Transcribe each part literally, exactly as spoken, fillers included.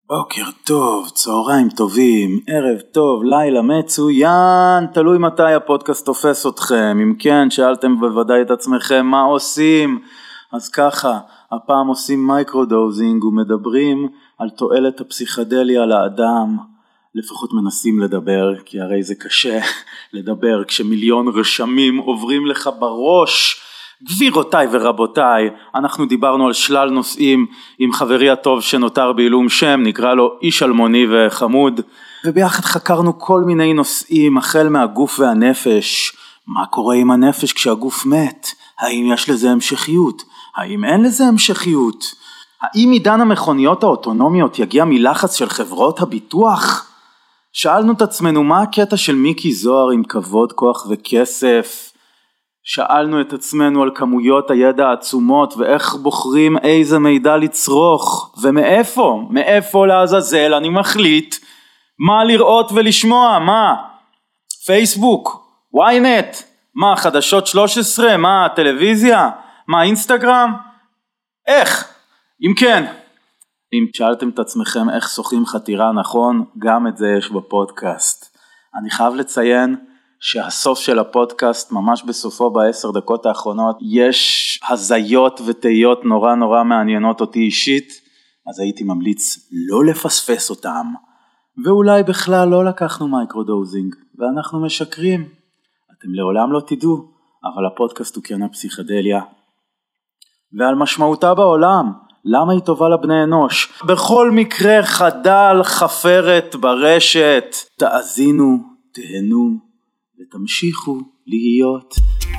בוקר טוב, צהריים טובים, ערב טוב, לילה מצוין, תלוי מתי הפודקאסט תופס אתכם. אם כן, שאלתם בוודאי את עצמכם מה עושים, אז ככה, הפעם עושים מייקרודוזינג ומדברים על תועלת הפסיכדליה לאדם. לפחות מנסים לדבר, כי הרי זה קשה לדבר כשמיליון רשמים עוברים לך בראש. גבירותיי ורבותיי, אנחנו דיברנו על שלל נושאים עם חברי הטוב שנותר בעילום שם, נקרא לו איש אלמוני וחמוד, וביחד חקרנו כל מיני נושאים, החל מהגוף והנפש. מה קורה עם הנפש כשהגוף מת? האם יש לזה המשכיות? האם אין לזה המשכיות? האם עידן המכוניות האוטונומיות יגיע מלחץ של חברות הביטוח? שאלנו את עצמנו מה הקטע של מיקי זוהר עם כבוד, כוח וכסף. שאלנו את עצמנו על כמויות הידע העצומות ואיך בוחרים איזה מידע לצרוך ומאיפה, מאיפה לעזאזל אני מחליט מה לראות ולשמוע. מה? פייסבוק, וויינט, מה חדשות שלוש עשרה, מה טלוויזיה, מה אינסטגרם, איך? אם כן, אם שאלתם את עצמכם איך שוחים חתירה נכון, גם את זה יש בפודקאסט. אני חייב לציין שהסוף של הפודקאסט, ממש בסופו בעשר דקות האחרונות, יש הזיות ותהיות נורא נורא מעניינות אותי אישית, אז הייתי ממליץ לא לפספס אותם, ואולי בכלל לא לקחנו מייקרודוזינג, ואנחנו משקרים. אתם לעולם לא תדעו, אבל הפודקאסט הוא כן הפסיכדליה, ועל משמעותה בעולם, למה היא טובה לבני אנוש. בכל מקרה חדל חפרת ברשת, תאזינו, תהנו, ותמשיכו להיות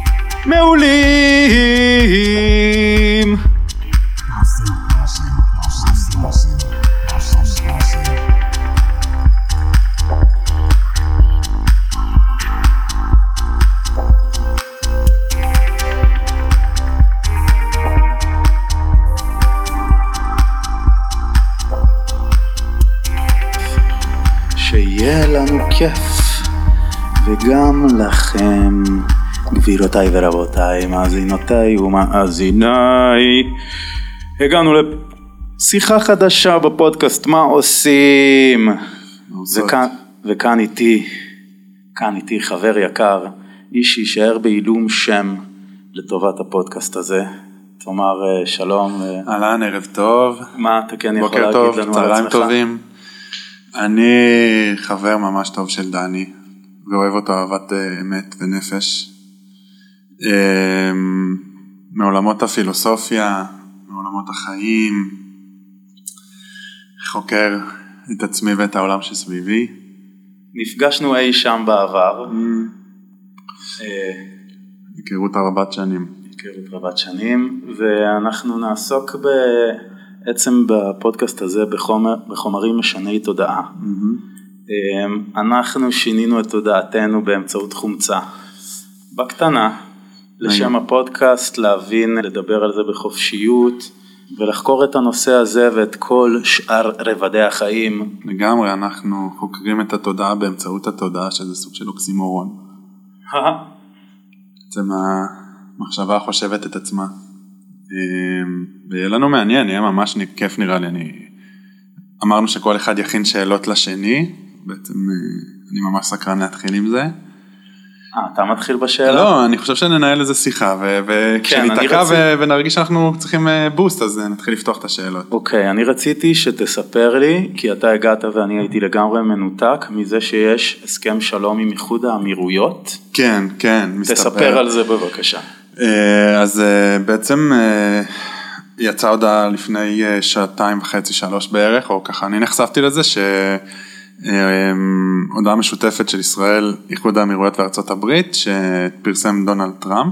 מעולים. שיהיה לנו כיף. וגם לכם, גבירותיי ורבותיי, מאזינותיי ומאזיניי, הגענו לשיחה חדשה בפודקאסט, מה עושים? וכאן, וכאן איתי, כאן איתי חבר יקר, איש שישאר בעילום שם לטובת הפודקאסט הזה. תאמר שלום. אהלן, ערב טוב. מה אתה כן יכול להגיד טוב, לנו על עצמך? טובים. אני חבר ממש טוב של דני. ואוהב אותו אהבת אמת ונפש, מעולמות הפילוסופיה, מעולמות החיים, חוקר את עצמי ואת העולם שסביבי. נפגשנו אי שם בעבר. היכרות רבת שנים. היכרות רבת שנים, ואנחנו נעסוק בעצם בפודקאסט הזה בחומר, בחומרים משני תודעה. אנחנו שינינו את תודעתנו באמצעות חומצה בקטנה לשם הפודקאסט, להבין, לדבר על זה בחופשיות ולחקור את הנושא הזה ואת כל שאר רבדי החיים. לגמרי, אנחנו חוקרים את התודעה באמצעות התודעה, שזה סוג של אוקסימורון. זה המחשבה חושבת את עצמה, ויהיה לנו מעניין, יהיה ממש כיף נראה לי. אני... אמרנו שכל אחד יכין שאלות לשני, בעצם אני ממש סקרן להתחיל עם זה. אה, אתה מתחיל בשאלה? לא, אני חושב שננהל איזה שיחה, וכשניתקע ונרגיש שאנחנו צריכים בוסט, אז נתחיל לפתוח את השאלות. אוקיי, אני רציתי שתספר לי, כי אתה הגעת ואני הייתי לגמרי מנותק, מזה שיש הסכם שלום עם איחוד האמירויות. כן, כן, מסתפר. תספר על זה בבקשה. אז בעצם יצא הודעה לפני שעתיים וחצי, שלוש בערך, או ככה, אני נחשפתי לזה ש... הודעה משותפת של ישראל, איחוד האמירויות וארצות הברית, שפרסם דונלד טראמפ,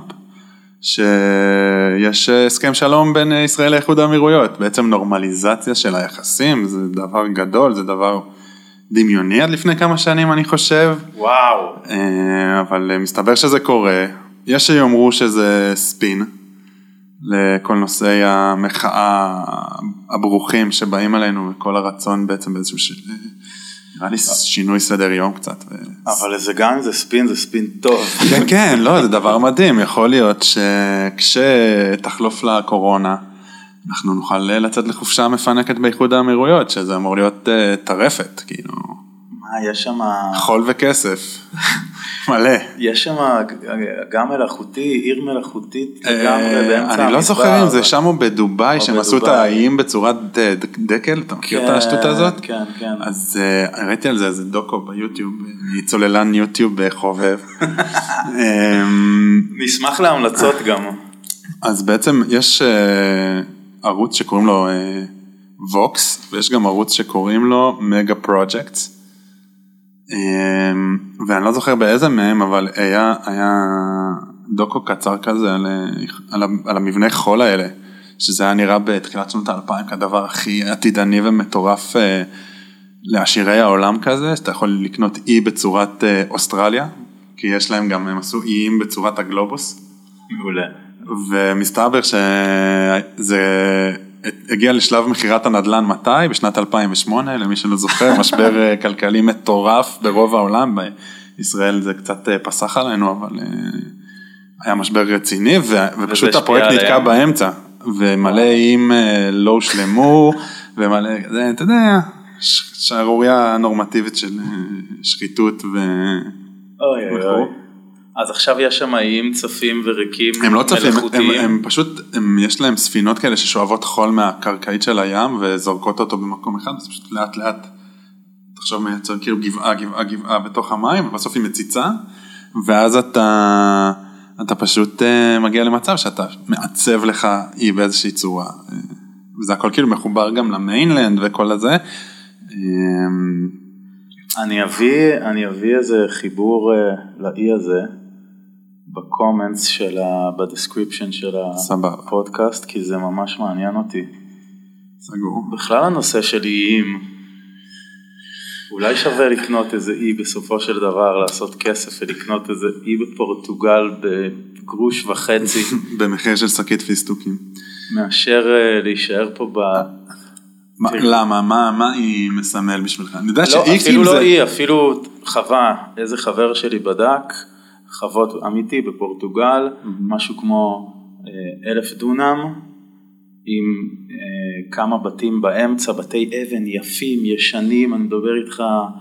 שיש הסכם שלום בין ישראל לאיחוד האמירויות, בעצם נורמליזציה של היחסים, זה דבר גדול, זה דבר דמיוני עד לפני כמה שנים אני חושב. וואו. אבל מסתבר שזה קורה, יש שיאמרו שזה ספין, לכל נושאי המחאה הברוכים שבאים עלינו, וכל הרצון בעצם באיזשהו של... נראה לי שינוי סדר יום קצת. אבל זה גם אם זה ספין, זה ספין טוב. כן, כן, לא, זה דבר מדהים. יכול להיות שכשתחלוף לקורונה, אנחנו נוכל לצאת לחופשה מפנקת באיחוד האמירויות, שזה אמור להיות uh, טרפת, כאילו. מה, יש שם... חול וכסף, מלא. יש שם גם מלאכותי, עיר מלאכותית, גם באמצע המדבר. אני לא זוכר אם זה שם או בדובאי, שהם עשו את האיים בצורת דקל, אתה מכיר את השטות הזאת? כן, כן. אז ראיתי על זה איזה דוקו ביוטיוב, צוללן יוטיוב חובב. נשמח להמלצות גם. אז בעצם יש ערוץ שקוראים לו ווקס, ויש גם ערוץ שקוראים לו מגה פרוג'קטס, ואני לא זוכר באיזה מהם, אבל היה, היה דוקו קצר כזה על, על, על המבנה חול האלה, שזה היה נראה בתחילת שנות האלפיים כדבר הכי עתידני ומטורף לעשירי העולם כזה, שאתה יכול לקנות אי בצורת אוסטרליה, כי יש להם גם, הם עשו איים בצורת הגלובוס. מעולה. ומסתבר שזה הגיע לשלב מחירת הנדלן מתי? בשנת אלפיים ושמונה, למי שלא זוכר, משבר כלכלי מטורף ברוב העולם, בישראל זה קצת פסח עלינו, אבל היה משבר רציני, ופשוט הפרויקט נתקע באמצע, ומלא איים לא הושלמו, ומלא, אתה יודע, שערוריה נורמטיבית של שחיתות ו... אוי אוי אוי. אז עכשיו יש שם איים צפים וריקים מלאכותיים. הם לא צפים, הם, הם פשוט, הם, יש להם ספינות כאלה ששואבות חול מהקרקעית של הים וזורקות אותו במקום אחד, אז פשוט לאט לאט, תחשוב מייצר כאילו גבעה, גבעה, גבעה בתוך המים, ובסוף היא מציצה, ואז אתה, אתה פשוט מגיע למצב שאתה מעצב לך אי באיזושהי צורה, וזה הכל כאילו מחובר גם למיינלנד וכל הזה. אני אביא, אני אביא איזה חיבור לאי הזה, בקומנטס של ה... בדסקריפשן של הפודקאסט, כי זה ממש מעניין אותי. סגור. בכלל הנושא של איים, אולי שווה לקנות איזה אי בסופו של דבר, לעשות כסף ולקנות איזה אי בפורטוגל בגרוש וחצי. במחיר של שקית פיסטוקים. מאשר להישאר פה ב... למה? מה היא מסמל בשבילך? אני יודע שאי אפילו לא אי, אפילו חווה, איזה חבר שלי בדק, חוות אמיתי בפורטוגל, משהו כמו אלף דונם, עם כמה בתים באמצע, בתי אבן יפים, ישנים, אני מדבר איתך,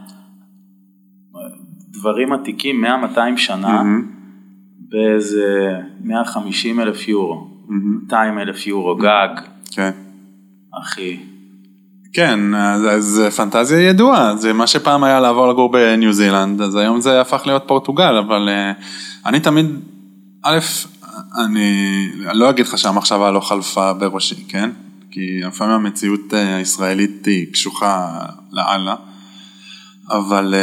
דברים עתיקים, מאה מאתיים שנה, באיזה מאה וחמישים אלף יורו, מאתיים אלף יורו גג, אחי. כן, זה פנטזיה ידועה, זה מה שפעם היה לעבור לגור בניו זילנד, אז היום זה הפך להיות פורטוגל, אבל אני תמיד, א', אני לא אגיד לך שהמחשבה לא חלפה בראשי, כן? כי לפעמים המציאות הישראלית היא קשוחה לאללה, אבל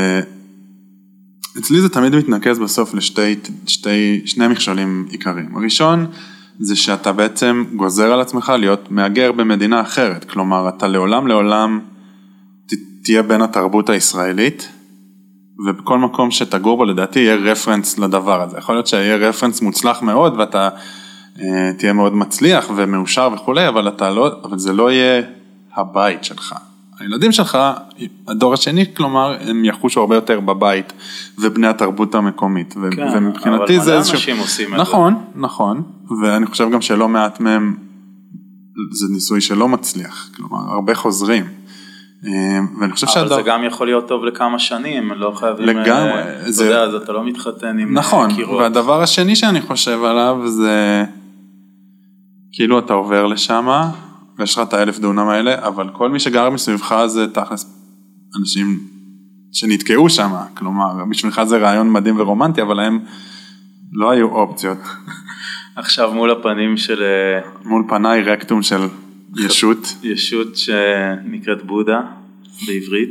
אצלי זה תמיד מתנקז בסוף לשתי, שתי, שני מכשולים עיקריים. הראשון, זה שאתה בעצם גוזר על עצמך להיות מאגר במדינה אחרת, כלומר אתה לעולם לעולם תהיה בין התרבות הישראלית, ובכל מקום שתגור בו לדעתי יהיה רפרנס לדבר הזה, יכול להיות שיהיה רפרנס מוצלח מאוד, ואתה אה, תהיה מאוד מצליח ומאושר וכולי, אבל, אתה לא, אבל זה לא יהיה הבית שלך. הילדים שלך, הדור השני, כלומר, הם יחושו הרבה יותר בבית, ובני התרבות המקומית. כן, ומבחינתי אבל מלא אנשים עושים את זה. נכון, נכון, ואני חושב גם שלא מעט מהם, זה ניסוי שלא מצליח, כלומר, הרבה חוזרים. ואני חושב אבל זה גם יכול להיות טוב לכמה שנים, לא חייבים, לגמרי, אתה יודע, אז אתה לא מתחתן עם נכון, קירות. והדבר השני שאני חושב עליו, זה כאילו אתה עובר לשמה, ויש לך את האלף דונם האלה, אבל כל מי שגר מסביבך זה תכלס אנשים שנתקעו שם, כלומר, בשבילך זה רעיון מדהים ורומנטי, אבל להם לא היו אופציות. עכשיו מול הפנים של... מול פניי רקטום של ישות. ישות שנקראת בודה בעברית,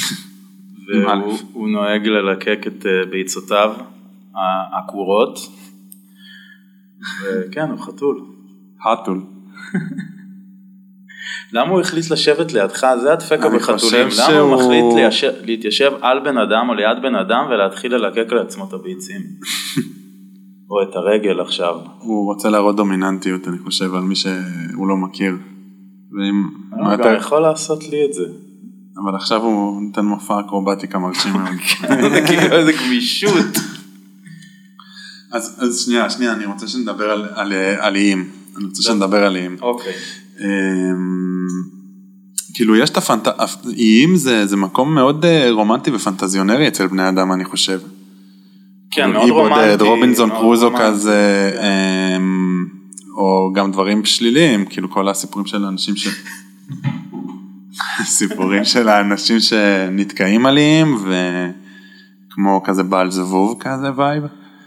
והוא נוהג ללקק את ביצותיו העקורות, וכן, הוא חתול. חתול. למה הוא החליט לשבת לידך? זה הדפקה בחתולים. למה הוא מחליט להתיישב על בן אדם או ליד בן אדם ולהתחיל ללקק לעצמו את הביצים? או את הרגל עכשיו. הוא רוצה להראות דומיננטיות, אני חושב, על מי שהוא לא מכיר. הוא גם יכול לעשות לי את זה. אבל עכשיו הוא נותן מופע אקרובטיקה מרשים מאוד. זה כאילו איזה גמישות. אז שנייה, שנייה, אני רוצה שנדבר על איים. אני רוצה שנדבר על איים. אוקיי. כאילו יש את הפנט... איים זה, זה מקום מאוד רומנטי ופנטזיונרי אצל בני אדם, אני חושב. כן, מאוד רומנטי. רובינזון קרוזו כזה, או גם דברים שליליים, כאילו כל הסיפורים של האנשים ש... סיפורים של האנשים שנתקעים עליהם, וכמו כזה בעל זבוב כזה וייב.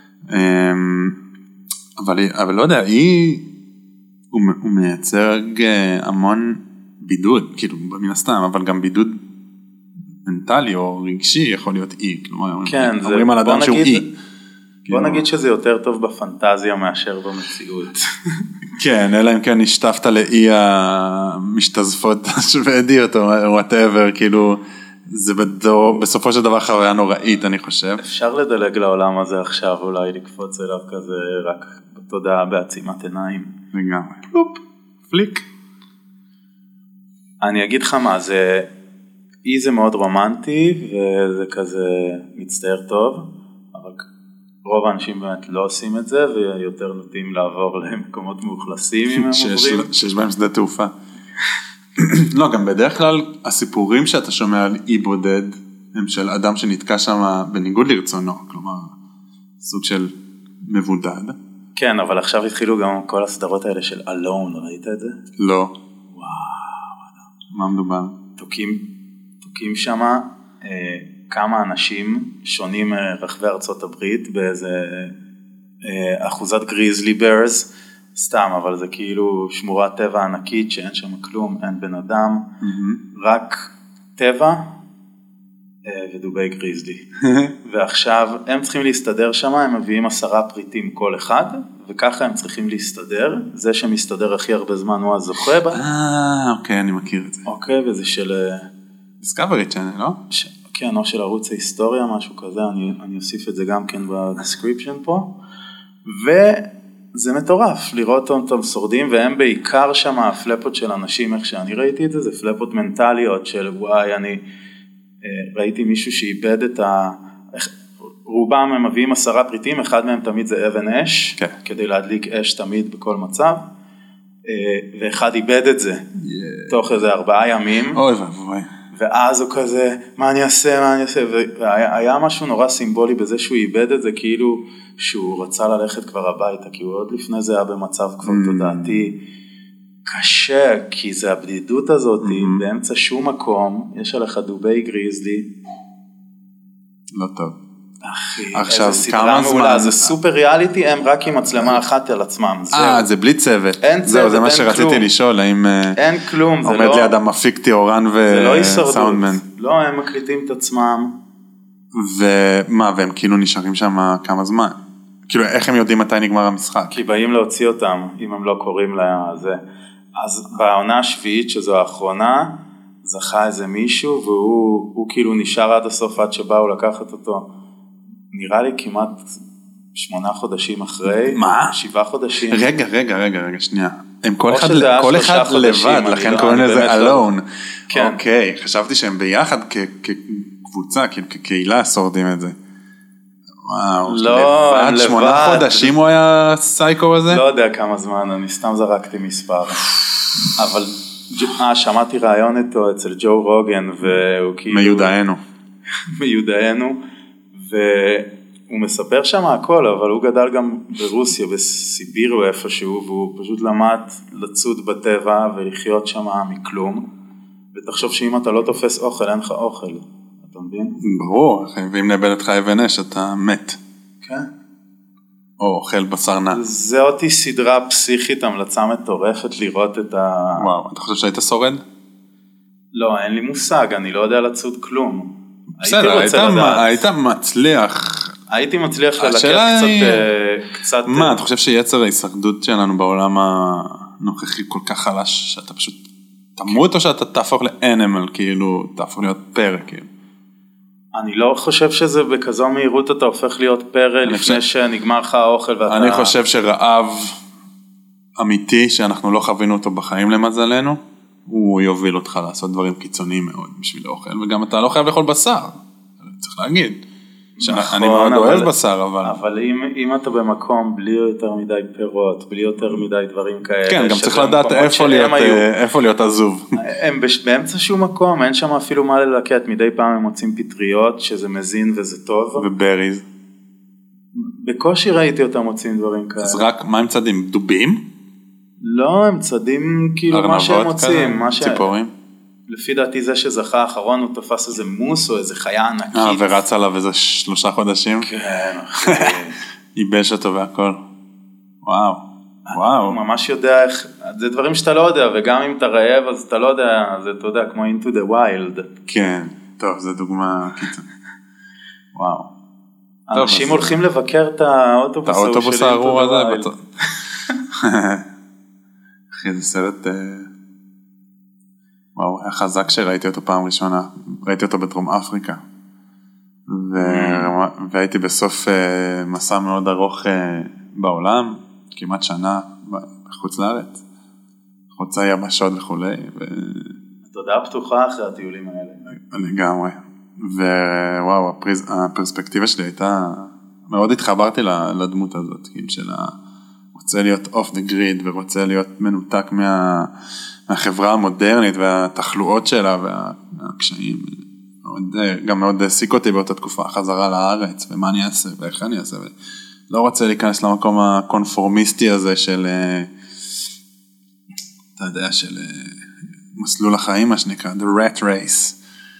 אבל, אבל לא יודע, היא, הוא, הוא מייצר המון בידוד, כאילו מן הסתם, אבל גם בידוד מנטלי או רגשי יכול להיות אי, כלומר, כן, אומרים זה, על אדם שהוא אי. בוא נגיד שזה יותר טוב בפנטזיה מאשר במציאות. כן, אלא אם כן השתפת לאי המשתזפות השוודיות או whatever, כאילו, זה בדור, בסופו של דבר חוויה נוראית, אני חושב. אפשר לדלג לעולם הזה עכשיו, אולי לקפוץ אליו כזה רק בתודעה בעצימת עיניים. לגמרי. פלופ, פליק. אני אגיד לך מה, זה, אי זה מאוד רומנטי, וזה כזה מצטער טוב, אבל רוב האנשים באמת לא עושים את זה, ויותר נוטים לעבור למקומות מאוכלסים אם הם עוברים. שיש בהם שדה תעופה. לא, גם בדרך כלל הסיפורים שאתה שומע על אי בודד, הם של אדם שנתקע שם בניגוד לרצונו, כלומר, סוג של מבודד. כן, אבל עכשיו התחילו גם כל הסדרות האלה של Alone, ראית את זה? לא. וואו. מה מדובר? תוקים, תוקים שם אה, כמה אנשים שונים מרחבי ארצות הברית, באיזה אה, אחוזת גריזלי ברס, סתם, אבל זה כאילו שמורת טבע ענקית שאין שם כלום, אין בן אדם, mm-hmm. רק טבע אה, ודובי גריזלי. ועכשיו הם צריכים להסתדר שם, הם מביאים עשרה פריטים כל אחד, וככה הם צריכים להסתדר, זה שמסתדר הכי הרבה זמן הוא הזוכה בה. אה, אוקיי, אני מכיר את זה. אוקיי, וזה של... Discovery Channel, לא? ש... כן, או של ערוץ ההיסטוריה, משהו כזה, אני, אני אוסיף את זה גם כן בדסקריפשן פה, וזה מטורף, לראות אותם שורדים, והם בעיקר שם הפלפות של אנשים, איך שאני ראיתי את זה, זה פלפות מנטליות של וואי, אני ראיתי מישהו שאיבד את ה... רובם הם מביאים עשרה פריטים, אחד מהם תמיד זה אבן אש, כן. כדי להדליק אש תמיד בכל מצב, ואחד איבד את זה, yeah. תוך איזה ארבעה ימים, אוי ואבוי. ואז הוא כזה, מה אני אעשה, מה אני אעשה, והיה משהו נורא סימבולי בזה שהוא איבד את זה, כאילו שהוא רצה ללכת כבר הביתה, כי הוא עוד לפני זה היה במצב כבר mm. תודעתי, קשה, כי זה הבדידות הזאת, mm-hmm. באמצע שום מקום, יש עליך דובי גריזלי. לא טוב. אחי, עכשיו, איזה סדרה מעולה, זה סופר ריאליטי, הם רק עם מצלמה אחת על עצמם. אה, זה בלי צוות. אין צוות, זהו, זה מה שרציתי לשאול, האם... אין כלום, זה לא... עומד ליד המפיק תיאורן וסאונדמן. לא, הם מקליטים את עצמם. ומה, והם כאילו נשארים שם כמה זמן? כאילו, איך הם יודעים מתי נגמר המשחק? כי באים להוציא אותם, אם הם לא קוראים לזה. אז בעונה השביעית, שזו האחרונה, זכה איזה מישהו, והוא כאילו נשאר עד הסוף, עד שבאו לקחת אותו. נראה לי כמעט שמונה חודשים אחרי. מה? שבעה חודשים. רגע, רגע, רגע, רגע, שנייה. הם כל אחד, כל אחד לבד, לכן קוראים לזה alone. כן. אוקיי, חשבתי שהם ביחד כקבוצה, כקהילה שורדים את זה. וואו, לא, לבד, שמונה חודשים הוא היה סייקו הזה? לא יודע כמה זמן, אני סתם זרקתי מספר. אבל, אה, שמעתי רעיון איתו אצל ג'ו רוגן, והוא כאילו... מיודענו. מיודענו. והוא מספר שם הכל, אבל הוא גדל גם ברוסיה, בסיביר או איפשהו, והוא פשוט למד לצוד בטבע ולחיות שם מכלום, ותחשוב שאם אתה לא תופס אוכל, אין לך אוכל, אתה מבין? ברור, ואם נאבד אותך אבן אש, אתה מת. כן. או אוכל בשר נע. זה אותי סדרה פסיכית, המלצה מטורפת לראות את ה... וואו, אתה חושב שהיית שורד? לא, אין לי מושג, אני לא יודע לצוד כלום. בסדר, היית מצליח. הייתי מצליח ללקח קצת... מה, אתה חושב שיצר ההישרדות שלנו בעולם הנוכחי כל כך חלש, שאתה פשוט תמות או שאתה תהפוך לאנימל, כאילו, תהפוך להיות פרא, כאילו? אני לא חושב שזה בכזו מהירות אתה הופך להיות פרא לפני שנגמר לך האוכל ואתה... אני חושב שרעב אמיתי, שאנחנו לא חווינו אותו בחיים למזלנו, הוא יוביל אותך לעשות דברים קיצוניים מאוד בשביל האוכל, וגם אתה לא חייב לאכול בשר, צריך להגיד. שאני מאוד אוהב בשר, אבל... אבל אם, אם אתה במקום בלי יותר מדי פירות, בלי יותר מדי דברים כאלה... כן, גם צריך לדעת איפה להיות, איפה להיות עזוב. הם באמצע שום מקום, אין שם אפילו מה ללקט, מדי פעם הם מוצאים פטריות, שזה מזין וזה טוב. ובריז. בקושי ראיתי אותם מוצאים דברים כאלה. אז רק, מה הם צדים? דובים? לא, הם צדים כאילו מה שהם מוצאים. ציפורים? לפי דעתי זה שזכה האחרון, הוא תפס איזה מוס או איזה חיה ענקית. אה, ורץ עליו איזה שלושה חודשים? כן, אחי. ייבש אותו והכל. וואו, וואו. הוא ממש יודע איך, זה דברים שאתה לא יודע, וגם אם אתה רעב, אז אתה לא יודע, זה אתה יודע, כמו into the wild. כן, טוב, זו דוגמה קיצונית. וואו. אנשים הולכים לבקר את האוטובוס. את האוטובוס הארור הזה. אחי, זה סרט... וואו, היה חזק שראיתי אותו פעם ראשונה, ראיתי אותו בדרום אפריקה, והייתי בסוף מסע מאוד ארוך בעולם, כמעט שנה בחוץ לארץ, חוצה יבשות וכולי. תודה פתוחה אחרי הטיולים האלה. לגמרי, ווואו, הפרספקטיבה שלי הייתה, מאוד התחברתי לדמות הזאת, של רוצה להיות off the grid, ורוצה להיות מנותק מה... מהחברה המודרנית והתחלואות שלה והקשיים, גם מאוד העסיק אותי באותה תקופה, חזרה לארץ, ומה אני אעשה, ואיך אני אעשה, ולא רוצה להיכנס למקום הקונפורמיסטי הזה של, אתה יודע, של מסלול החיים, מה שנקרא, the rat race,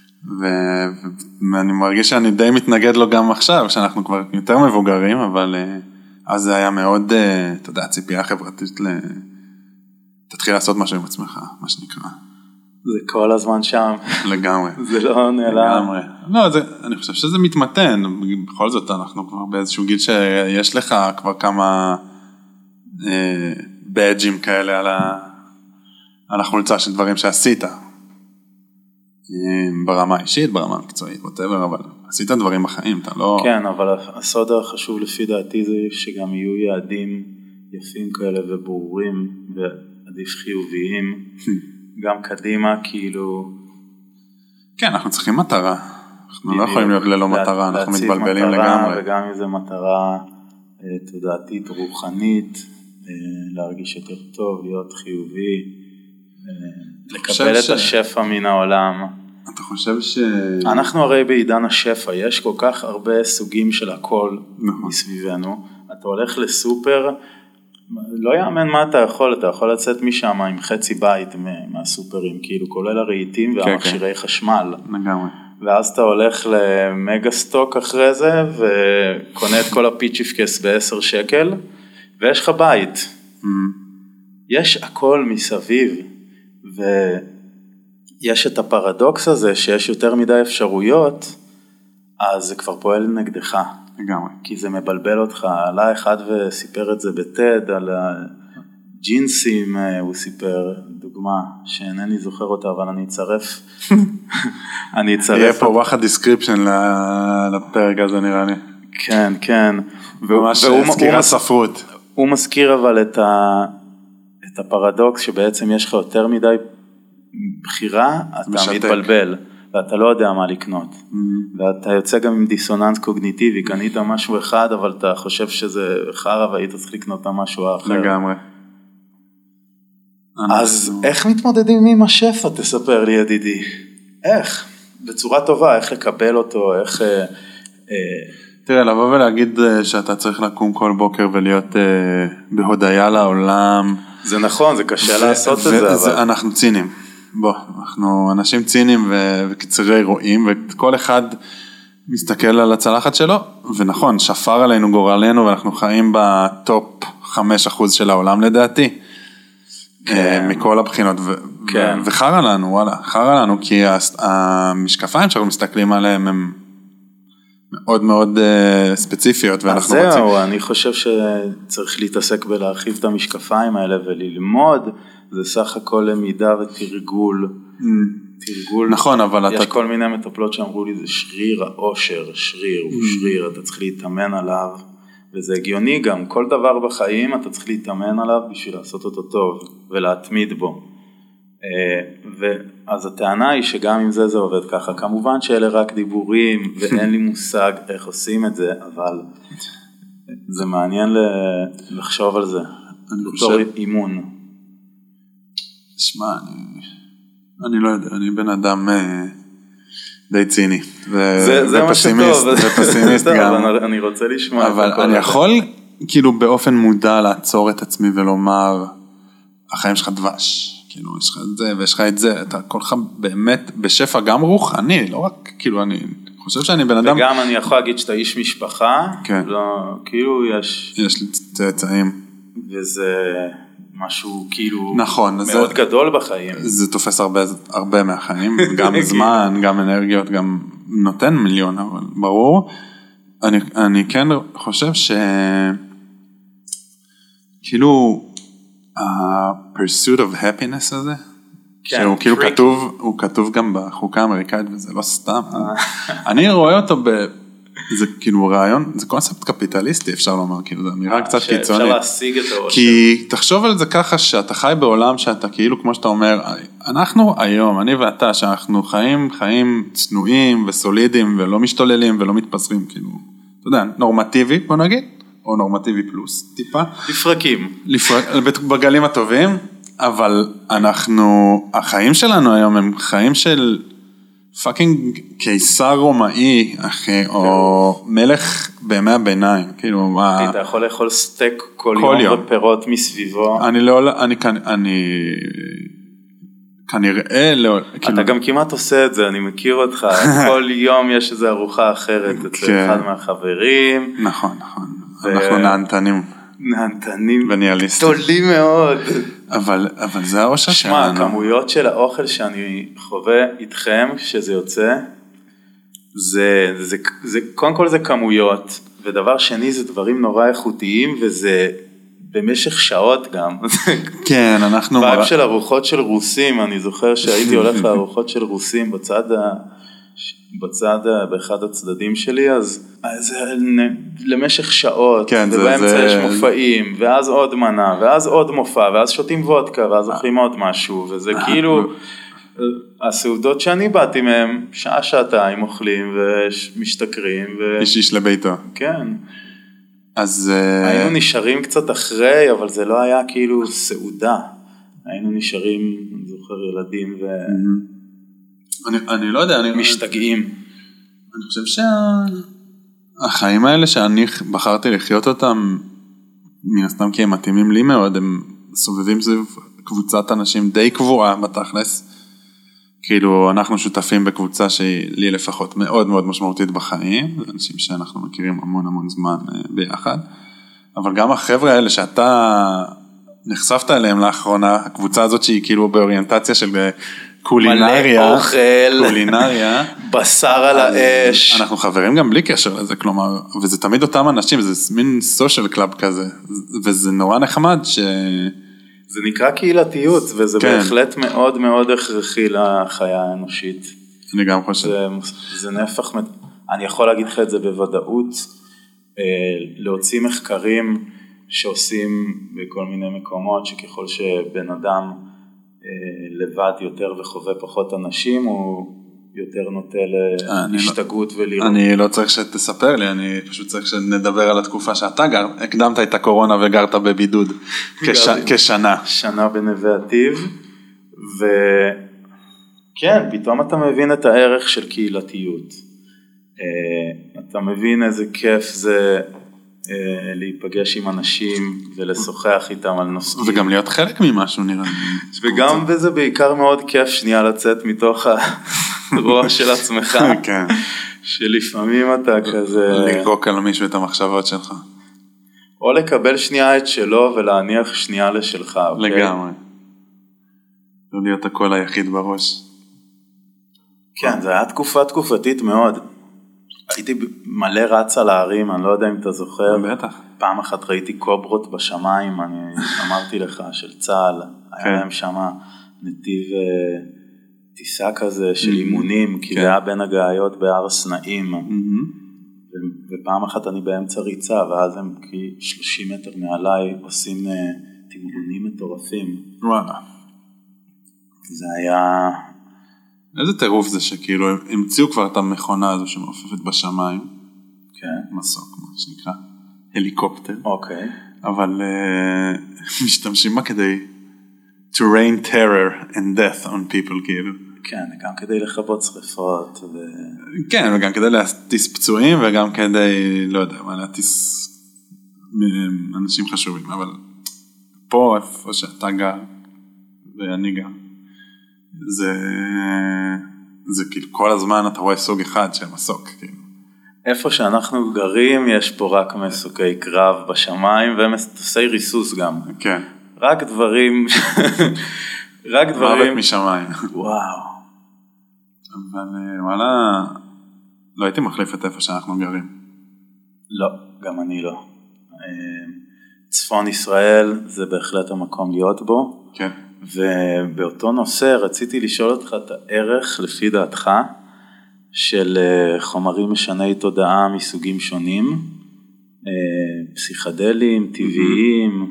ואני מרגיש שאני די מתנגד לו גם עכשיו, שאנחנו כבר יותר מבוגרים, אבל אז זה היה מאוד, אתה יודע, ציפייה חברתית ל... תתחיל לעשות משהו עם עצמך, מה שנקרא. זה כל הזמן שם. לגמרי. זה לא נעלם. לגמרי. לא, זה, אני חושב שזה מתמתן, בכל זאת אנחנו כבר באיזשהו גיל שיש לך כבר כמה אה, בייג'ים כאלה על, ה, על החולצה של דברים שעשית. אה, ברמה אישית, ברמה מקצועית, whatever, אבל עשית דברים בחיים, אתה לא... כן, אבל הסוד החשוב לפי דעתי זה שגם יהיו יעדים יפים כאלה וברורים ו... עדיף חיוביים, גם קדימה, כאילו... כן, אנחנו צריכים מטרה. אנחנו לא יכולים להיות ללא מטרה, אנחנו מתבלבלים לגמרי. וגם אם זה מטרה תודעתית, רוחנית, להרגיש יותר טוב, להיות חיובי, לקבל את השפע מן העולם. אתה חושב ש... אנחנו הרי בעידן השפע, יש כל כך הרבה סוגים של הכל מסביבנו. אתה הולך לסופר, לא יאמן מה אתה יכול, אתה יכול לצאת משם עם חצי בית מהסופרים, כאילו כולל הרהיטים והמכשירי חשמל. לגמרי. ואז אתה הולך למגה סטוק אחרי זה, וקונה את כל הפיצ'יפקס בעשר שקל, ויש לך בית. יש הכל מסביב, ויש את הפרדוקס הזה, שיש יותר מדי אפשרויות, אז זה כבר פועל נגדך. לגמרי. כי זה מבלבל אותך. עלה אחד וסיפר את זה בטד, על הג'ינסים, הוא סיפר דוגמה, שאינני זוכר אותה, אבל אני אצרף. אני אצרף. יהיה פה וואחד דיסקריפשן לפרק הזה נראה לי. כן, כן. ממש סקירת ספרות. הוא מזכיר אבל את, ה, את הפרדוקס, שבעצם יש לך יותר מדי בחירה, אתה משתק. מתבלבל. ואתה לא יודע מה לקנות, mm-hmm. ואתה יוצא גם עם דיסוננס קוגניטיבי, קנית משהו אחד, אבל אתה חושב שזה חרא, והיית צריך לקנות את משהו אחר. לגמרי. אז אנחנו... איך מתמודדים עם השפע, תספר לי ידידי? איך? בצורה טובה, איך לקבל אותו, איך... אה, אה... תראה, לבוא ולהגיד שאתה צריך לקום כל בוקר ולהיות אה, בהודעה לעולם. זה נכון, זה קשה ו- לעשות ו- את זה, אבל... אנחנו צינים. בוא, אנחנו אנשים ציניים וקיצורי רואים, וכל אחד מסתכל על הצלחת שלו, ונכון, שפר עלינו גורלנו, ואנחנו חיים בטופ חמש אחוז של העולם לדעתי, כן. מכל הבחינות, ו- כן. ו- וחרה לנו, וואלה, חרה לנו, כי המשקפיים שאנחנו מסתכלים עליהם, הם מאוד מאוד uh, ספציפיות, ואנחנו אז רוצים... זהו, אני חושב שצריך להתעסק בלהרחיב את המשקפיים האלה, וללמוד, זה סך הכל למידה ותרגול, mm. תרגול, נכון, אבל יש אתה... כל מיני מטפלות שאמרו לי, זה שריר האושר, שריר הוא mm. שריר, אתה צריך להתאמן עליו, וזה הגיוני גם, כל דבר בחיים אתה צריך להתאמן עליו, בשביל לעשות אותו טוב, ולהתמיד בו, ו... אז הטענה היא שגם עם זה זה עובד ככה, כמובן שאלה רק דיבורים ואין לי מושג איך עושים את זה, אבל זה מעניין לחשוב על זה, בתור אימון. שמע, אני, אני לא יודע, אני בן אדם די ציני, זה, זה ופסימיסט, ופסימיסט גם. אני רוצה לשמוע. אבל אני יכול כאילו באופן מודע לעצור את עצמי ולומר, החיים שלך דבש, כאילו יש לך את זה ויש לך את זה, אתה כולך באמת בשפע גם רוחני, לא רק כאילו אני חושב שאני בן אדם. וגם אני יכול להגיד שאתה איש משפחה, כן. לא, כאילו יש. יש לי צאצאים. וזה משהו כאילו נכון, מאוד זה, גדול בחיים. זה תופס הרבה, הרבה מהחיים, גם זמן, גם אנרגיות, גם נותן מיליון, אבל ברור. אני, אני כן חושב ש... כאילו, ה-pursuit of happiness הזה, כן, שהוא כאילו כתוב, הוא כתוב גם בחוקה האמריקאית, וזה לא סתם. אני רואה אותו ב... זה כאילו רעיון, זה קונספט קפיטליסטי, אפשר לומר, כאילו, זה אמירה קצת קיצונית. אפשר להשיג את הראש. כי תחשוב על זה ככה, שאתה חי בעולם, שאתה כאילו, כמו שאתה אומר, אנחנו היום, אני ואתה, שאנחנו חיים, חיים צנועים וסולידיים, ולא משתוללים ולא מתפזרים, כאילו, אתה יודע, נורמטיבי, בוא נגיד, או נורמטיבי פלוס, טיפה. לפרקים. בגלים הטובים, אבל אנחנו, החיים שלנו היום הם חיים של פאקינג קיסר רומאי, אחי, או מלך בימי הביניים, כאילו, מה... אתה יכול לאכול סטייק כל יום ופירות מסביבו. אני לא, אני כאן, אני... כנראה לא... אתה גם כמעט עושה את זה, אני מכיר אותך, כל יום יש איזו ארוחה אחרת, אצל אחד מהחברים. נכון, נכון, אנחנו נהנתנים. נהנתנים וניאליסטים. גדולים מאוד. אבל, אבל זה האושר שלנו. שמע, הכמויות של האוכל שאני חווה איתכם, שזה יוצא, זה, זה, זה, קודם כל זה כמויות, ודבר שני זה דברים נורא איכותיים, וזה במשך שעות גם. כן, אנחנו... וייב של ארוחות של רוסים, אני זוכר שהייתי הולך לארוחות של רוסים בצד ה... בצד, באחד הצדדים שלי, אז זה למשך שעות, כן, ובאמצע זה, יש זה... מופעים, ואז עוד מנה, ואז עוד מופע, ואז שותים וודקה, ואז אוכלים עוד משהו, וזה כאילו, הסעודות שאני באתי מהם, שעה שעתיים אוכלים ומשתכרים. ו... איש איש לביתו. כן. אז... היינו נשארים קצת אחרי, אבל זה לא היה כאילו סעודה. היינו נשארים, אני זוכר, ילדים ו... אני, אני לא יודע, אני... משתגעים. אני חושב שהחיים האלה שאני בחרתי לחיות אותם, מן הסתם כי הם מתאימים לי מאוד, הם סובבים סביב קבוצת אנשים די קבועה בתכלס, כאילו אנחנו שותפים בקבוצה שהיא לי לפחות מאוד מאוד משמעותית בחיים, אנשים שאנחנו מכירים המון המון זמן ביחד, אבל גם החבר'ה האלה שאתה נחשפת אליהם לאחרונה, הקבוצה הזאת שהיא כאילו באוריינטציה של קולינריה, מלא אוכל, קולינריה, בשר על האש. אנחנו חברים גם בלי קשר לזה, כלומר, וזה תמיד אותם אנשים, זה מין סושיאל קלאב כזה, וזה נורא נחמד ש... זה נקרא קהילתיות, וזה כן. בהחלט מאוד מאוד הכרחי לחיה האנושית. אני גם חושב. זה, זה נפח, אני יכול להגיד לך את זה בוודאות, להוציא מחקרים שעושים בכל מיני מקומות, שככל שבן אדם לבד יותר וחווה פחות אנשים, הוא יותר נוטה להשתגעות ולראות. אני לא צריך שתספר לי, אני פשוט צריך שנדבר על התקופה שאתה גר, הקדמת את הקורונה וגרת בבידוד כשנה. שנה בנווה עתיב, וכן, פתאום אתה מבין את הערך של קהילתיות. אתה מבין איזה כיף זה להיפגש עם אנשים ולשוחח איתם על נושאים. וגם להיות חלק ממשהו נראה לי. וגם וזה בעיקר מאוד כיף שנייה לצאת מתוך הרוח של עצמך. כן. שלפעמים אתה כזה... לגרוק על מישהו את המחשבות שלך. או לקבל שנייה את שלו ולהניח שנייה לשלך. לגמרי. לא להיות הקול היחיד בראש. כן, זה היה תקופה תקופתית מאוד. הייתי מלא רץ על הערים, אני לא יודע אם אתה זוכר. בטח. פעם אחת ראיתי קוברות בשמיים, אני אמרתי לך, של צה"ל, היה להם שם נתיב טיסה כזה של אימונים, כי זה היה בין הגאיות בהר סנאים, ופעם אחת אני באמצע ריצה, ואז הם כ-שלושים מטר מעליי עושים תמרונים מטורפים. וואלה. זה היה... איזה טירוף זה שכאילו הם המציאו כבר את המכונה הזו שמעופפת בשמיים. כן. מסוק, מה שנקרא. הליקופטר. אוקיי. אבל uh, משתמשים בה כדי to rain terror and death on people כאילו. כן, גם כדי לכבות שריפות. ו... כן, וגם כדי להטיס פצועים וגם כדי, לא יודע, מה להטיס אנשים חשובים, אבל פה איפה שאתה גר ואני גר, זה, זה כאילו כל הזמן אתה רואה סוג אחד של מסוק כאילו. איפה שאנחנו גרים יש פה רק מסוקי קרב בשמיים ומטוסי ריסוס גם. כן. רק דברים, רק דברים. מוות משמיים. וואו. אבל וואלה, לא הייתי מחליף את איפה שאנחנו גרים. לא, גם אני לא. צפון ישראל זה בהחלט המקום להיות בו. כן. ובאותו נושא רציתי לשאול אותך את הערך לפי דעתך, של חומרים משני תודעה מסוגים שונים, פסיכדליים, טבעיים,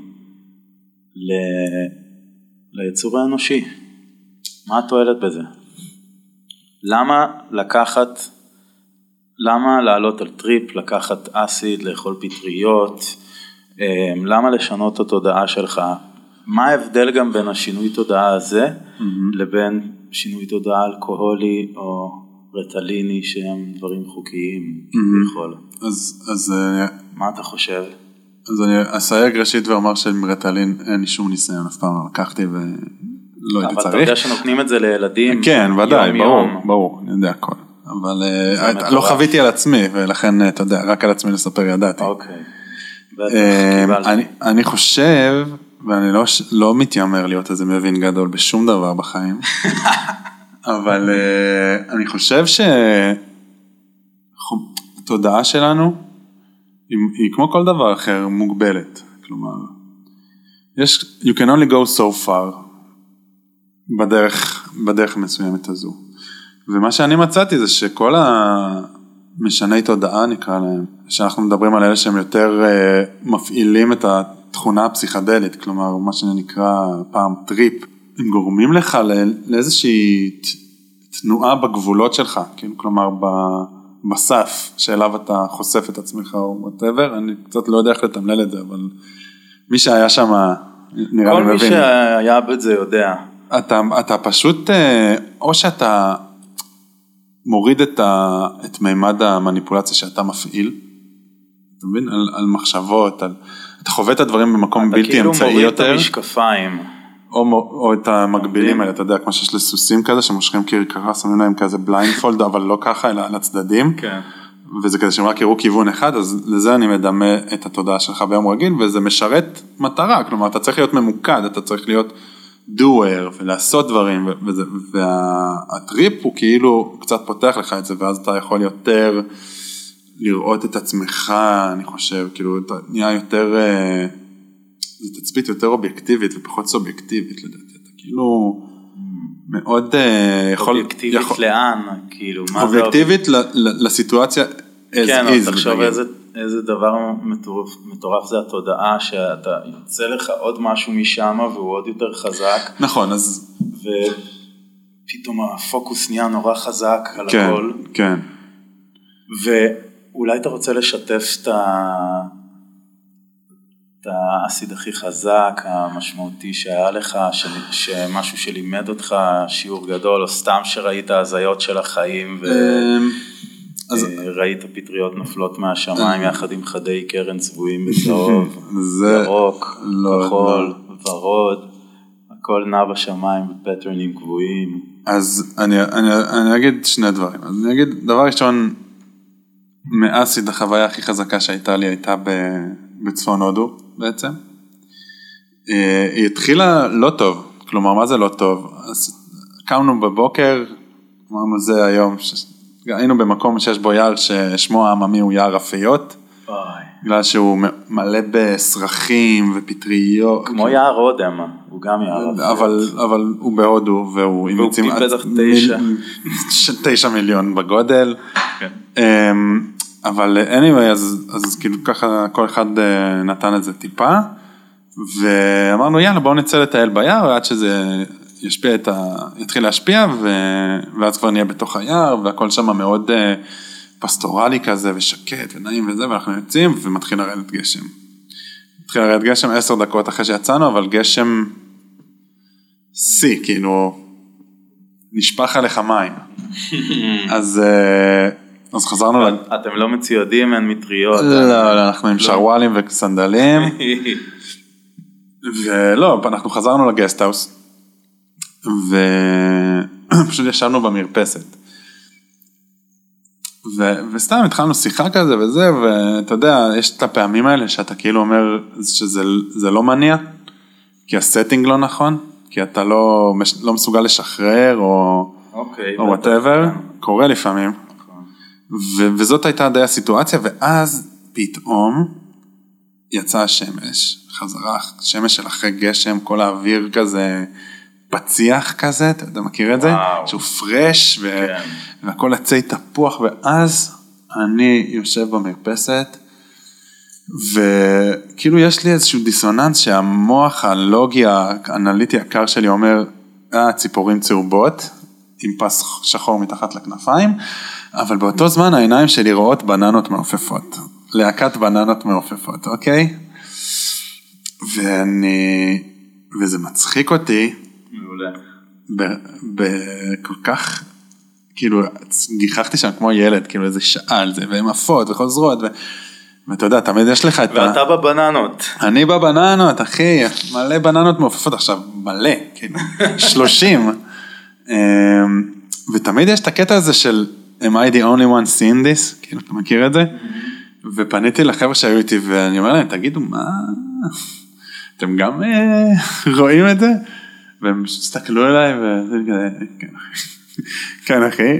ליצור האנושי. מה התועלת בזה? למה לקחת, למה לעלות על טריפ, לקחת אסיד, לאכול פטריות, למה לשנות את התודעה שלך? מה ההבדל גם בין השינוי תודעה הזה, לבין שינוי תודעה אלכוהולי או רטליני שהם דברים חוקיים ביכול. אז, אז, מה אתה חושב? אז אני אסייג ראשית ואומר שעם רטלין אין לי שום ניסיון, אף פעם לא לקחתי ולא הייתי צריך. אבל אתה יודע שנותנים את זה לילדים? כן, ודאי, ברור, ברור, אני יודע הכל. אבל לא חוויתי על עצמי, ולכן, אתה יודע, רק על עצמי לספר ידעתי. אוקיי. אני חושב, ואני לא מתיימר להיות איזה מבין גדול בשום דבר בחיים, אבל uh, אני חושב שהתודעה שלנו היא, היא כמו כל דבר אחר מוגבלת, כלומר, יש, you can only go so far בדרך, בדרך מסוימת הזו, ומה שאני מצאתי זה שכל המשני תודעה נקרא להם, שאנחנו מדברים על אלה שהם יותר uh, מפעילים את התכונה הפסיכדלית, כלומר מה שנקרא פעם טריפ, הם גורמים לך לאיזושהי תנועה בגבולות שלך, כלומר בסף שאליו אתה חושף את עצמך או whatever, אני קצת לא יודע איך לתמלל את זה, אבל מי שהיה שם נראה לי מבין. כל מי שהיה בזה יודע. אתה, אתה פשוט, או שאתה מוריד את, ה, את מימד המניפולציה שאתה מפעיל, אתה מבין? על, על מחשבות, על, אתה חווה את הדברים במקום בלתי אמצעי יותר. אתה כאילו מוריד את המשקפיים. או, או את המקבילים האלה, אתה יודע, כמו שיש לסוסים כזה, שמושכים כרכרה, שמים להם כזה בליינדפולד, אבל לא ככה, אלא על הצדדים, כן. וזה כזה שהם רק יראו כיוון אחד, אז לזה אני מדמה את התודעה שלך ביום רגיל, וזה משרת מטרה, כלומר, אתה צריך להיות ממוקד, אתה צריך להיות doer, ולעשות דברים, וזה, והטריפ הוא כאילו קצת פותח לך את זה, ואז אתה יכול יותר לראות את עצמך, אני חושב, כאילו, אתה נהיה יותר... זו תצפית יותר אובייקטיבית ופחות סובייקטיבית לדעתי, אתה כאילו מאוד יכול... אובייקטיבית לאן, כאילו, מה זה... אובייקטיבית לסיטואציה as is. כן, אז תחשוב איזה דבר מטורף זה התודעה, שאתה יוצא לך עוד משהו משם והוא עוד יותר חזק. נכון, אז... ופתאום הפוקוס נהיה נורא חזק על הכל. כן, כן. ואולי אתה רוצה לשתף את ה... את האסיד הכי חזק, המשמעותי שהיה לך, שמשהו שלימד אותך שיעור גדול, או סתם שראית הזיות של החיים, וראית פטריות נופלות מהשמיים, יחד עם חדי קרן צבועים בצהוב, ירוק, כחול, ורוד, הכל נע בשמיים בפטרנים קבועים. אז אני אגיד שני דברים. אז אני אגיד, דבר ראשון, מאסיד החוויה הכי חזקה שהייתה לי, הייתה בצפון הודו בעצם. היא התחילה לא טוב, כלומר מה זה לא טוב? אז קמנו בבוקר, אמרנו זה היום, היינו במקום שיש בו יער ששמו העממי הוא יער רפיות, בגלל שהוא מלא בסרחים ופטריות. כמו יער אודם, הוא גם יער רפיות. אבל הוא בהודו, והוא עם בטח תשע. תשע מיליון בגודל. אבל anyway, אז, אז כאילו ככה כל אחד נתן את זה טיפה, ואמרנו יאללה בואו נצא לטייל ביער, עד שזה ישפיע את ה... יתחיל להשפיע, ו... ואז כבר נהיה בתוך היער, והכל שם מאוד פסטורלי כזה, ושקט, ונעים וזה, ואנחנו יוצאים, ומתחיל לרדת גשם. מתחיל לרדת גשם עשר דקות אחרי שיצאנו, אבל גשם סי, כאילו, נשפך עליך מים. אז... אז חזרנו... אתם לא מצוידים, אין מטריות. לא, אנחנו עם שרוואלים וסנדלים. ולא, אנחנו חזרנו לגסטהאוס, ופשוט ישבנו במרפסת. וסתם התחלנו שיחה כזה וזה, ואתה יודע, יש את הפעמים האלה שאתה כאילו אומר שזה לא מניע, כי הסטינג לא נכון, כי אתה לא מסוגל לשחרר, או whatever, קורה לפעמים. וזאת הייתה די הסיטואציה, ואז פתאום יצא השמש, חזרה שמש של אחרי גשם, כל האוויר כזה פציח כזה, אתה יודע, מכיר את זה? שהוא פרש, והכל עצי תפוח, ואז אני יושב במרפסת, וכאילו יש לי איזשהו דיסוננס, שהמוח הלוגי האנליטי הקר שלי אומר, אה, ציפורים צהובות, עם פס שחור מתחת לכנפיים, אבל באותו זמן העיניים שלי רואות בננות מעופפות, להקת בננות מעופפות, אוקיי? ואני, וזה מצחיק אותי, מעולה. בכל כך, כאילו, גיחכתי שם כמו ילד, כאילו איזה שעה על זה, והן עפות וחוזרות, ו... ואתה יודע, תמיד יש לך את ה... ואתה בבננות. אני בבננות, אחי, מלא בננות מעופפות, עכשיו מלא, כאילו, שלושים. ותמיד יש את הקטע הזה של, am I the only one seeing this? כאילו, אתה מכיר את זה? ופניתי לחבר'ה שהיו איתי, ואני אומר להם, תגידו, מה? אתם גם רואים את זה? והם הסתכלו אליי, וזה כזה, כן, אחי.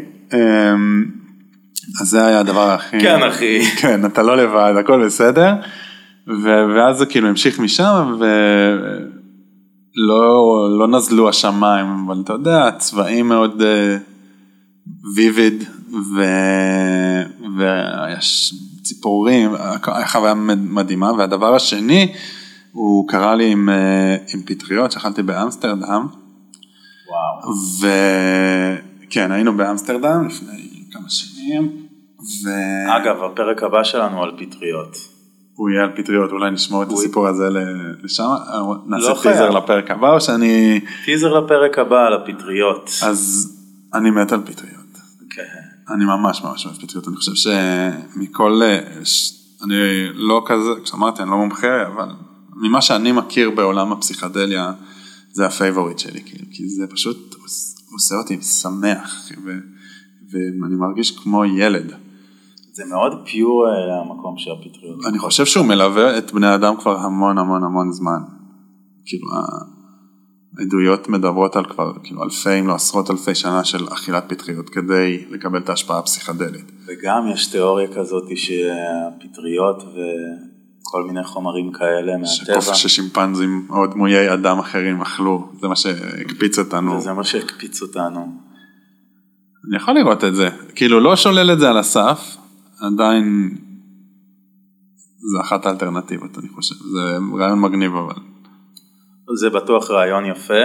אז זה היה הדבר הכי... כן, אחי. כן, אתה לא לבד, הכל בסדר. ואז זה כאילו המשיך משם, ולא לא נזלו השמיים, אבל אתה יודע, צבעים מאוד ויביד, ויש ציפורים, החוויה מדהימה, והדבר השני, הוא קרא לי עם, עם פטריות, שאכלתי באמסטרדם. וואו. וכן, היינו באמסטרדם לפני כמה שנים. ו... אגב, הפרק הבא שלנו על פטריות. הוא יהיה על פטריות, אולי נשמור את הסיפור הזה לשם. נעשה טיזר לפרק הבא, או שאני... טיזר לפרק הבא על הפטריות. אז אני מת על פטריות. אוקיי. אני ממש ממש אוהב פטריות. אני חושב שמכל... אני לא כזה, כשאמרתי, אני לא מומחה, אבל... ממה שאני מכיר בעולם הפסיכדליה, זה הפייבוריט שלי, כי זה פשוט עושה אותי שמח, ואני מרגיש כמו ילד. זה מאוד פיור המקום של הפטריות. אני חושב שהוא מלווה את בני אדם כבר המון המון המון זמן. כאילו, העדויות מדברות על כבר, כאילו, אלפי, אם לא עשרות אלפי שנה של אכילת פטריות, כדי לקבל את ההשפעה הפסיכדלית. וגם יש תיאוריה כזאת שהפטריות ו... כל מיני חומרים כאלה מהטבע. ששימפנזים או דמויי אדם אחרים אכלו, זה מה שהקפיץ אותנו. זה מה שהקפיץ אותנו. אני יכול לראות את זה, כאילו לא שולל את זה על הסף, עדיין זה אחת האלטרנטיבות, אני חושב, זה רעיון מגניב אבל. זה בטוח רעיון יפה,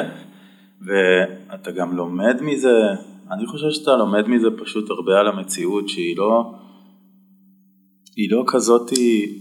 ואתה גם לומד מזה, אני חושב שאתה לומד מזה פשוט הרבה על המציאות, שהיא לא, היא לא כזאת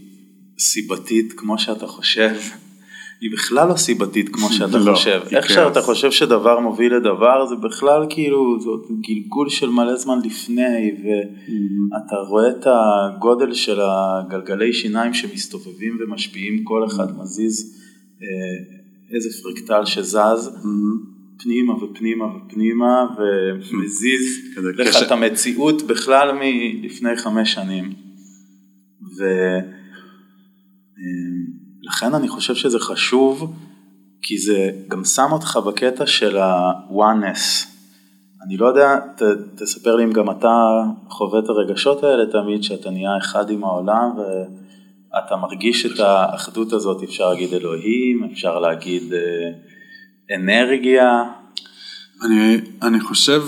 סיבתית כמו שאתה חושב, היא בכלל לא סיבתית כמו שאתה לא, חושב. איך שאתה חושב שדבר מוביל לדבר, זה בכלל כאילו, זאת גלגול של מלא זמן לפני, ואתה רואה את הגודל של הגלגלי שיניים שמסתובבים ומשפיעים, כל אחד מזיז איזה פרקטל שזז, פנימה ופנימה ופנימה, ומזיז לך את המציאות בכלל מלפני חמש שנים. ו... לכן אני חושב שזה חשוב, כי זה גם שם אותך בקטע של ה-oneness. אני לא יודע, ת, תספר לי אם גם אתה חווה את הרגשות האלה תמיד, שאתה נהיה אחד עם העולם, ואתה מרגיש את האחדות הזאת, אפשר להגיד אלוהים, אפשר להגיד אה, אנרגיה. אני, אני חושב,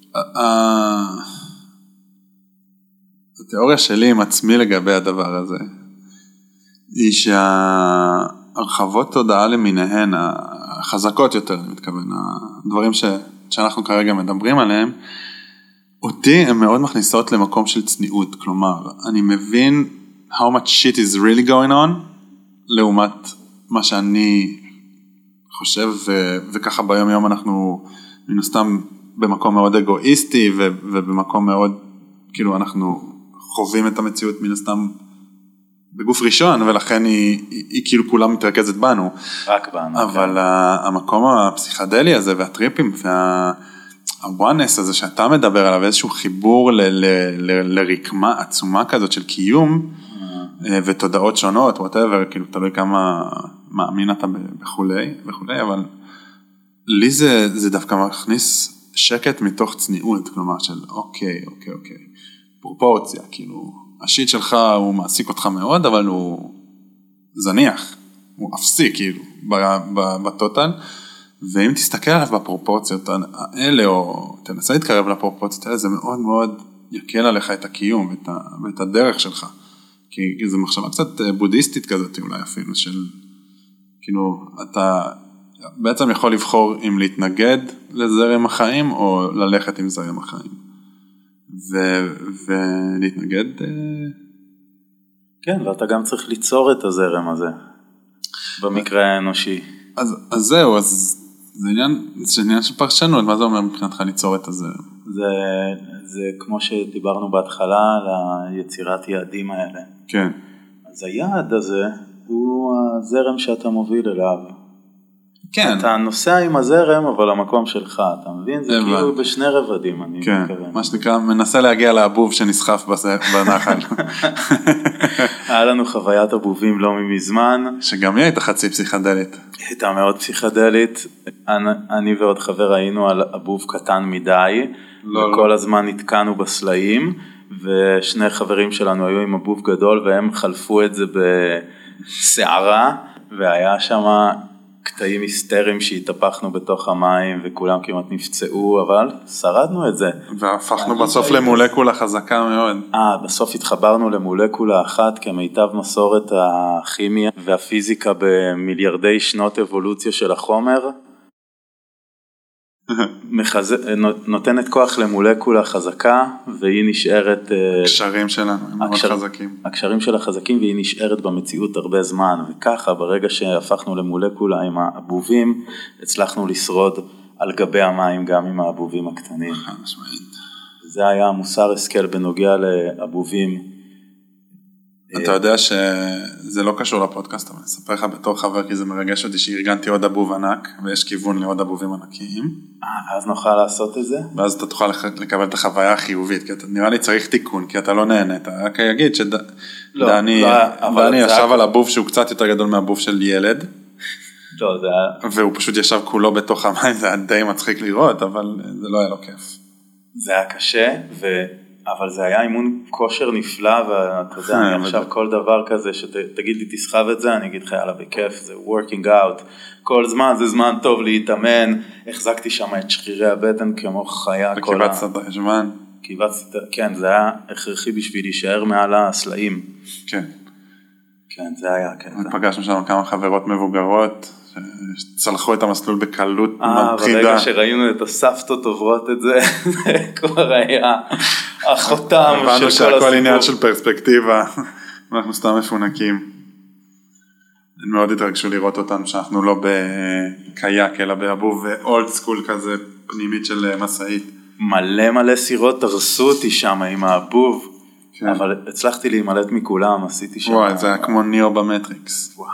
התיאוריה שלי עם עצמי לגבי הדבר הזה, היא שהרחבות תודעה למיניהן, החזקות יותר, אני מתכוון, הדברים ש, שאנחנו כרגע מדברים עליהם, אותי הן מאוד מכניסות למקום של צניעות, כלומר, אני מבין how much shit is really going on, לעומת מה שאני חושב, ו, וככה ביום יום אנחנו מן הסתם במקום מאוד אגואיסטי, ו, ובמקום מאוד, כאילו אנחנו חווים את המציאות מן הסתם בגוף ראשון, ולכן היא, היא, היא כאילו כולה מתרכזת בנו. רק בנו. אבל כן. המקום הפסיכדלי הזה, והטריפים, והוואנס הזה שאתה מדבר עליו, איזשהו חיבור ל, ל, ל, לרקמה עצומה כזאת של קיום, ותודעות שונות, whatever, כאילו תלוי כמה מאמין אתה בכולי, וכולי, אבל לי זה, זה דווקא מכניס שקט מתוך צניעות, כלומר של אוקיי, אוקיי, אוקיי, פרופורציה, כאילו, השיט שלך הוא מעסיק אותך מאוד, אבל הוא זניח, הוא אפסי, כאילו, בטוטל, ואם תסתכל עליו בפרופורציות האלה, או תנסה להתקרב לפרופורציות האלה, זה מאוד מאוד יקל עליך את הקיום, ואת, ואת הדרך שלך. כי זו מחשבה קצת בודהיסטית כזאת, אולי אפילו, של, כאילו, אתה בעצם יכול לבחור אם להתנגד לזרם החיים, או ללכת עם זרם החיים. ו, ולהתנגד... כן, ואתה גם צריך ליצור את הזרם הזה, במקרה האנושי. אז, אז זהו, אז זה עניין, זה עניין של פרשנות, מה זה אומר מבחינתך ליצור את הזרם? זה, זה כמו שדיברנו בהתחלה, על היצירת יעדים האלה. כן. אז היעד הזה הוא הזרם שאתה מוביל אליו. כן. אתה נוסע עם הזרם, אבל המקום שלך, אתה מבין? זה כאילו בשני רבדים, אני כן, מתכוון. מה שנקרא, מנסה להגיע לאבוב שנסחף בנחל. היה לנו חוויית אבובים לא מזמן. שגם היא הייתה חצי פסיכדלית. הייתה מאוד פסיכדלית. אני ועוד חבר היינו על אבוב קטן מדי, וכל הזמן נתקענו בסלעים, ושני חברים שלנו היו עם אבוב גדול, והם חלפו את זה בסערה, והיה שם קטעים היסטריים שהתהפכנו בתוך המים, וכולם כמעט נפצעו, אבל שרדנו את זה. והפכנו בסוף למולקולה חזקה מאוד. אה, בסוף התחברנו למולקולה אחת, כמיטב מסורת הכימיה והפיזיקה במיליארדי שנות אבולוציה של החומר, מחז... נותנת כוח למולקולה חזקה, והיא נשארת... הקשרים שלנו הם מאוד הקשר... חזקים. הקשרים שלה חזקים, והיא נשארת במציאות הרבה זמן, וככה ברגע שהפכנו למולקולה עם האבובים, הצלחנו לשרוד על גבי המים גם עם האבובים הקטנים. זה היה המוסר השכל בנוגע לאבובים. אתה יודע שזה לא קשור לפודקאסט, אבל אני אספר לך בתור חבר, כי זה מרגש אותי שארגנתי עוד אבוב ענק, ויש כיוון לעוד אבובים ענקיים. אה, ואז נוכל לעשות את זה? ואז אתה תוכל לקבל את החוויה החיובית, כי אתה נראה לי צריך תיקון, כי אתה לא נהנית. רק אגיד שדני ישב על אבוב שהוא קצת יותר גדול מאבוב של ילד, לא, זה היה... והוא פשוט ישב כולו בתוך המים, זה היה די מצחיק לראות, אבל זה לא היה לו כיף. זה היה קשה, ו... אבל זה היה אימון כושר נפלא, ואתה יודע, אני עכשיו כל דבר כזה, שתגיד לי תסחב את זה, אני אגיד לך, יאללה, בכיף, זה working out, כל זמן, זה זמן טוב להתאמן, החזקתי שם את שרירי הבטן כמו חיה. וקיבצת את החשבן. קיבצתי, כן, זה היה הכרחי בשביל להישאר מעל הסלעים. כן. כן, זה היה, כן. פגשנו שם כמה חברות מבוגרות, שצלחו את המסלול בקלות מפחידה. אה, ברגע שראינו את הסבתות עוברות את זה, זה כבר היה החותם של כל הסיפור. הבנו שהכל עניין של פרספקטיבה, אנחנו סתם מפונקים. מאוד התרגשו לראות אותנו שאנחנו לא בקייק, אלא באבוב ואולד סקול כזה פנימית של מסעית. מלא מלא סירות הרסו אותי שם עם האבוב, אבל הצלחתי להימלט מכולם, עשיתי שם... וואי, זה היה כמו ניאו במטריקס. וואו.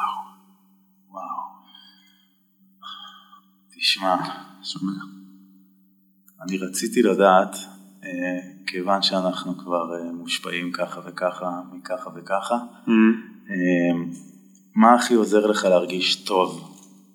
תשמע, שומע. אני רציתי לדעת, כיוון שאנחנו כבר מושפעים ככה וככה, מככה וככה, מה הכי עוזר לך להרגיש טוב?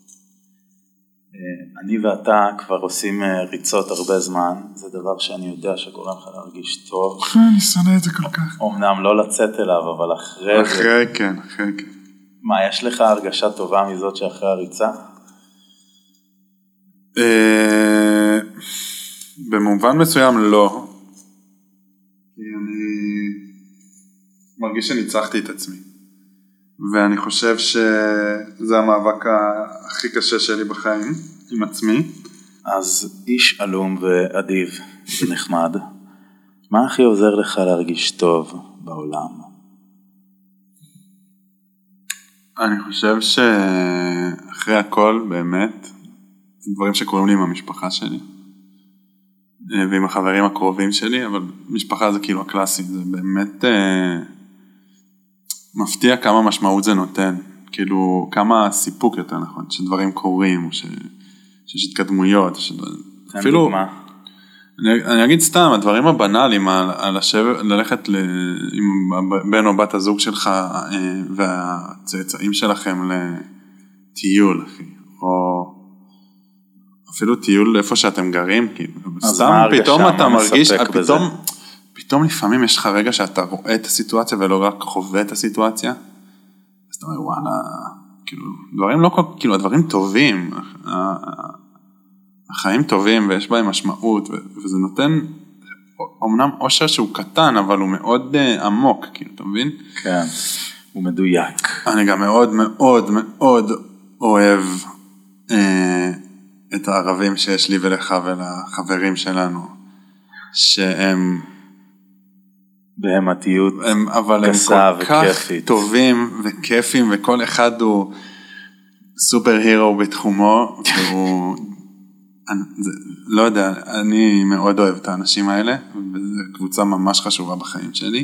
אני ואתה כבר עושים ריצות הרבה זמן, זה דבר שאני יודע שגורם לך להרגיש טוב. אני שונא את זה כל כך. אמנם לא לצאת אליו, אבל אחרי זה... אחרי כן, אחרי כן. מה, יש לך הרגשה טובה מזאת שאחרי הריצה? במובן מסוים לא, כי אני מרגיש שניצחתי את עצמי, ואני חושב שזה המאבק הכי קשה שלי בחיים, עם עצמי. אז איש אלום ואדיב ונחמד, מה הכי עוזר לך להרגיש טוב בעולם? אני חושב שאחרי הכל באמת, דברים שקורים לי עם המשפחה שלי, ועם החברים הקרובים שלי, אבל משפחה זה כאילו הקלאסי, זה באמת אה, מפתיע כמה משמעות זה נותן, כאילו כמה סיפוק יותר נכון, שדברים קורים, או ש, שיש התקדמויות, שדברים, אפילו, דוגמה. אני, אני אגיד סתם, הדברים הבנאליים, על, על השב, ללכת ל, עם בן או בת הזוג שלך, אה, והצאצאים שלכם לטיול, אחי, או אפילו טיול איפה שאתם גרים, כאילו, סתם פתאום אתה מרגיש, פתאום, פתאום לפעמים יש לך רגע שאתה רואה את הסיטואציה ולא רק חווה את הסיטואציה, אז אתה אומר, וואלה, כאילו, דברים לא כל, כאילו, הדברים טובים, החיים טובים ויש בהם משמעות, וזה נותן, אמנם אושר שהוא קטן, אבל הוא מאוד עמוק, כאילו, אתה מבין? כן, הוא מדויק. אני גם מאוד מאוד מאוד אוהב, את הערבים שיש לי ולך ולחברים שלנו, שהם בהמתיות הם, אבל הם כל כך וכיפית. טובים וכיפים, וכל אחד הוא סופר הירו בתחומו, והוא, אני, זה, לא יודע, אני מאוד אוהב את האנשים האלה, וזו קבוצה ממש חשובה בחיים שלי.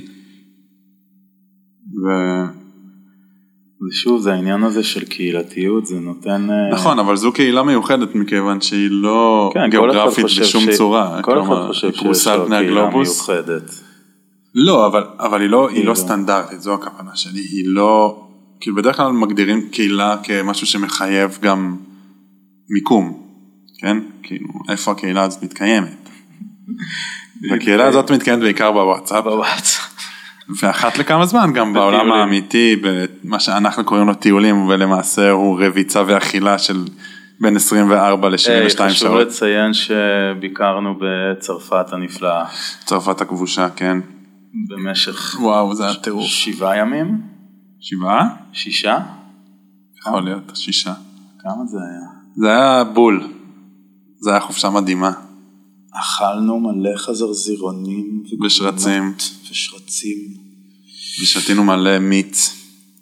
ו... ושוב, זה העניין הזה של קהילתיות, זה נותן... נכון, אבל זו קהילה מיוחדת, מכיוון שהיא לא כן, גיאוגרפית בשום ש... צורה. כל אחד חושב שיש לו קהילה מיוחדת. לא, אבל, אבל היא לא, היא לא סטנדרטית, זו הכוונה שלי. היא לא... כאילו בדרך כלל מגדירים קהילה כמשהו שמחייב גם מיקום, כן? כאילו, איפה הקהילה הזאת מתקיימת? והקהילה הזאת מתקיימת בעיקר בוואטסאפ. בוואטסאפ. ואחת לכמה זמן גם בעולם האמיתי, במה שאנחנו קוראים לו טיולים, ולמעשה הוא רביצה ואכילה של בין עשרים וארבע ל-שבעים ושתיים שעות. חשוב לציין שביקרנו בצרפת הנפלאה. צרפת הכבושה, כן. במשך... וואו, זה היה טירוף. שבעה ימים? שבעה? שישה? יכול להיות, שישה. כמה זה היה? זה היה בול. זה היה חופשה מדהימה. אכלנו מלא חזרזירונים ושרצים ושרצים ושתינו מלא מיץ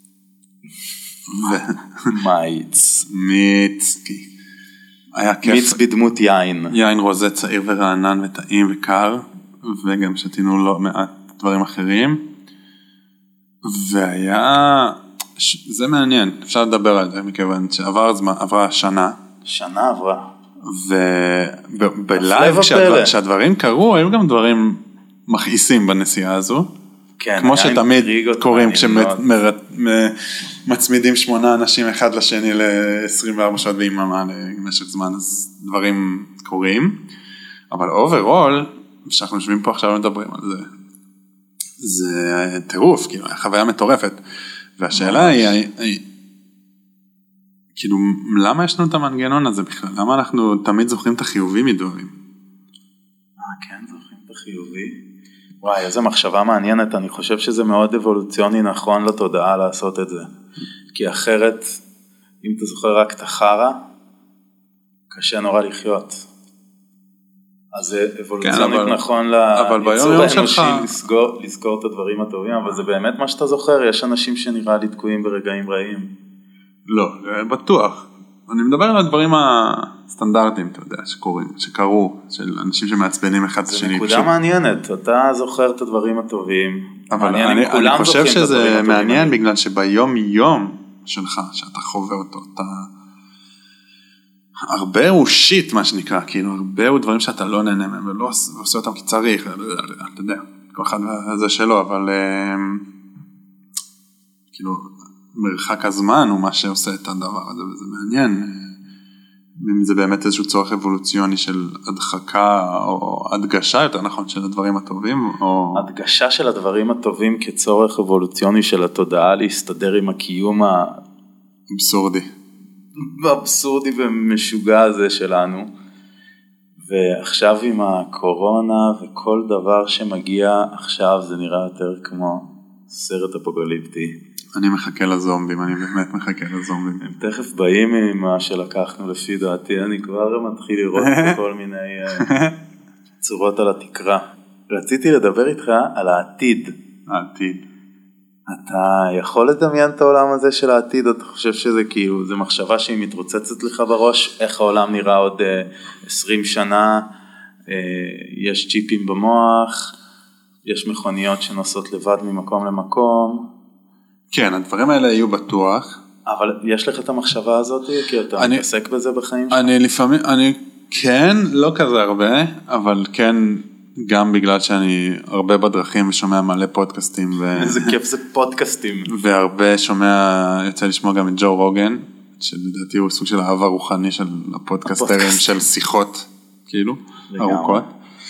מיץ מיץ היה כיף, מיץ בדמות יין יין רוזה צעיר ורענן וטעים וקר, וגם שתינו לא מעט דברים אחרים, והיה זה מעניין, אפשר לדבר על זה מכיוון שעבר זמן, עברה שנה שנה עברה ובלייב כשהדברים קרו, היו גם דברים מכעיסים בנסיעה הזו, כמו שתמיד קוראים כשמצמידים שמונה אנשים אחד לשני ל-עשרים וארבע שעות ביממה למשך זמן, אז דברים קורים, אבל אוברול, כשאנחנו יושבים פה עכשיו ומדברים על זה, זה טירוף, כאילו, חוויה מטורפת, והשאלה היא, כאילו, למה יש לנו את המנגנון הזה בכלל? למה אנחנו תמיד זוכרים את החיובים מדברים? אה, כן, זוכרים את החיובי? וואי, איזו מחשבה מעניינת, אני חושב שזה מאוד אבולוציוני נכון לתודעה לעשות את זה. כי אחרת, אם אתה זוכר רק את החרה, קשה נורא לחיות. אז זה אבולוציונית כן, נכון ליצור האנושי לסגור, לסגור את הדברים הטובים, אבל זה באמת מה שאתה זוכר, יש אנשים שנראה לי תקועים ברגעים רעים. לא, בטוח. אני מדבר על הדברים הסטנדרטיים, אתה יודע, שקורים, שקרו, של אנשים שמעצבנים אחד השני. זה נקודה מעניינת, אתה זוכר את הדברים הטובים. אבל אני, אני חושב שזה מעניין, בגלל שביום יום שלך, שאתה חווה אותו, אתה... הרבה הוא שיט, מה שנקרא, כאילו, הרבה הוא דברים שאתה לא נהנה מהם, ולא עושה אותם כי צריך, אתה יודע, כל אחד זה שלו, אבל כאילו, מרחק הזמן הוא מה שעושה את הדבר הזה, וזה מעניין, אם זה באמת איזשהו צורך אבולוציוני של הדחקה, או הדגשה יותר נכון של הדברים הטובים, או... הדגשה של הדברים הטובים כצורך אבולוציוני של התודעה להסתדר עם הקיום האבסורדי. באבסורדי ומשוגע הזה שלנו, ועכשיו עם הקורונה וכל דבר שמגיע עכשיו זה נראה יותר כמו סרט אפוקליפטי. אני מחכה לזומבים, אני באמת מחכה לזומבים. הם תכף באים ממה שלקחנו לפי דעתי, אני כבר מתחיל לראות כל מיני צורות על התקרה. רציתי לדבר איתך על העתיד. העתיד. אתה יכול לדמיין את העולם הזה של העתיד, או אתה חושב שזה כאילו, זה מחשבה שהיא מתרוצצת לך בראש, איך העולם נראה עוד עשרים שנה, יש צ'יפים במוח, יש מכוניות שנוסעות לבד ממקום למקום. כן, הדברים האלה יהיו בטוח. אבל יש לך את המחשבה הזאת, כי אתה אני, מתעסק בזה בחיים שלך? אני לפעמים, אני כן, לא כזה הרבה, אבל כן, גם בגלל שאני הרבה בדרכים ושומע מלא פודקאסטים. ו... איזה כיף זה פודקאסטים. והרבה שומע, יוצא לשמוע גם את ג'ו רוגן, שלדעתי הוא סוג של אהבה רוחני של הפודקאסטרים של שיחות, כאילו, ארוכות.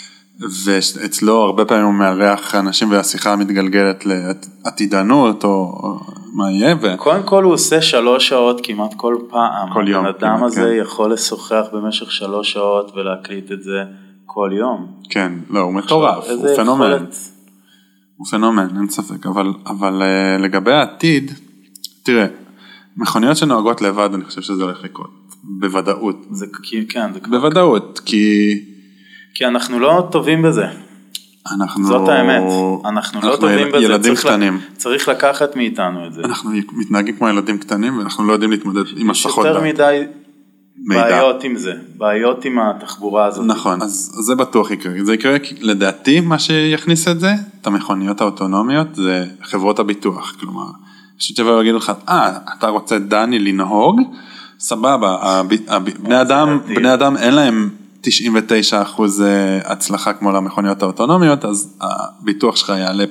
ואצלו הרבה פעמים הוא מארח אנשים והשיחה מתגלגלת לעתידנות או מה יהיה. קודם כל הוא עושה שלוש שעות כמעט כל פעם. כל יום. האדם הזה יכול לשוחח במשך שלוש שעות ולהקליט את זה כל יום. כן, לא, הוא מטורף, הוא פנומן. הוא פנומן, אין ספק. אבל לגבי העתיד, תראה, מכוניות שנוהגות לבד, אני חושב שזה הולך לקרות. בוודאות. זה כן, זה בוודאות, כי... כי אנחנו לא טובים בזה. אנחנו... זאת האמת. אנחנו לא טובים בזה. ילדים קטנים. צריך לקחת מאיתנו את זה. אנחנו מתנהגים כמו ילדים קטנים, ואנחנו לא יודעים להתמודד עם השלכות דעת. יש יותר מדי בעיות עם זה. בעיות עם התחבורה הזאת. נכון, אז זה בטוח יקרה. זה יקרה, לדעתי, מה שיכניס את זה, את המכוניות האוטונומיות, זה חברות הביטוח. כלומר, פשוט יבואו להגיד לך, אה, אתה רוצה דני לנהוג? סבבה, בני אדם, בני אדם אין להם תשעים ותשעה אחוז הצלחה כמו למכוניות האוטונומיות, אז הביטוח שלך יעלה,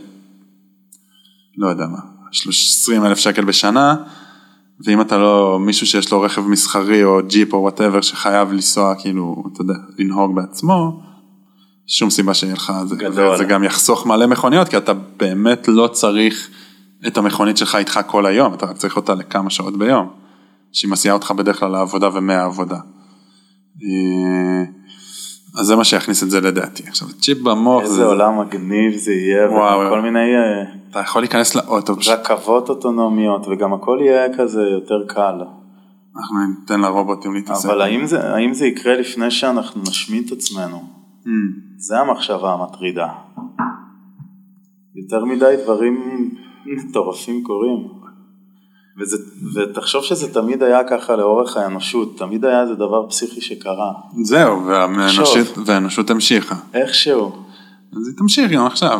לא יודע מה, עשרים אלף שקל בשנה, ואם אתה לא מישהו שיש לו רכב מסחרי או ג'יפ או whatever שחייב לנסוע, כאילו, אתה יודע, לנהוג בעצמו, שום סיבה שיהיה לך, זה, זה גם יחסוך מלא מכוניות, כי אתה באמת לא צריך את המכונית שלך איתך כל היום, אתה צריך אותה לכמה שעות ביום, שהיא מסיעה אותך בדרך כלל לעבודה ומהעבודה. אז זה מה שיכניס את זה לדעתי. עכשיו, צ'יפ במוח... איזה עולם מגניב זה יהיה, וכל מיני... אתה יכול להיכנס לאוטו. רכבות אוטונומיות, וגם הכל יהיה כזה יותר קל. אנחנו ניתן לרובוטים להתעסק. אבל האם זה, האם זה יקרה לפני שאנחנו נשמיד את עצמנו? זה המחשבה המטרידה. יותר מדי דברים מטורפים קורים. וזה, ותחשוב שזה תמיד היה ככה לאורך האנושות, תמיד היה זה דבר פסיכי שקרה. זהו, והאנושות, והאנושות המשיכה. איכשהו. אז היא תמשיך גם עכשיו.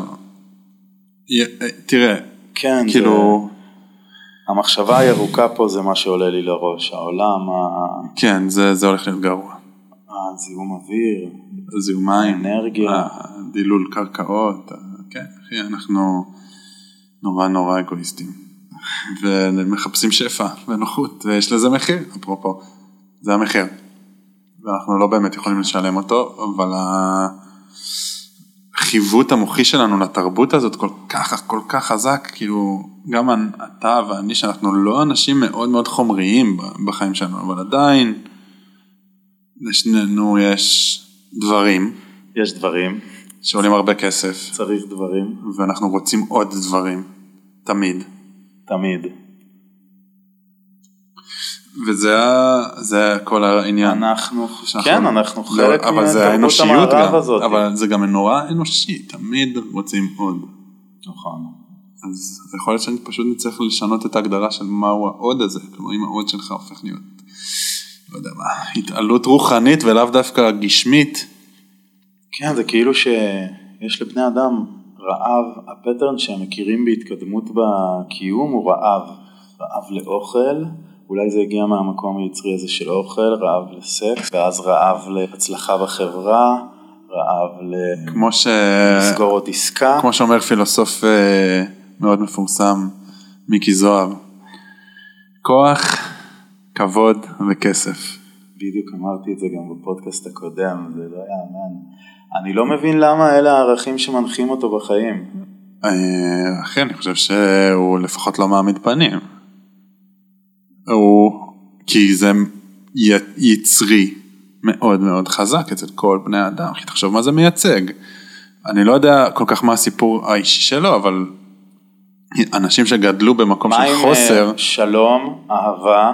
תראה, כן, כאילו... זה, המחשבה הירוקה פה זה מה שעולה לי לראש, העולם, ה... כן, זה, זה הולך להיות גרוע. הזיהום אוויר, זיהום מים, האנרגיה. דילול קרקעות, כן, אחי, אנחנו נורא נורא אגואיסטים. ומחפשים שפע ונוחות, ויש לזה מחיר, אפרופו, זה המחיר. ואנחנו לא באמת יכולים לשלם אותו, אבל החיווט המוחי שלנו לתרבות הזאת כל כך, כל כך חזק, כאילו, גם אתה ואני, שאנחנו לא אנשים מאוד מאוד חומריים בחיים שלנו, אבל עדיין, לשנינו יש דברים. יש דברים. שעולים הרבה כסף. צריך דברים. ואנחנו רוצים עוד דברים, תמיד. תמיד. וזה זה כל העניין. אנחנו, כן, אנחנו חלק לא, מהתרבות המערב הזאת. אבל זה גם נורא אנושי, תמיד רוצים עוד. נכון. אז יכול להיות שאני פשוט נצטרך לשנות את ההגדרה של מהו העוד הזה, כלומר אם העוד שלך הופך להיות, לא יודע מה, התעלות רוחנית ולאו דווקא גשמית. כן, זה כאילו שיש לבני אדם רעב, הפטרן שהם מכירים בהתקדמות בקיום הוא רעב, רעב לאוכל, אולי זה הגיע מהמקום היצרי הזה של אוכל, רעב לסקס, ואז רעב להצלחה בחברה, רעב כמו ש... לסגור עוד עסקה. כמו שאומר פילוסוף מאוד מפורסם, מיקי זוהר, כוח, כבוד וכסף. בדיוק אמרתי את זה גם בפודקאסט הקודם, זה לא יאמן. אני לא מבין למה אלה הערכים שמנחים אותו בחיים. אחי, אני חושב שהוא לפחות לא מעמיד פנים. הוא, כי זה יצרי מאוד מאוד חזק אצל כל בני האדם. אחי, תחשוב מה זה מייצג. אני לא יודע כל כך מה הסיפור האישי שלו, אבל אנשים שגדלו במקום של חוסר. מה עם שלום, אהבה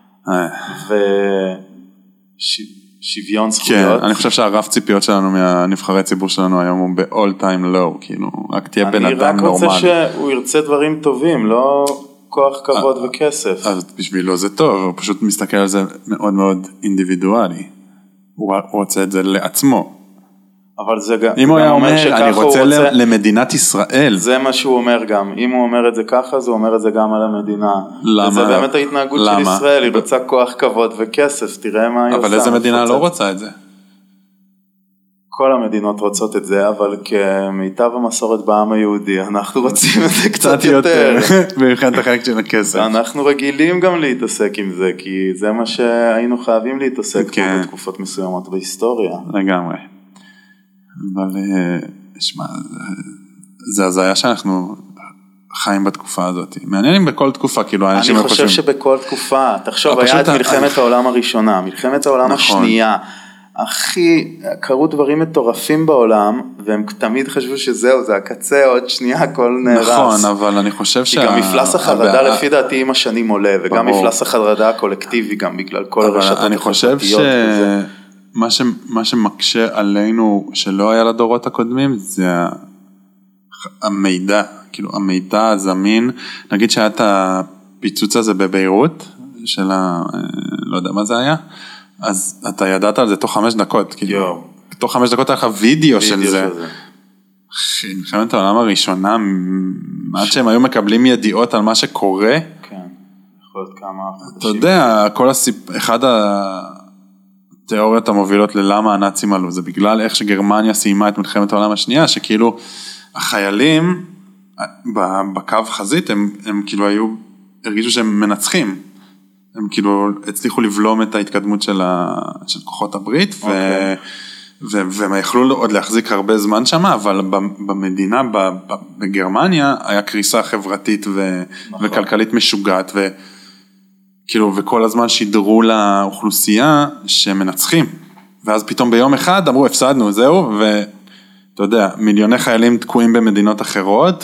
ושוויון זכויות? כן, אני חושב שהרף ציפיות שלנו מהנבחרי ציבור שלנו היום הוא ב-all time low, כאילו, רק תהיה בן אדם נורמלי. אני רק רוצה שהוא ירצה דברים טובים, לא כוח, כבוד וכסף. אז בשבילו זה טוב, הוא פשוט מסתכל על זה מאוד מאוד אינדיבידואלי. הוא רוצה את זה לעצמו. אבל זה גם, אם הוא היה אומר, אני רוצה, רוצה למדינת ישראל. זה מה שהוא אומר גם. אם הוא אומר את זה ככה, אז הוא אומר את זה גם על המדינה. למה? וזה באמת ההתנהגות למה? של ישראל, היא רוצה כוח, כבוד וכסף, תראה מה היא עושה. אבל איזה מדינה לא רוצה את זה? כל המדינות רוצות את זה, אבל כמיטב המסורת בעם היהודי, אנחנו רוצים את זה קצת יותר. במיוחד החלק של הכסף. אנחנו רגילים גם להתעסק עם זה, כי זה מה שהיינו חייבים להתעסק פה בתקופות מסוימות בהיסטוריה. לגמרי. אבל, שמע, זה הזיה שאנחנו חיים בתקופה הזאת. מעניינים בכל תקופה, כאילו, אני חושב שבכל תקופה, תחשוב, היה את מלחמת העולם הראשונה, מלחמת העולם השנייה, הכי, קרו דברים מטורפים בעולם, והם תמיד חשבו שזהו, זה הקצה, עוד שנייה, הכל נהרס. נכון, אבל אני חושב שה... כי גם מפלס החרדה לפי דעתי עם השנים עולה, וגם מפלס החרדה הקולקטיבי, גם בגלל כל הרשתות החברתיות וזה. מה ש, מה שמקשה עלינו שלא היה לדורות הקודמים, זה המידע, כאילו המידע הזמין, נגיד שהיה את הפיצוץ הזה בביירות, של ה... לא יודע מה זה היה, אז אתה ידעת על זה תוך חמש דקות, כאילו, תוך חמש דקות היה לך וידאו של זה. מלחמת העולם הראשונה, עד שהם היו מקבלים ידיעות על מה שקורה, כן, יכול להיות כמה חודשים. אתה יודע, כל הסיפ... אחד ה... תיאוריות המובילות ללמה הנאצים עלו, זה בגלל איך שגרמניה סיימה את מלחמת העולם השנייה, שכאילו החיילים בקו חזית, הם, הם כאילו היו, הרגישו שהם מנצחים, הם כאילו הצליחו לבלום את ההתקדמות של, ה, של כוחות הברית, okay. ו, ו, והם יכלו עוד להחזיק הרבה זמן שם, אבל במדינה, בגרמניה, היה קריסה חברתית ו, נכון. וכלכלית משוגעת, ו... כאילו, וכל הזמן שידרו לאוכלוסייה שמנצחים, ואז פתאום ביום אחד אמרו, הפסדנו, זהו, ואתה יודע, מיליוני חיילים תקועים במדינות אחרות,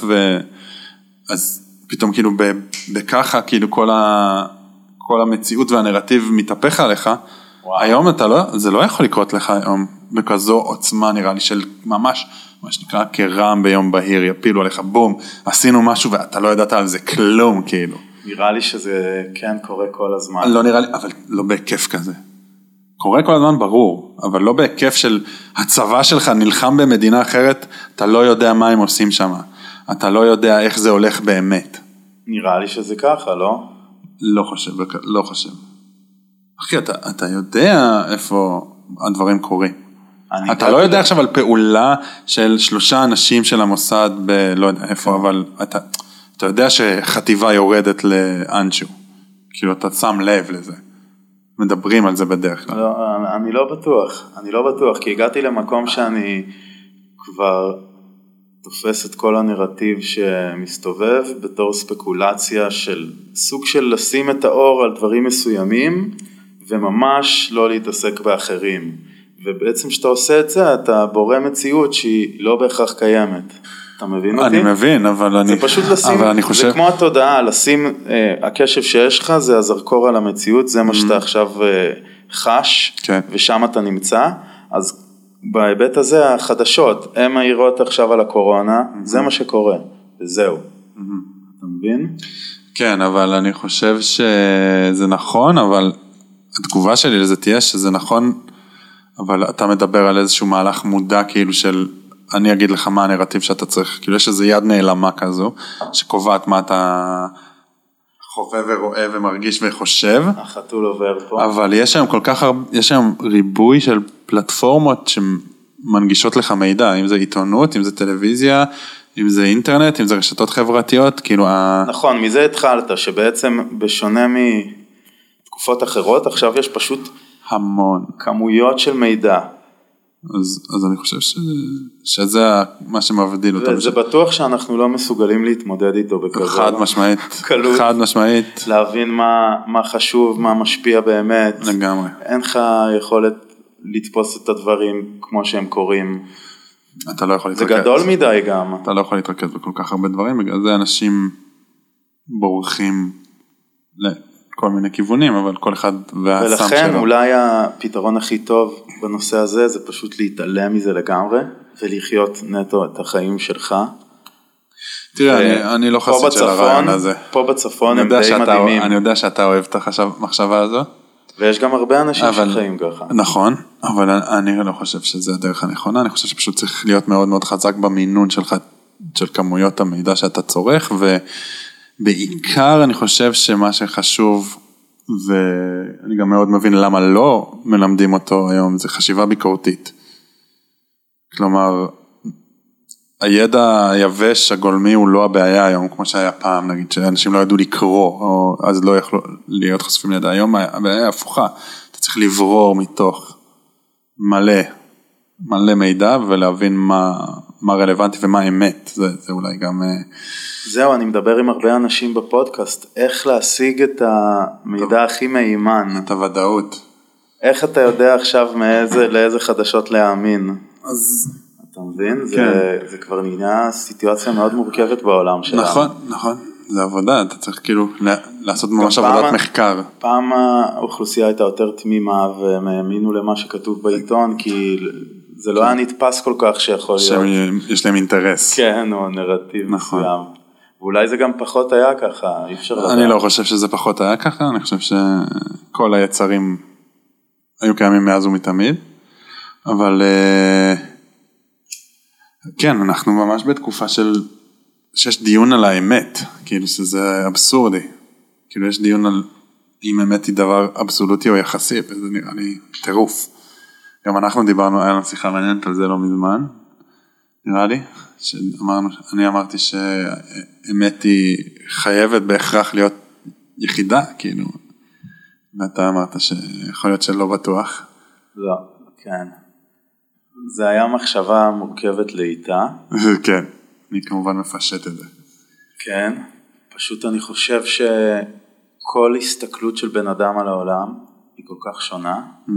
ואז פתאום כאילו בככה, כאילו כל, ה... כל המציאות והנרטיב מתהפך עליך, וואו. היום אתה לא, זה לא יכול לקרות לך היום, בכזו עוצמה נראה לי, של ממש, מה שנקרא, כרעם ביום בהיר, יפילו עליך, בום, עשינו משהו, ואתה לא ידעת על זה כלום, כאילו. נראה לי שזה כן קורה כל הזמן. לא נראה לי, אבל לא בהיקף כזה. קורה כל הזמן ברור, אבל לא בהיקף של הצבא שלך נלחם במדינה אחרת, אתה לא יודע מה הם עושים שם. אתה לא יודע איך זה הולך באמת. נראה לי שזה ככה, לא? לא חושב, לא חושב. אחי, אתה, אתה יודע איפה הדברים קורים. אתה לא יודע עכשיו על פעולה של שלושה אנשים של המוסד ב... לא יודע איפה, אבל אתה... אתה יודע שחטיבה יורדת לאנשהו, כאילו אתה שם לב לזה, מדברים על זה בדרך כלל. לא, אני לא בטוח, אני לא בטוח, כי הגעתי למקום שאני כבר תופס את כל הנרטיב שמסתובב בתור ספקולציה של סוג של לשים את האור על דברים מסוימים, וממש לא להתעסק באחרים. ובעצם שאתה עושה את זה, אתה בורא מציאות שהיא לא בהכרח קיימת. אתה מבין אותי? אני מבין, אבל אני... זה פשוט לשים, חושב... זה כמו התודעה, לשים, אה, הקשב שיש לך, זה הזרקור על המציאות, זה מה שאתה עכשיו אה, חש, כן. ושם אתה נמצא, אז בהיבט הזה, החדשות, הם העירות עכשיו על הקורונה, זה מה שקורה, וזהו. אתה מבין? כן, אבל אני חושב שזה נכון, אבל התגובה שלי לזה תהיה שזה נכון, אבל אתה מדבר על איזשהו מהלך מודע, כאילו של... אני אגיד לך מה הנרטיב שאתה צריך, כאילו יש איזו יד נעלמה כזו, שקובעת מה אתה חווה ורואה ומרגיש וחושב. החתול עובר פה. אבל יש היום כל כך הרבה, יש היום ריבוי של פלטפורמות שמנגישות לך מידע, אם זה עיתונות, אם זה טלוויזיה, אם זה אינטרנט, אם זה רשתות חברתיות, כאילו ה... נכון, מזה התחלת, שבעצם בשונה מתקופות אחרות, עכשיו יש פשוט המון כמויות של מידע. אז, אז אני חושב ש, שזה מה שמבדיל אותנו. זה בטוח שאנחנו לא מסוגלים להתמודד איתו בכזו. חד משמעית. קלות. חד משמעית. להבין מה, מה חשוב, מה משפיע באמת. לגמרי. אין לך יכולת לתפוס את הדברים כמו שהם קורים. אתה לא יכול להתרכז. זה גדול מדי גם. אתה לא יכול להתרכז בכל כך הרבה דברים, בגלל זה אנשים בורחים לכל מיני כיוונים, אבל כל אחד והסם שלו. ולכן אולי הפתרון הכי טוב בנושא הזה, זה פשוט להתעלם מזה לגמרי, ולחיות נטו את החיים שלך. תראה, אני, אני לא חסיד של הרעיון הזה. פה בצפון הם די מדהימים. אני יודע שאתה אוהב את המחשבה הזו. ויש גם הרבה אנשים אבל, שחיים ככה. נכון, אבל אני לא חושב שזה הדרך הנכונה, אני חושב שפשוט צריך להיות מאוד מאוד חזק במינון שלך, של כמויות המידע שאתה צורך, ובעיקר אני חושב שמה שחשוב, ואני גם מאוד מבין למה לא מלמדים אותו היום, זה חשיבה ביקורתית. כלומר, הידע היבש הגולמי הוא לא הבעיה היום, כמו שהיה פעם, נגיד, שאנשים לא ידעו לקרוא, או אז לא יכלו להיות חשופים לידע. היום הבעיה היא הפוכה, אתה צריך לברור מתוך מלא, מלא מידע, ולהבין מה, מה רלוונטי ומה אמת, זה, זה אולי גם... זהו, אני מדבר עם הרבה אנשים בפודקאסט, איך להשיג את המידע הכי מהימן. את הוודאות. איך אתה יודע עכשיו מאיזה, לאיזה חדשות להאמין? אז... אתה מבין? זה, זה כבר נהיה סיטואציה מאוד מורכבת בעולם שלנו. נכון, נכון. זה עבודה, אתה צריך כאילו לעשות ממש עבודת מחקר. פעם האוכלוסייה הייתה יותר תמימה, והם האמינו למה שכתוב בעיתון, כי זה לא היה נתפס כל כך שיכול להיות. שיש להם אינטרס. כן, או נרטיב מסוים. ואולי זה גם פחות היה ככה, אי אפשר לדעת. אני לא חושב שזה פחות היה ככה, אני חושב שכל היצרים היו קיימים מאז ומתמיד, אבל... כן, אנחנו ממש בתקופה של, שיש דיון על האמת, כאילו שזה אבסורדי, כאילו יש דיון על אם אמת היא דבר אבסולוטי או יחסי, וזה נראה לי טירוף. גם אנחנו דיברנו, היה לנו שיחה מעניינת על זה לא מזמן, נראה לי, שאמרנו, אני אמרתי שאמת היא חייבת בהכרח להיות יחידה, כאילו, ואתה אמרת שיכול להיות שלא בטוח. לא, כן. זה היה מחשבה מורכבת לאיתה. כן, אני כמובן מפשט את זה. כן, פשוט אני חושב שכל הסתכלות של בן אדם על העולם היא כל כך שונה,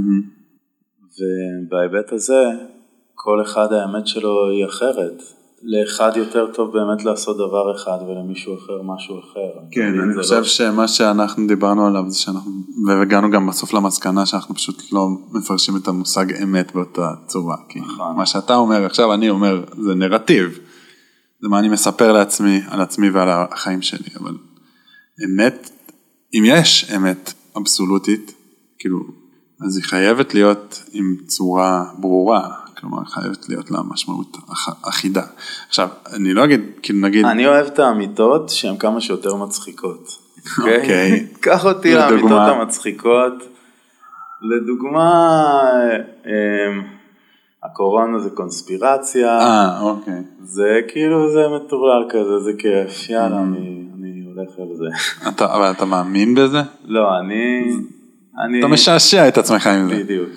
ובהיבט הזה כל אחד האמת שלו היא אחרת. לאחד יותר טוב באמת לעשות דבר אחד ולמישהו אחר משהו אחר. כן, אני חושב שמה שאנחנו דיברנו עליו זה שאנחנו, והגענו גם בסוף למסקנה שאנחנו פשוט לא מפרשים את המושג אמת באותה צורה. מה שאתה אומר, עכשיו אני אומר, זה נרטיב. זה מה אני מספר לעצמי, על עצמי ועל החיים שלי, אבל אמת, אם יש אמת אבסולוטית, כאילו, אז היא חייבת להיות עם צורה ברורה, כלומר, חייבת להיות לה משמעות אחידה. עכשיו, אני לא אגיד, כאילו נגיד... אני אוהב את האמיתות שהן כמה שיותר מצחיקות. אוקיי. קח אותי לאמיתות המצחיקות. לדוגמה, הקורונה זה קונספירציה. אה, אוקיי. זה כאילו, זה מטורלל כזה, זה כיף. יאללה, אני הולך על זה. אבל אתה מאמין בזה? לא, אני... אתה משעשע את עצמך עם זה. בדיוק.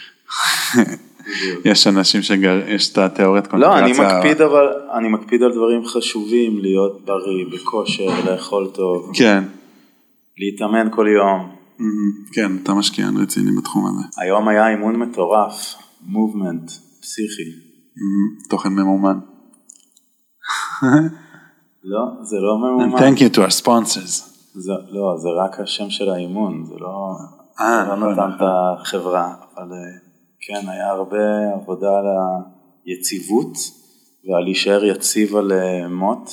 יש אנשים שיש את התיאוריית קונספירציה. לא, אני מקפיד, אבל אני מקפיד על דברים חשובים, להיות בריא, בכושר, לאכול טוב. כן. להתאמן כל יום. כן, אתה משקיען רציני בתחום הזה. היום היה אימון מטורף, מובמנט, פסיכי. תוכן ממומן. לא, זה לא ממומן. And thank you to our sponsors. לא, זה רק השם של האימון, זה לא נתן את החברה, אבל... כן, היה הרבה עבודה על היציבות ועל להישאר יציב על מות,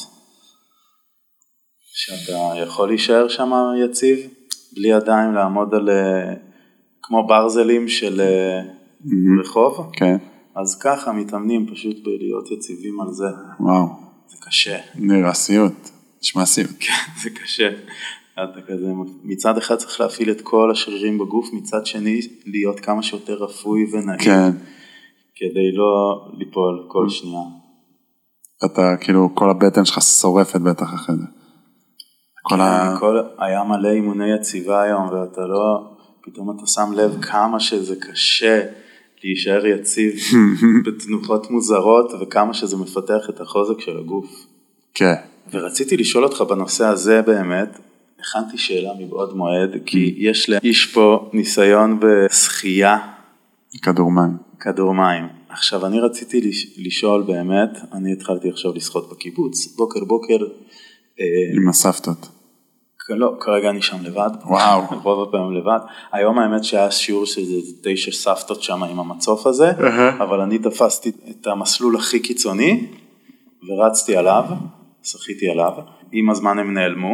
שאתה יכול להישאר שם יציב, בלי ידיים לעמוד על, כמו ברזלים של רחוב, כן. אז ככה מתאמנים פשוט בלהיות יציבים על זה. וואו. זה קשה. נראה סיוט, נשמע סיוט. כן, זה קשה. אתה כזה, מצד אחד צריך להפעיל את כל השרירים בגוף, מצד שני להיות כמה שיותר רפוי ונעים, כן. כדי לא ליפול כל שנייה. אתה כאילו, כל הבטן שלך שורפת בטח אחרי זה. כל ה... כל... היה מלא אימוני יציבה היום, ואתה לא, פתאום אתה שם לב כמה שזה קשה להישאר יציב בתנוחות מוזרות, וכמה שזה מפתח את החוזק של הגוף. כן. ורציתי לשאול אותך בנושא הזה באמת, הכנתי שאלה מבעוד מועד, כי יש לאיש פה ניסיון בשחייה. כדור מים. כדור מים. עכשיו, אני רציתי לשאול באמת, אני התחלתי עכשיו לשחות בקיבוץ, בוקר בוקר. עם הסבתות. לא, כרגע אני שם לבד. וואו. רוב הפעמים לבד. היום האמת שהיה שיעור שזה תשע סבתות שם עם המצוף הזה, אבל אני תפסתי את המסלול הכי קיצוני, ורצתי עליו, שחיתי עליו. עם הזמן הם נעלמו,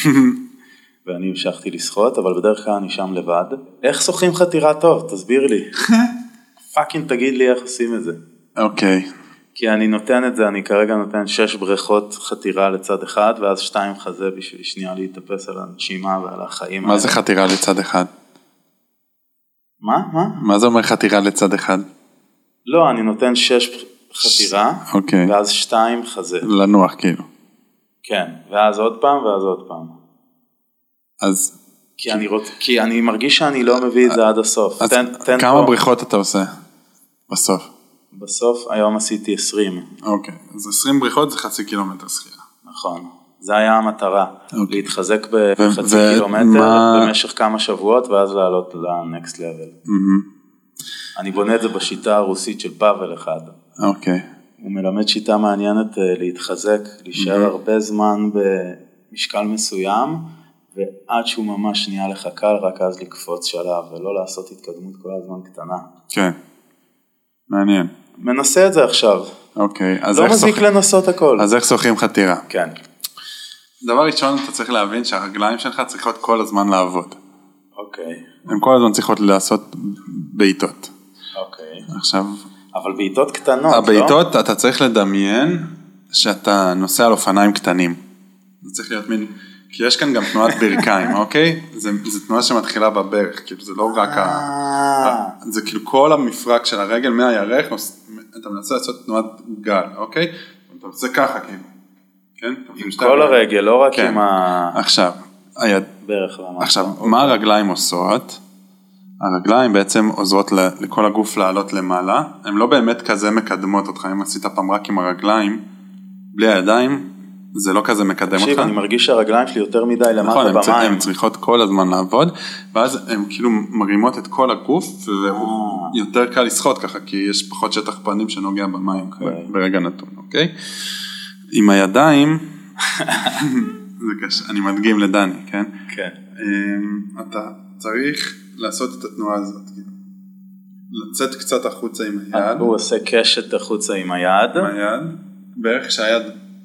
ואני המשכתי לשחות, אבל בדרך כלל אני שם לבד. איך שוחים חתירה טוב? תסביר לי. פאקינג תגיד לי איך עושים את זה. אוקיי. כי אני נותן את זה, אני כרגע נותן שש בריכות חתירה לצד אחד, ואז שתיים חזה בשביל שנייה להתאפס על הנשימה ועל החיים. מה זה חתירה לצד אחד? מה? מה? מה זה אומר חתירה לצד אחד? לא, אני נותן שש חתירה, אוקיי. ואז שתיים חזה. לנוח כאילו. כן, ואז עוד פעם, ואז עוד פעם. אז... כי אני, רוצ... כי אני מרגיש שאני לא מביא את זה עד הסוף. אז תן, תן כמה פה... בריכות אתה עושה בסוף? בסוף היום עשיתי עשרים. אוקיי, אז עשרים בריכות זה חצי קילומטר שחייה. נכון, זה היה המטרה, אוקיי. להתחזק בחצי ו- קילומטר מה... במשך כמה שבועות, ואז לעלות ל-next level. Mm-hmm. אני בונה את זה בשיטה הרוסית של פאבל אחד. אוקיי. הוא מלמד שיטה מעניינת להתחזק, להישאר Mm-hmm. הרבה זמן במשקל מסוים, ועד שהוא ממש נהיה לך קל, רק אז לקפוץ שלב, ולא לעשות התקדמות כל הזמן קטנה. כן, מעניין. מנסה את זה עכשיו. אוקיי, אז לא איך מזיק שוח... לנסות הכל. אז איך שוחים חתירה? כן. דבר ראשון, אתה צריך להבין שהרגליים שלך צריכות כל הזמן לעבוד. אוקיי. הן כל הזמן צריכות לעשות בעיטות. אוקיי. עכשיו... אבל בעיטות קטנות, הבעיטות, לא? אתה צריך לדמיין שאתה נוסע על אופניים קטנים. זה צריך להיות מין... כי יש כאן גם תנועת ברכיים, אוקיי? זה, זה תנועה שמתחילה בברך, כאילו זה לא רק ה... זה כאילו כל המפרק של הרגל מהירך, אתה מנסה לעשות תנועת גל, אוקיי? אתה עושה ככה, כאילו. כן? עם כל הרגל, לא רק עם ה... עכשיו, היד... ברך למטה. עכשיו, מה הרגליים עושות? הרגליים בעצם עוזרות לכל הגוף לעלות למעלה, הן לא באמת כזה מקדמות אותך, אם עשית פעם רק עם הרגליים, בלי הידיים, זה לא כזה מקדם אותך. תקשיב, אני מרגיש שהרגליים שלי יותר מדי למטה במים. נכון, הן צריכות כל הזמן לעבוד, ואז הן כאילו מרימות את כל הגוף, ויותר קל לשחות ככה, כי יש פחות שטח פנים שנוגע במים ברגע נתון, אוקיי? עם הידיים, זה קשה, אני מדגים לדני, כן? כן. אתה צריך לעשות את התנועה הזאת, לצאת קצת החוצה עם היד. הוא עושה קשת החוצה עם היד. עם היד, בערך שהיד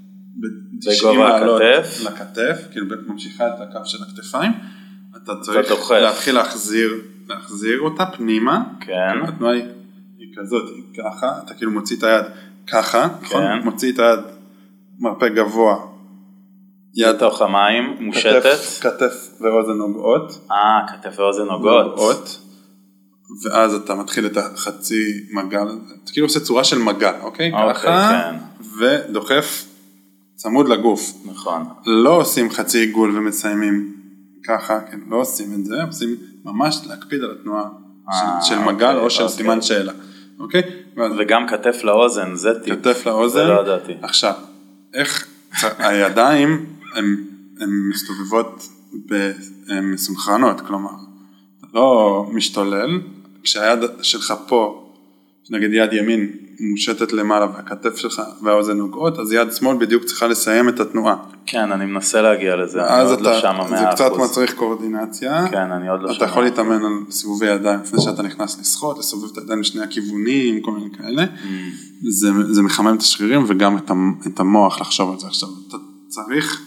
בגובה הכתף. לכתף, כאילו ממשיכה את הקו של הכתפיים, אתה צריך להתחיל להחזיר, להחזיר אותה פנימה. כן. התנועה היא כזאת, היא ככה, אתה כאילו מוציא את היד ככה, כן. מוציא את היד מרפא גבוה. יד תוך המים, מושטת. כתף ואוזן נוגעות. אה, כתף ואוזן נוגעות. נוגעות. ואז אתה מתחיל את החצי מגל, אתה כאילו עושה צורה של מגל, אוקיי? אוקיי, ככה, כן. ודוחף צמוד לגוף. נכון. לא עושים חצי עיגול ומסיימים ככה, כן, לא עושים את זה, עושים ממש להקפיד על התנועה של, של מגל אוקיי, או של אוקיי. סימן שאלה, אוקיי? וגם כתף לאוזן, זה טיפ. כתף לאוזן. זה לא ידעתי. עכשיו, איך הידיים הן מסתובבות במסונכרנות, כלומר, לא משתולל, כשהיד שלך פה, נגיד יד ימין מושטת למעלה והכתף שלך והאוזן נוגעות, אז יד שמאל בדיוק צריכה לסיים את התנועה. כן, אני מנסה להגיע לזה, אני אז עוד אתה, לא שם זה מאה קצת אחוז. מצריך קואורדינציה. כן, אני עוד לא שם. אתה יכול להתאמן על סיבובי ידיים לפני שאתה נכנס לשחות, לסובב את הידיים לשני הכיוונים, כל מיני כאלה. Mm. זה, זה מחמם את השרירים וגם את, את המוח לחשוב על זה. עכשיו, אתה צריך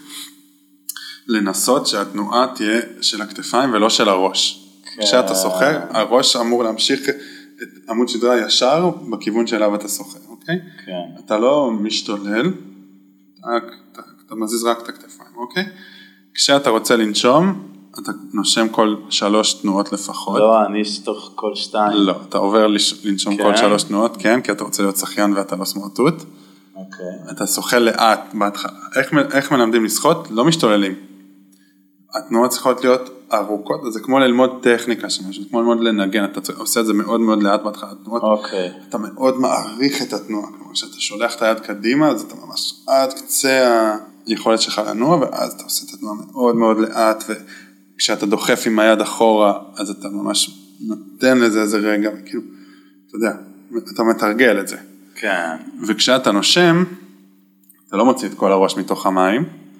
לנסות שהתנועה תהיה של הכתפיים ולא של הראש. כן. כשאתה שוחה, הראש אמור להמשיך את עמוד שדרה ישר בכיוון שאליו אתה שוחה, אוקיי? כן. אתה לא משתולל, אתה, אתה, אתה מזיז רק את הכתפיים, אוקיי? כשאתה רוצה לנשום, אתה נושם כל שלוש תנועות לפחות. לא, אני תוך כל שתיים. לא, אתה עובר לנשום כן. כל שלוש תנועות, כן, כי אתה רוצה להיות שחיין ואתה לא סמרטוט. אוקיי. אתה שוחה לאט בהתחלה. איך, איך מלמדים לשחות? לא משתוללים. התנועות צריכות להיות ארוכות, זה כמו ללמוד טכניקה של משהו, כמו ללמוד לנגן, אתה עושה את זה מאוד מאוד לאט בהתחלה, התנועות, אוקיי. אתה מאוד מעריך את התנועה, כלומר, כשאתה שולח את היד קדימה, אז אתה ממש עד קצה היכולת שלך לנוע, ואז אתה עושה את התנועה מאוד מאוד לאט, וכשאתה דוחף עם היד אחורה, אז אתה ממש נותן לזה איזה רגע, כאילו, אתה יודע, אתה מתרגל את זה. כן. וכשאתה נושם, אתה לא מוציא את כל הראש מתוך המים,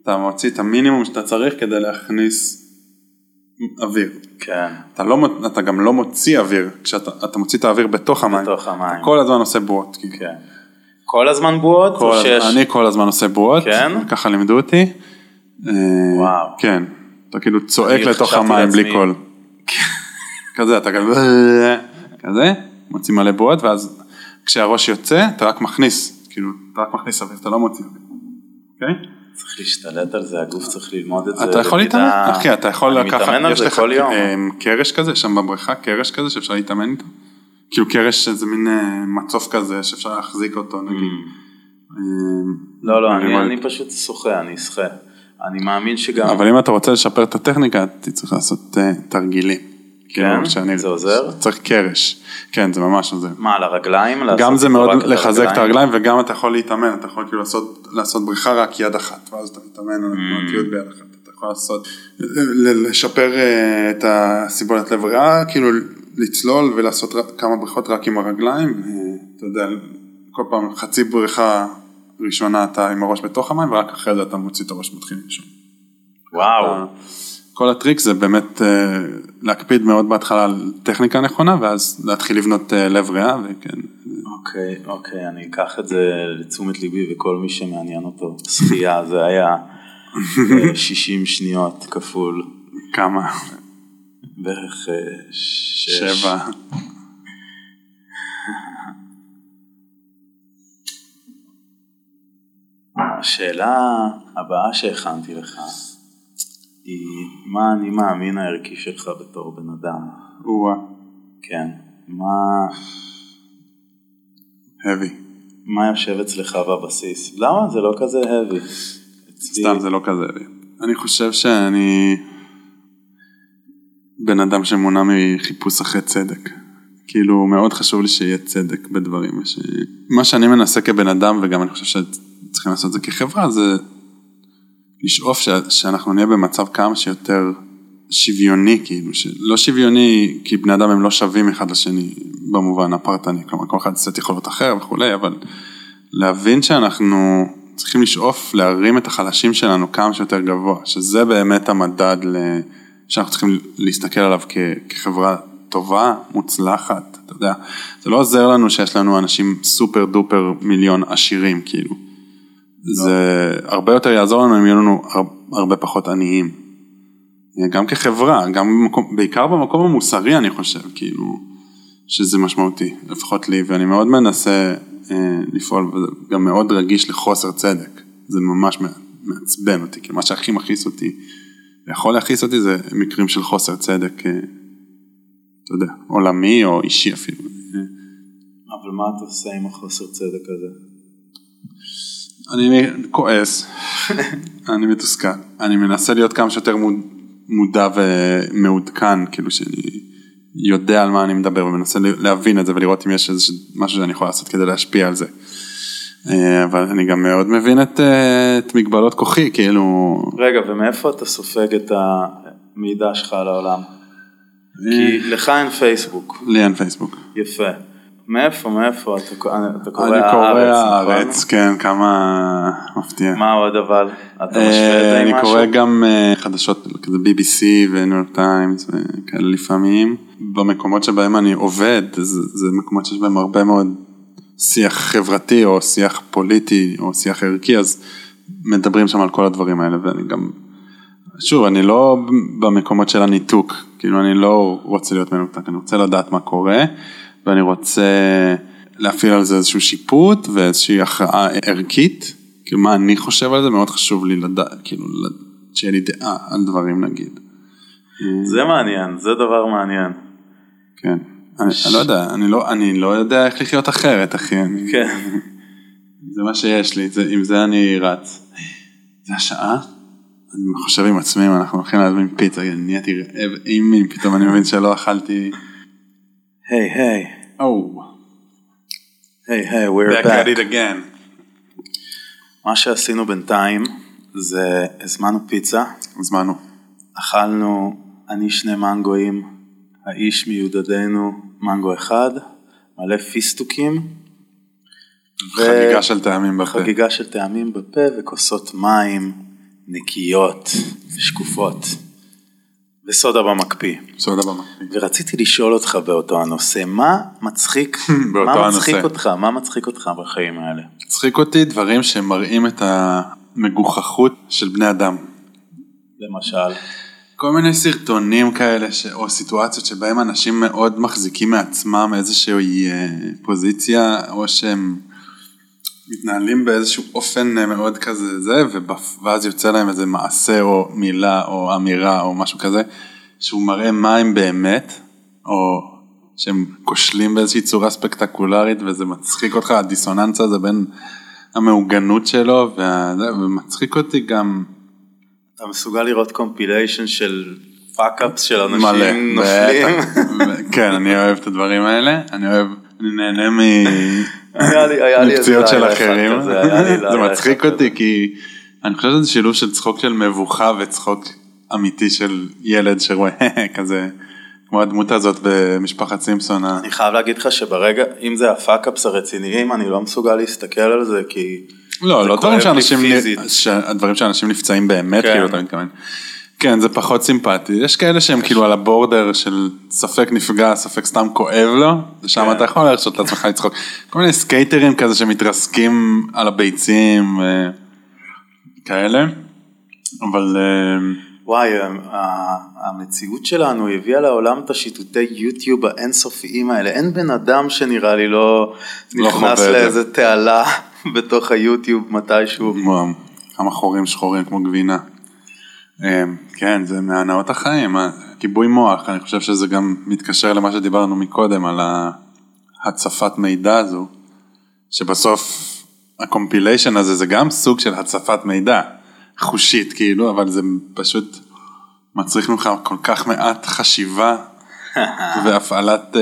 אתה מוציא את המינימום שאתה צריך כדי להכניס אוויר. כן. אתה, לא, אתה גם לא מוציא אוויר, כשאתה אתה מוציא את האוויר בתוך המים. בתוך המים. אתה כל הזמן עושה בועות. כן. כל הזמן בועות? כל הזמן, אני כל הזמן עושה בועות. כן? ככה לימדו אותי. וואו. כן. אתה כאילו צועק לתוך המים בלי קול. כזה, אתה כזה, כזה, מוציא מלא בועות, ואז כשהראש יוצא, אתה רק מכניס, כאילו, אתה רק מכניס אוויר, אתה לא מוציא אוויר. אוקיי? צריך להשתלט על זה, הגוף צריך ללמוד את זה. אתה יכול להתאמן, אחי, אתה יכול לקחת, אני מתאמן על זה כל יום. קרש כזה, שם בבריכה, קרש כזה שאפשר להתאמן איתו. כאילו קרש זה מין מצוף כזה שאפשר להחזיק אותו, נגיד. לא, לא, אני פשוט שוחה, אני אשחה. אני מאמין שגם... אבל אם אתה רוצה לשפר את הטכניקה, אתה צריך לעשות תרגילים. כן? זה עוזר? צריך קרש. כן, זה ממש עוזר. מה, על הרגליים? גם זה מאוד לחזק את הרגליים, וגם אתה יכול להתאמן, אתה יכול כאילו לעשות בריכה רק יד אחת, ואז אתה מתאמן על התנועתיות ביד אחת. אתה יכול לעשות, לשפר את הסיבולת לב ריאה, כאילו לצלול ולעשות כמה בריכות רק עם הרגליים, אתה יודע, כל פעם חצי בריכה ראשונה אתה עם הראש בתוך המים, ורק אחרי זה אתה מוציא את הראש מתחיל לישון. וואו. כל הטריק זה באמת להקפיד מאוד בהתחלה על טכניקה נכונה, ואז להתחיל לבנות לב ריאה, וכן. אוקיי, אוקיי, אני אקח את זה לתשומת ליבי, וכל מי שמעניין אותו, שחייה, זה היה שישים שניות כפול. כמה? בערך שש. שבע. השאלה הבאה שהכנתי לך, היא מה אני מאמין הערכי שלך בתור בן אדם. וואה. כן. מה... heavy. מה יושב אצלך בבסיס? למה? זה לא כזה heavy. סתם זה לא כזה heavy. אני חושב שאני בן אדם שמונע מחיפוש אחרי צדק. כאילו מאוד חשוב לי שיהיה צדק בדברים. ש... מה שאני מנסה כבן אדם, וגם אני חושב שצריכים לעשות את זה כחברה, זה... לשאוף ש... שאנחנו נהיה במצב כמה שיותר שוויוני, כאילו, לא שוויוני, כי בני אדם הם לא שווים אחד לשני, במובן הפרטני, כלומר, כל אחד סט יכולות אחר וכולי, אבל להבין שאנחנו צריכים לשאוף להרים את החלשים שלנו כמה שיותר גבוה, שזה באמת המדד ל... שאנחנו צריכים להסתכל עליו כ... כחברה טובה, מוצלחת, אתה יודע, זה לא עוזר לנו שיש לנו אנשים סופר דופר מיליון עשירים, כאילו, זה הרבה יותר יעזור לנו אם יהיו לנו הרבה פחות עניים. גם כחברה, גם במקום, בעיקר במקום המוסרי אני חושב, כאילו, שזה משמעותי, לפחות לי, ואני מאוד מנסה אה, לפעול, וגם מאוד רגיש לחוסר צדק. זה ממש מעצבן אותי, כי מה שהכי מכעיס אותי, יכול להכעיס אותי, זה מקרים של חוסר צדק, אה, אתה יודע, עולמי או אישי אפילו. אבל מה אתה עושה עם החוסר צדק הזה? אני כועס, אני מתוסכל, אני מנסה להיות כמה שיותר מודע ומעודכן, כאילו שאני יודע על מה אני מדבר, ומנסה להבין את זה ולראות אם יש איזה משהו שאני יכול לעשות כדי להשפיע על זה. אבל אני גם מאוד מבין את, את מגבלות כוחי, כאילו... רגע, ומאיפה אתה סופג את המידע שלך על העולם? כי לך אין פייסבוק. לי אין פייסבוק. יפה. מאיפה, מאיפה? אתה קורא הארץ? אני קורא הארץ, כן, כמה מפתיע. מה עוד אבל? אתה משווה את זה עם משהו? אני קורא גם חדשות, כזה בי בי סי וניו יורק טיימס וכאלה לפעמים. במקומות שבהם אני עובד, זה מקומות שיש בהם הרבה מאוד שיח חברתי או שיח פוליטי או שיח ערכי, אז מדברים שם על כל הדברים האלה, ואני גם, שוב, אני לא במקומות של הניתוק, כאילו אני לא רוצה להיות מנותק, אני רוצה לדעת מה קורה, ואני רוצה להפעיל על זה איזשהו שיפוט ואיזושהי הכרעה ערכית, כאילו מה אני חושב על זה, מאוד חשוב לי לדעת, כאילו, שיהיה לי דעה על דברים נגיד. זה מעניין, זה דבר מעניין. כן, אני, אני לא יודע, אני לא, אני לא יודע איך לחיות אחרת, אחי. כן. זה מה שיש לי, זה, עם זה אני רץ. זה השעה? אני חושב עם עצמי, אנחנו הולכים להזמין פיצה, נהייתי רעב אימים, פתאום אני מבין שלא אכלתי... היי, היי. או. היי, היי, we're back. back at it again. מה שעשינו בינתיים, זה הזמנו פיצה. הזמנו. אכלנו, אני שני מנגויים, האיש מיודדנו, מנגו אחד, מלא פיסטוקים. חגיגה ו... של טעמים בפה. חגיגה של טעמים בפה וכוסות מים נקיות, שקופות, וסודה במקפיא. סודה במקפיא. ורציתי לשאול אותך באותו הנושא, מה מצחיק, מה מצחיק אותך, מה מצחיק אותך בחיים האלה? מצחיק אותי דברים שמראים את המגוחכות של בני אדם. למשל? כל מיני סרטונים כאלה, ש... או סיטואציות שבהם אנשים מאוד מחזיקים מעצמם איזושהי פוזיציה, או שהם מתנהלים באיזשהו אופן מאוד כזה זה, ואז יוצא להם איזה מעשה או מילה או אמירה או משהו כזה, שהוא מראה מה הם באמת, או שהם כושלים באיזושהי צורה ספקטקולרית, וזה מצחיק אותך, הדיסוננס הזה בין המעוגנות שלו, ומצחיק אותי גם... אתה מסוגל לראות קומפיליישן של פאק-אפס של אנשים נופלים? כן, אני אוהב את הדברים האלה, אני אוהב, אני נהנה מפציעות של אחרים, זה מצחיק אותי, כי אני חושב שזה שילוב של צחוק של מבוכה, וצחוק אמיתי של ילד שרואה כזה, כמו הדמות הזאת במשפחת סימפסון. אני חייב להגיד לך שברגע, אם זה הפאק-אפס הרציניים, אני לא מסוגל להסתכל על זה, כי... לא, לא דברים שאנשים, הדברים שאנשים נפצעים באמת, כאילו אתה מתכוון. כן, זה פחות סימפטי. יש כאלה שהם כאילו על הבורדר של ספק נפגע, ספק סתם כואב לו, ושם אתה יכול להרשות לעצמך לצחוק. כל מיני סקייטרים כזה שמתרסקים על הביצים, כאלה. אבל... וואי, המציאות שלנו הביאה לעולם את השיטוטי יוטיוב האינסופיים האלה. אין בן אדם שנראה לי לא נכנס לאיזה תעלה בתוך היוטיוב מתישהו. כמה חורים שחורים כמו גבינה. כן, זה מהנאות החיים, כיבוי מוח, אני חושב שזה גם מתקשר למה שדיברנו מקודם, על הצפת מידע הזו, שבסוף הקומפיליישן הזה זה גם סוג של הצפת מידע, חושית כאילו, אבל זה פשוט מצריך ממך כל כך מעט חשיבה, והפעלת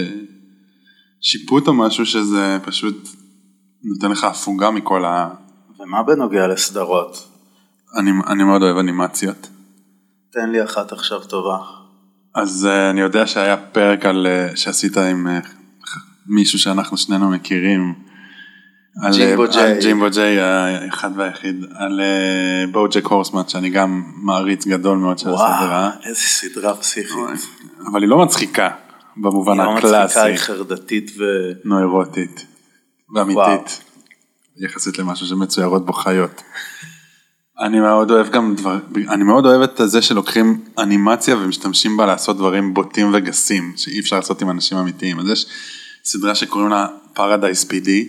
שיפוט או משהו שזה פשוט נותן לך הפוגה מכל ה... ומה בנוגע לסדרות? אני, אני מאוד אוהב אנימציות. תן לי אחת עכשיו טובה. אז uh, אני יודע שהיה פרק על, uh, שעשית עם uh, מישהו שאנחנו שנינו מכירים. ג'ימבו ג'יי. על ג'ימבו ג'יי, האחד והיחיד. על uh, בוג'ק הורסמן, שאני גם מעריץ גדול מאוד של הסדרה. וואו, איזה סדרה פסיכית. אבל היא לא מצחיקה, במובן היא הקלאסי. היא לא מצחיקה, היא חרדתית ו... נוירוטית. ואמיתית. וואו. יחסית למשהו שמצוירות בו חיות. אני מאוד אוהב גם דבר, אני מאוד אוהב את זה שלוקחים אנימציה ומשתמשים בה לעשות דברים בוטים וגסים, שאי אפשר לעשות עם אנשים אמיתיים. אז יש סדרה שקוראים לה Paradise פי די,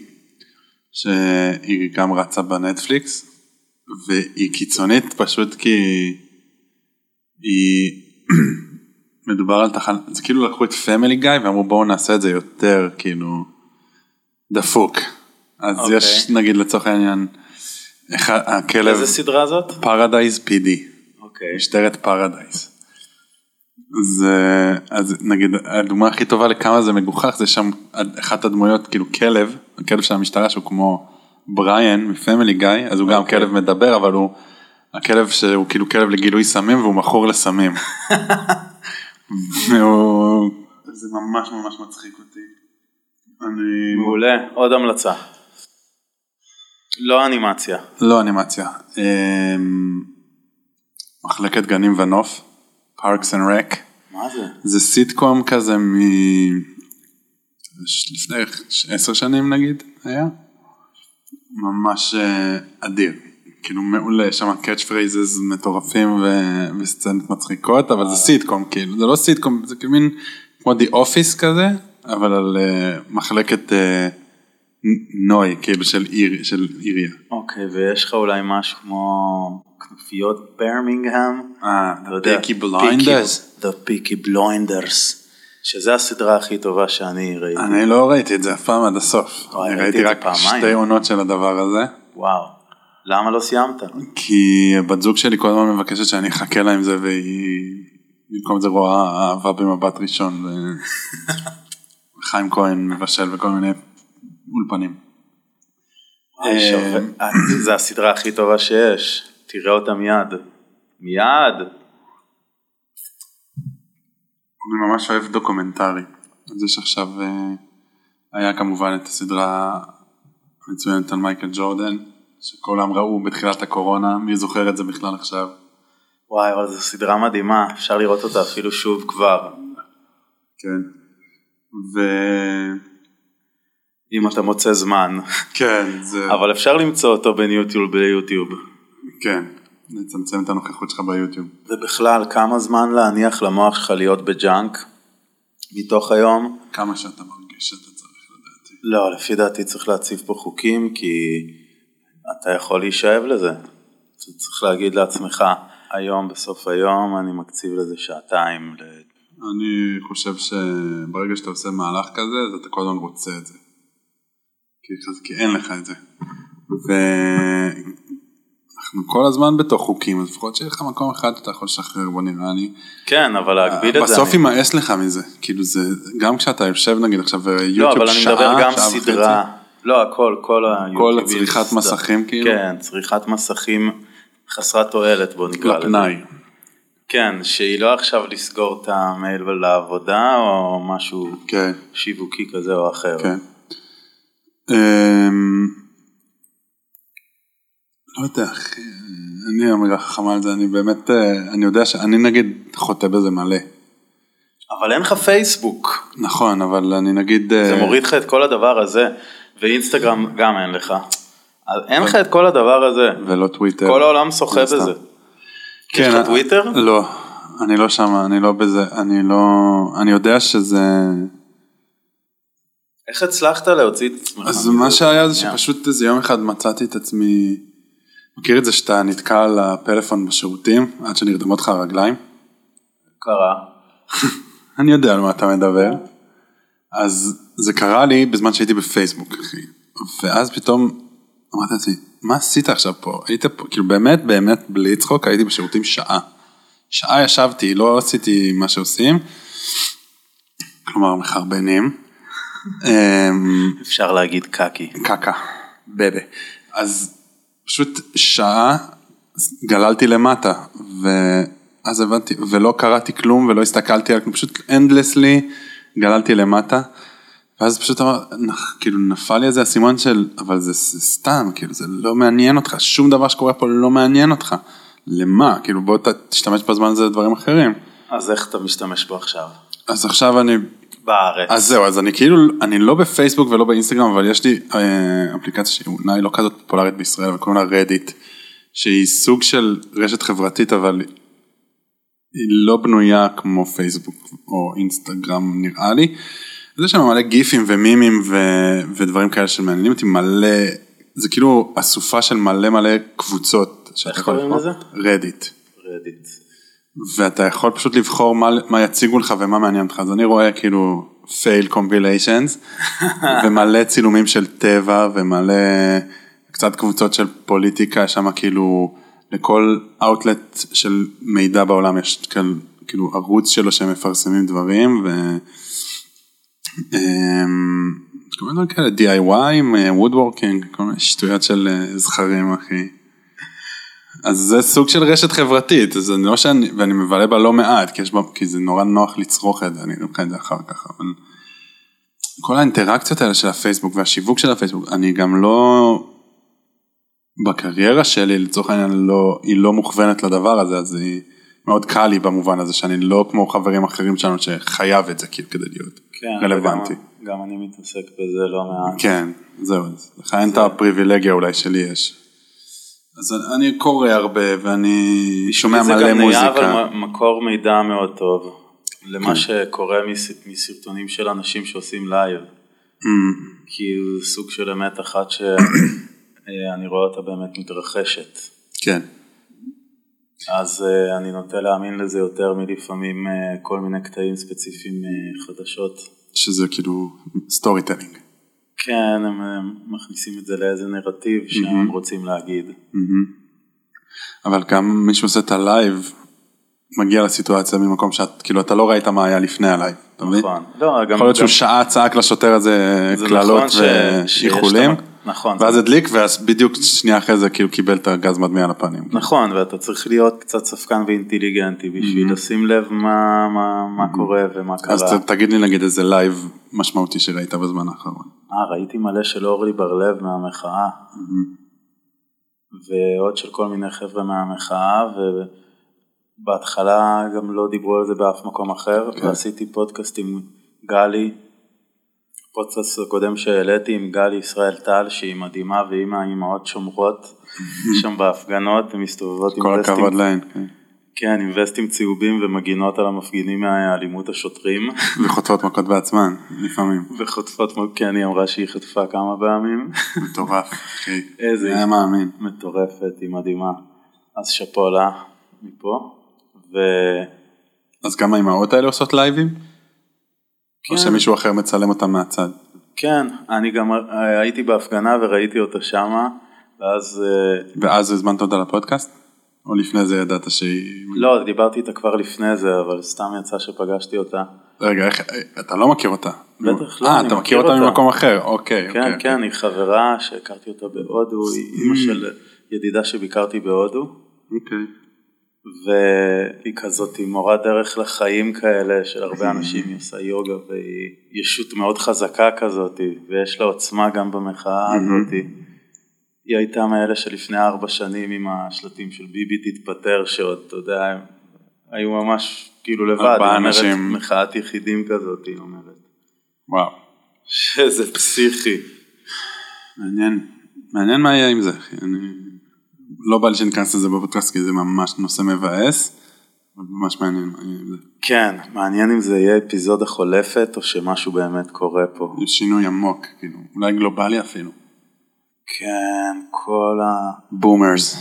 שהיא גם רצה בנטפליקס, והיא קיצונית פשוט כי היא מדובר על תחנה, זה כאילו לקחו את Family Guy ואמרו בואו נעשה את זה יותר כאילו דפוק. אז okay. יש נגיד לצורך העניין, הכלב... איזה סדרה זאת? פרדייז פי די. אוקיי. משטרת פרדייז. אז, אז נגיד, הדוגמה הכי טובה לכמה זה מגוחך, זה שם אחת הדמויות, כאילו כלב, הכלב של המשטרה שהוא כמו בריאן מפמילי גיא, אז הוא גם כלב מדבר, אבל הוא, הכלב שהוא כאילו כלב לגילוי סמים, והוא מכור לסמים. זה ממש ממש מצחיק אותי. אני... מעולה, עוד המלצה. לא אנימציה. לא אנימציה. מחלקת גנים ונוף, Parks and Rec. מה זה? זה סיטקום כזה מ... לפני עשר שנים נגיד היה. ממש אדיר. כאילו מעולה, שם קאץ' פרייזס מטורפים ו... וסצנות מצחיקות, אבל זה סיטקום כאילו. זה לא סיטקום, זה כאילו מין כמו The Office כזה, אבל על מחלקת... נוי, כאילו של עיר, של עירייה. אוקיי, ויש לך אולי משהו כמו כנופיות ברמינגהם? אה, The Peaky Blinders. The Peaky Blinders, שזה הסדרה הכי טובה שאני ראיתי. אני לא ראיתי את זה אף פעם עד הסוף. אני ראיתי רק שתי עונות של הדבר הזה. וואו, למה לא סיימת? כי בת זוג שלי כל הזמן מבקשת שאני אחכה לה עם זה, והיא במקום זה רואה אהבה במבט ראשון, וחיים כהן מבשל וכל מיני אולפנים. זה הסדרה הכי טובה שיש, תראה אותה מיד. מיד. אני ממש אוהב דוקומנטרי. אז יש עכשיו, היה כמובן את הסדרה המצוינת על מייקל ג'ורדן, שכולם ראו בתחילת הקורונה, מי זוכר את זה בכלל עכשיו? וואי, אבל זו סדרה מדהימה, אפשר לראות אותה אפילו שוב כבר. כן. ו... אם אתה מוצא זמן. כן, זה... אבל אפשר למצוא אותו ביוטיוב ביוטיוב. כן, נצמצם את הנוכחות שלך ביוטיוב. ובכלל, כמה זמן להניח למוח שלך להיות בג'אנק מתוך היום? כמה שאתה מרגיש שאתה צריך לדעתי. לא, לפי דעתי צריך להציב פה חוקים, כי אתה יכול להישאב לזה. אתה צריך להגיד לעצמך, היום בסוף היום אני מקציב לזה שעתיים. אני חושב שברגע שאתה עושה מהלך כזה, אז אתה כל הזמן רוצה את זה. כי, כי אין לך את זה. ואנחנו כל הזמן בתוך חוקים, אז לפחות שיהיה לך מקום אחד, אתה יכול לשחרר בו נראה לי. כן, אבל להגביל את זה. בסוף ימאס לך מזה, כאילו זה, גם כשאתה יושב נגיד עכשיו ביוטיוב שעה, לא, אבל אני מדבר גם סדרה, לא, הכל, כל כל הצריכת מסכים כאילו. כן, צריכת מסכים חסרת תועלת, בוא נקרא לזה. לפנאי. כן, שהיא לא עכשיו לסגור את המייל ולעבודה, או משהו שיווקי כזה או אחר. כן. לא יודע, אחי, אני אמירה חכמה על זה, אני באמת, אני יודע שאני נגיד חוטא בזה מלא. אבל אין לך פייסבוק. נכון, אבל אני נגיד... זה מוריד לך את כל הדבר הזה, ואינסטגרם גם אין לך. אין לך את כל הדבר הזה. ולא טוויטר. כל העולם שוחה בזה. יש לך טוויטר? לא, אני לא שם, אני לא בזה, אני לא... אני יודע שזה... איך הצלחת להוציא את עצמך? אז מה שהיה זה שפשוט איזה יום אחד מצאתי את עצמי... מכיר את זה שאתה נתקע על הפלאפון בשירותים, עד שנרדמות לך הרגליים? קרה. אני יודע על מה אתה מדבר. אז זה קרה לי בזמן שהייתי בפייסבוק, אחי. ואז פתאום אמרתי לעצמי, מה עשית עכשיו פה? היית פה, כאילו באמת, באמת, בלי צחוק, הייתי בשירותים שעה. שעה ישבתי, לא עשיתי מה שעושים. כלומר, מחרבנים. אפשר להגיד קקי. קקה, בבה. אז פשוט שעה גללתי למטה, ואז הבנתי, ולא קראתי כלום, ולא הסתכלתי על כלום, פשוט endlessly גללתי למטה, ואז פשוט אמר, כאילו נפל לי איזה הסימן של, אבל זה סתם, כאילו זה לא מעניין אותך, שום דבר שקורה פה לא מעניין אותך, למה? כאילו בוא תשתמש בזמן הזה לדברים אחרים. אז איך אתה משתמש בו עכשיו? אז עכשיו אני... בארץ. אז זהו, אז אני כאילו, אני לא בפייסבוק ולא באינסטגרם, אבל יש לי אה, אפליקציה שהיא אולי לא כזאת פופולרית בישראל, אבל קוראים לה רדיט, שהיא סוג של רשת חברתית, אבל היא לא בנויה כמו פייסבוק או אינסטגרם נראה לי. זה שם מלא גיפים ומימים ו, ודברים כאלה שמעניינים אותי מלא, זה כאילו אסופה של מלא מלא קבוצות. איך קוראים לזה? רדיט. רדיט. ואתה יכול פשוט לבחור מה, מה יציגו לך ומה מעניין אותך. אז אני רואה כאילו fail compilations, ומלא צילומים של טבע, ומלא קצת קבוצות של פוליטיקה, שם כאילו לכל אאוטלט של מידע בעולם יש כאילו ערוץ שלו שהם מפרסמים דברים, ו... כל מיני כאלה, די איי וואי, woodworking, כל מיני שטויות של זכרים, אחי. אז זה סוג של רשת חברתית, אז אני לא שאני, ואני מבלה בה לא מעט, כי, יש בה, כי זה נורא נוח לצרוך את זה, אני אראה את זה אחר כך, אבל כל האינטראקציות האלה של הפייסבוק והשיווק של הפייסבוק, אני גם לא, בקריירה שלי לצורך העניין, לא, היא לא מוכוונת לדבר הזה, אז היא מאוד קל לי במובן הזה, שאני לא כמו חברים אחרים שלנו שחייב את זה כאילו כדי להיות כן, רלוונטי. גם, גם אני מתעסק בזה לא מעט. כן, זהו, לך אין את הפריבילגיה אולי שלי יש. אז אני קורא הרבה ואני שומע מלא מוזיקה. זה גם נהיה אבל מקור מידע מאוד טוב, למה שקורה מסרטונים של אנשים שעושים לייב. כי הוא סוג של אמת אחת שאני רואה אותה באמת מתרחשת. כן. אז אני נוטה להאמין לזה יותר מלפעמים כל מיני קטעים ספציפיים חדשות. שזה כאילו סטורי טלינג. כן, הם מכניסים את זה לאיזה נרטיב שהם רוצים להגיד. אבל גם מי שעושה את הלייב, מגיע לסיטואציה ממקום שאת, כאילו אתה לא ראית מה היה לפני הלייב, אתה מבין? נכון. יכול להיות שהוא שעה צעק לשוטר הזה כללות ואיחולים, ואז הדליק, ואז בדיוק שנייה אחרי זה כאילו קיבל את הגז מדמיע על הפנים. נכון, ואתה צריך להיות קצת ספקן ואינטליגנטי, בשביל לשים לב מה קורה ומה קרה. אז תגיד לי נגיד איזה לייב משמעותי שראית בזמן האחרון. אה, ראיתי מלא של אורלי בר-לב מהמחאה. ועוד של כל מיני חבר'ה מהמחאה, ובהתחלה גם לא דיברו על זה באף מקום אחר, okay. ועשיתי פודקאסט עם גלי, פודקאסט הקודם שהעליתי עם גלי ישראל טל, שהיא מדהימה, והיא מהאימהות שומרות שם בהפגנות, ומסתובבות עם וסטים. כל הכבוד להן, כן. כן, עם וסטים צהובים ומגינות על המפגינים מהאלימות השוטרים. וחוטפות מכות בעצמן, לפעמים. וחוטפות מכות, כן, היא אמרה שהיא חטפה כמה פעמים. מטורף, אחי. איזה היה מאמין. מטורפת, היא מדהימה. אז שפולה מפה, ו... אז גם האימהות האלה עושות לייבים? כן. או שמישהו אחר מצלם אותם מהצד? כן, אני גם הייתי בהפגנה וראיתי אותה שמה, ואז... ואז הזמנת אותה לפודקאסט? או לפני זה ידעת שהיא... לא, דיברתי איתה כבר לפני זה, אבל סתם יצא שפגשתי אותה. רגע, איך, אתה לא מכיר אותה? בטח לא, אה, אתה מכיר אותה ממקום אחר, אוקיי. כן, אוקיי, כן, אוקיי. היא חברה שהכרתי אותה בהודו, היא אימא של ידידה שביקרתי בהודו. אוקיי. והיא כזאת, היא מורה דרך לחיים כאלה של הרבה אנשים, היא עושה יוגה, והיא ישות מאוד חזקה כזאת, ויש לה עוצמה גם במחאה הזאת. היא הייתה מאלה שלפני ארבע שנים עם השלטים של ביבי תתפטר, שעוד, אתה יודע, היו ממש כאילו לבד, ארבעה אנשים. מחאת יחידים כזאת, היא אומרת. וואו. שזה פסיכי. מעניין, מעניין מה יהיה עם זה, אני לא בא לי שנכנס לזה בפודקאסט, כי זה ממש נושא מבאס, אבל ממש מעניין מה יהיה עם זה. כן, מעניין אם זה יהיה אפיזודה חולפת, או שמשהו באמת קורה פה. יש שינוי עמוק, כאילו, אולי גלובלי אפילו. כן, כל ה... בומרס.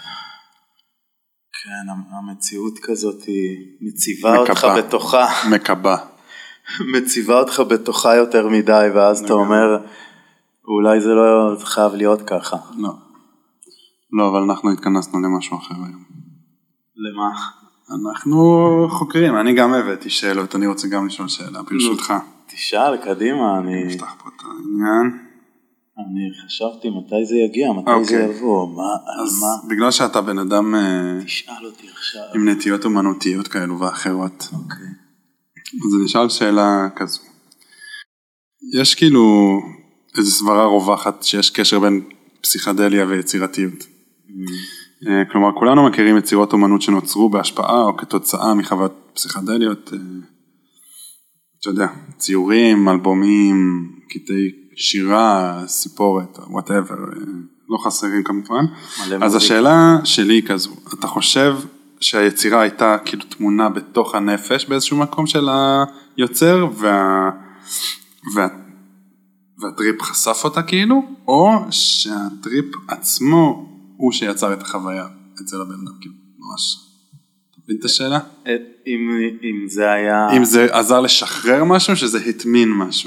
כן, המציאות כזאת היא מציבה אותך בתוכה. מקבה. מציבה אותך בתוכה יותר מדי, ואז אתה אומר, אולי זה לא חייב להיות ככה. לא. לא, אבל אנחנו התכנסנו למשהו אחר היום. למה? אנחנו חוקרים, אני גם הבאתי שאלות, אני רוצה גם לשאול שאלה, ברשותך. תשאל, קדימה, אני... נפתח פה את העניין. אני חשבתי מתי זה יגיע, מתי okay. זה יבוא, מה, על אז מה? בגלל שאתה בן אדם תשאל אותי עכשיו. עם נטיות אומנותיות כאלו ואחרות. אוקיי. Okay. אז אני אשאל שאלה כזו. יש כאילו איזו סברה רווחת שיש קשר בין פסיכדליה ויצירתיות. Mm. כלומר, כולנו מכירים יצירות אומנות שנוצרו בהשפעה או כתוצאה מחוות פסיכדליות. אתה יודע, ציורים, אלבומים, קטעי שירה, סיפורת, whatever, לא חסרים כמובן. אז השאלה שלי היא כזו, אתה חושב שהיצירה הייתה כאילו תמונה בתוך הנפש באיזשהו מקום של היוצר, וה... וה... והטריפ חשף אותה כאילו, או שהטריפ עצמו הוא שיצר את החוויה אצל הבן אדם, כאילו, ממש. אתה מבין את השאלה? אם, אם זה היה... אם זה עזר לשחרר משהו, שזה התמין משהו.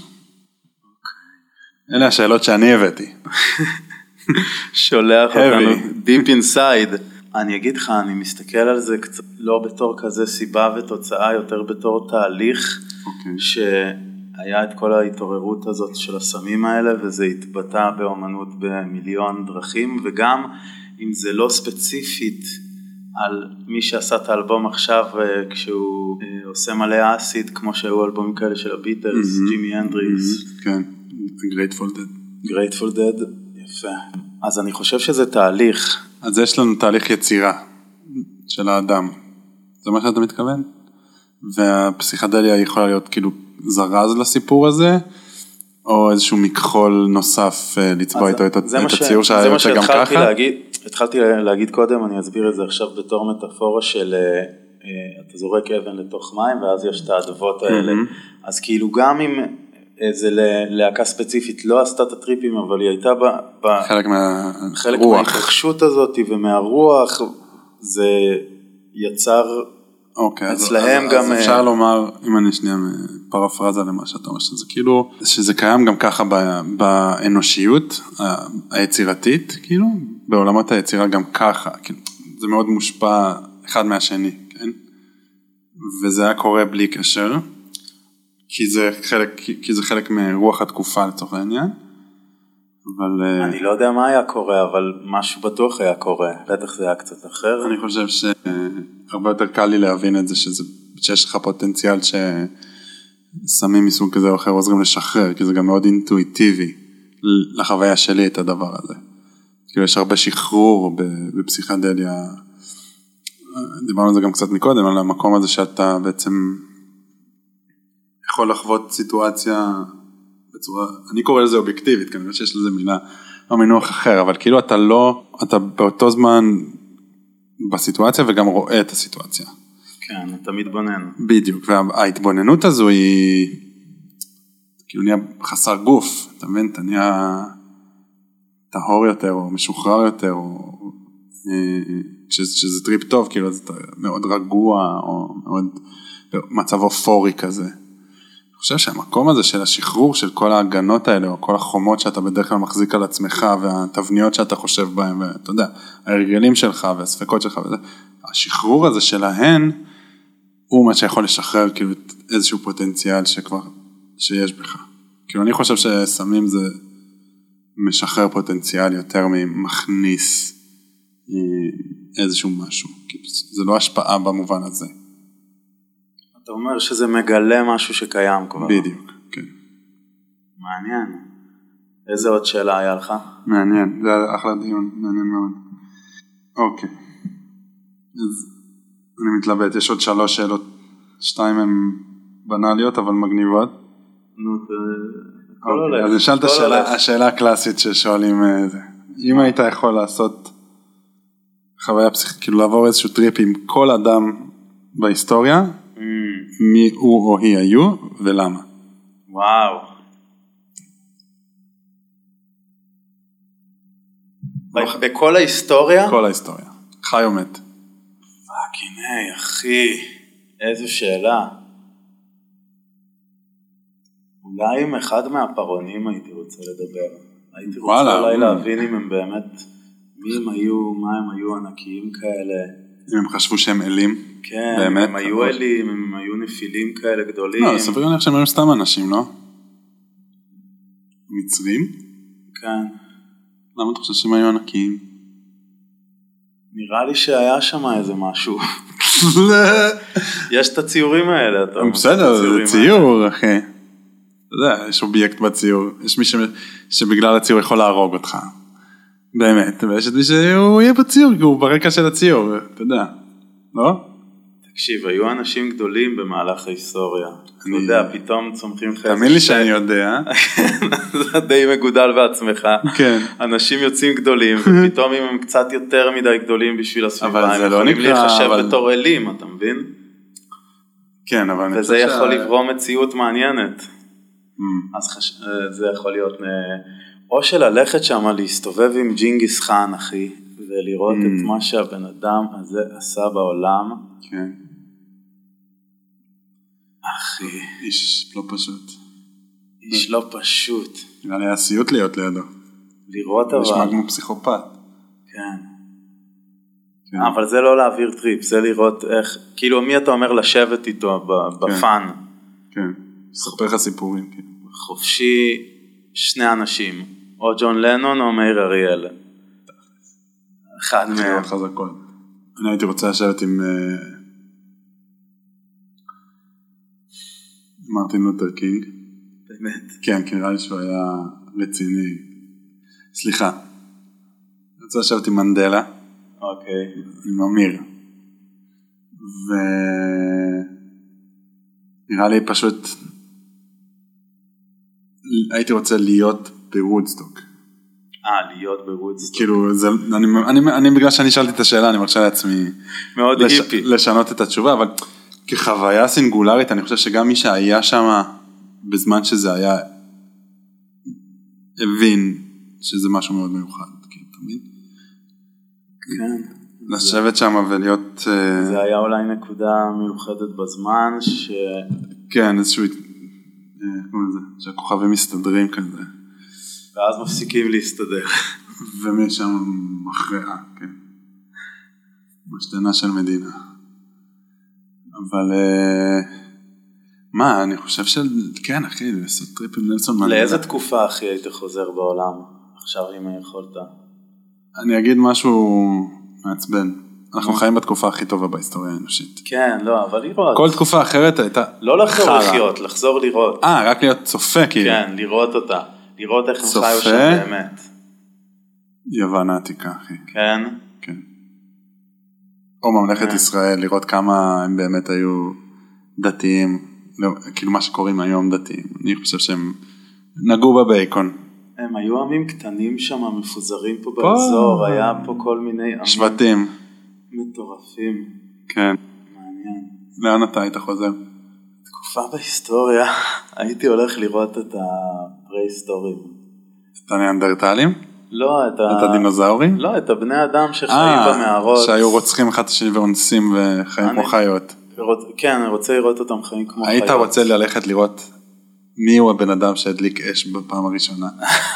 אלה השאלות שאני הבאתי. שולח אותנו deep inside. אני אגיד לך, אני מסתכל על זה קצת, לא בתור כזה סיבה ותוצאה, יותר בתור תהליך, okay. שהיה את כל ההתעוררות הזאת של הסמים האלה, וזה התבטא באומנות במיליון דרכים, וגם אם זה לא ספציפית על מי שעשה את האלבום עכשיו, כשהוא עושה מלא אסיד, כמו שהיו אלבומים כאלה של הביטלס, ג'ימי הנדריקס. כן. Grateful Dead. Grateful Dead, יפה. אז אני חושב שזה תהליך. אז יש לנו תהליך יצירה של האדם. זה מה שאתה מתכוון? והפסיכדליה יכולה להיות כאילו זרז לסיפור הזה, או איזשהו מכחול נוסף לצבוע איתו את הציור שהיה יוצא גם ככה? להגיד, התחלתי להגיד קודם, אני אסביר את זה עכשיו בתור מטאפורה של אתה זורק אבן לתוך מים, ואז יש את האדוות האלה. אז כאילו גם אם זה להקה ספציפית, לא עשתה את הטריפים, אבל היא הייתה חלק מהרוח. חלק מההתרחשות הזאת ומהרוח, זה יצר אצלהם גם... אז אפשר לומר, אם אני שנייה פרפרזה למה שאתה אומר, שזה כאילו, שזה קיים גם ככה באנושיות היצירתית, כאילו, בעולמות היצירה גם ככה, כאילו, זה מאוד מושפע אחד מהשני, כן? וזה היה קורה בלי קשר. כי זה חלק, כי זה חלק מרוח התקופה לצורך העניין, אבל... אני לא יודע מה היה קורה, אבל משהו בטוח היה קורה, בטח זה היה קצת אחר. אני חושב שהרבה יותר קל לי להבין את זה, שזה, שיש לך פוטנציאל שסמים מסוג כזה או אחר עוזרים לשחרר, כי זה גם מאוד אינטואיטיבי לחוויה שלי את הדבר הזה. כאילו יש הרבה שחרור בפסיכדליה, דיברנו על זה גם קצת מקודם, על המקום הזה שאתה בעצם יכול לחוות סיטואציה בצורה, אני קורא לזה אובייקטיבית, כנראה שיש לזה מילה או מינוח אחר, אבל כאילו אתה לא, אתה באותו זמן בסיטואציה וגם רואה את הסיטואציה. כן, אתה מתבונן. בדיוק, וההתבוננות הזו היא, כאילו נהיה חסר גוף, אתה מבין, אתה נהיה טהור יותר או משוחרר יותר, או שזה טריפ טוב, כאילו אתה מאוד רגוע, או מאוד מצב אופורי כזה. אני חושב שהמקום הזה של השחרור של כל ההגנות האלה, או כל החומות שאתה בדרך כלל מחזיק על עצמך, והתבניות שאתה חושב בהן, ואתה יודע, ההרגלים שלך והספקות שלך וזה, השחרור הזה שלהן, הוא מה שיכול לשחרר כאילו איזשהו פוטנציאל שכבר, שיש בך. כאילו אני חושב שסמים זה משחרר פוטנציאל יותר ממכניס איזשהו משהו. זה לא השפעה במובן הזה. אתה אומר שזה מגלה משהו שקיים כבר. בדיוק, כן. מעניין. איזה עוד שאלה היה לך? מעניין, זה אחלה דיון, מעניין מאוד. אוקיי. אז אני מתלבט, יש עוד שלוש שאלות, שתיים הן בנאליות, אבל מגניבות. נו, אוקיי, אז נשאל את השאלה הקלאסית ששואלים, אם היית יכול לעשות חוויה פסיכית, כאילו לעבור איזשהו טריפ עם כל אדם בהיסטוריה, מי הוא או היא היו ולמה? וואו. בכל ההיסטוריה? כל ההיסטוריה. חי או מת. פאקינג, אחי, איזו שאלה. אולי עם אחד מהפרונים הייתי רוצה לדבר. הייתי רוצה וואלה, אולי להבין אם הם באמת, מי הם היו, מה הם היו ענקיים כאלה. אם הם חשבו שהם אלים. כן, באמת, הם היו אלים, הם היו נפילים כאלה גדולים. לא, ספרי אני חושב שהם היו סתם אנשים, לא? מצרים? כן. למה אתה חושב שהם היו ענקיים? נראה לי שהיה שם איזה משהו. יש את הציורים האלה. אתה בסדר, זה ציור, אחי. אתה יודע, יש אובייקט בציור. יש מי שבגלל הציור יכול להרוג אותך. באמת, ויש את מי שהוא יהיה בציור, כי הוא ברקע של הציור, אתה יודע. לא? תקשיב, היו אנשים גדולים במהלך ההיסטוריה. אתה יודע, פתאום צומחים לך... תאמין לי שאני יודע. זה די מגודל בעצמך. כן. אנשים יוצאים גדולים, ופתאום אם הם קצת יותר מדי גדולים בשביל הסביבה, הם יכולים להיחשב בתור אלים, אתה מבין? כן, אבל... וזה יכול לברום מציאות מעניינת. אז זה יכול להיות... או שללכת שם להסתובב עם ג'ינגיס חאן, אחי, ולראות את מה שהבן אדם הזה עשה בעולם. כן. אחי. איש לא פשוט. איש לא פשוט. נראה לי היה סיוט להיות לידו. לראות אבל. נשמע כמו פסיכופת. כן. כן. אבל זה לא להעביר טריפ, זה לראות איך, כאילו מי אתה אומר לשבת איתו בפן. כן. ספר לך סיפורים. חופשי שני אנשים. או ג'ון לנון או מאיר אריאל. אחד מהם. חזקות. אני הייתי רוצה לשבת עם מרטין לותר קינג. באמת? כן, כי נראה לי שהוא היה רציני. סליחה. אני רוצה לשבת עם מנדלה. אוקיי. עם אמיר. ונראה לי פשוט הייתי רוצה להיות בוודסטוק. אה, להיות בוודסטוק. כאילו, זה, אני, אני, אני, בגלל שאני שאלתי את השאלה, אני מרשה לעצמי מאוד לש, היפי. לשנות את התשובה, אבל כחוויה סינגולרית, אני חושב שגם מי שהיה שם, בזמן שזה היה, הבין שזה משהו מאוד מיוחד, כאילו, תמיד. כן. לשבת שם ולהיות... זה היה אולי נקודה מיוחדת בזמן, ש... כן, איזשהו... כמו זה, שהכוכבים מסתדרים כזה. ואז מפסיקים להסתדר. ומשם מכרעה, כן. משתנה של מדינה. אבל, מה, אני חושב של, כן, אחי, לעשות טריפ עם נלסון מנדלה. לאיזה תקופה, אחי, היית חוזר בעולם? עכשיו, אם יכולת. אני אגיד משהו מעצבן. אנחנו חיים בתקופה הכי טובה בהיסטוריה האנושית. כן, לא, אבל לראות. כל תקופה אחרת הייתה... לא לחזור לחיות, לחזור לראות. אה, רק להיות צופה, כאילו. כן, לראות אותה. לראות איך הם חיו שם באמת. יוון העתיקה, אחי. כן? כן. או ממלכת ישראל, לראות כמה הם באמת היו דתיים, כאילו מה שקוראים היום דתיים. אני חושב שהם נגעו בבייקון. הם היו עמים קטנים שם, מפוזרים פה באזור, היה פה כל מיני עמים. שבטים. מטורפים. כן. מעניין. לאן אתה היית חוזר? תקופה בהיסטוריה, הייתי הולך לראות את הפרה-היסטוריים. את הניאנדרטלים? לא, את, את הדינוזאורים? לא, את הבני אדם שחיים 아, במערות. שהיו רוצחים אחד השני ואונסים וחיים אני... כמו חיות. רוצ... כן, אני רוצה לראות אותם חיים כמו היית חיות. היית רוצה ללכת לראות מי הוא הבן אדם שהדליק אש בפעם הראשונה?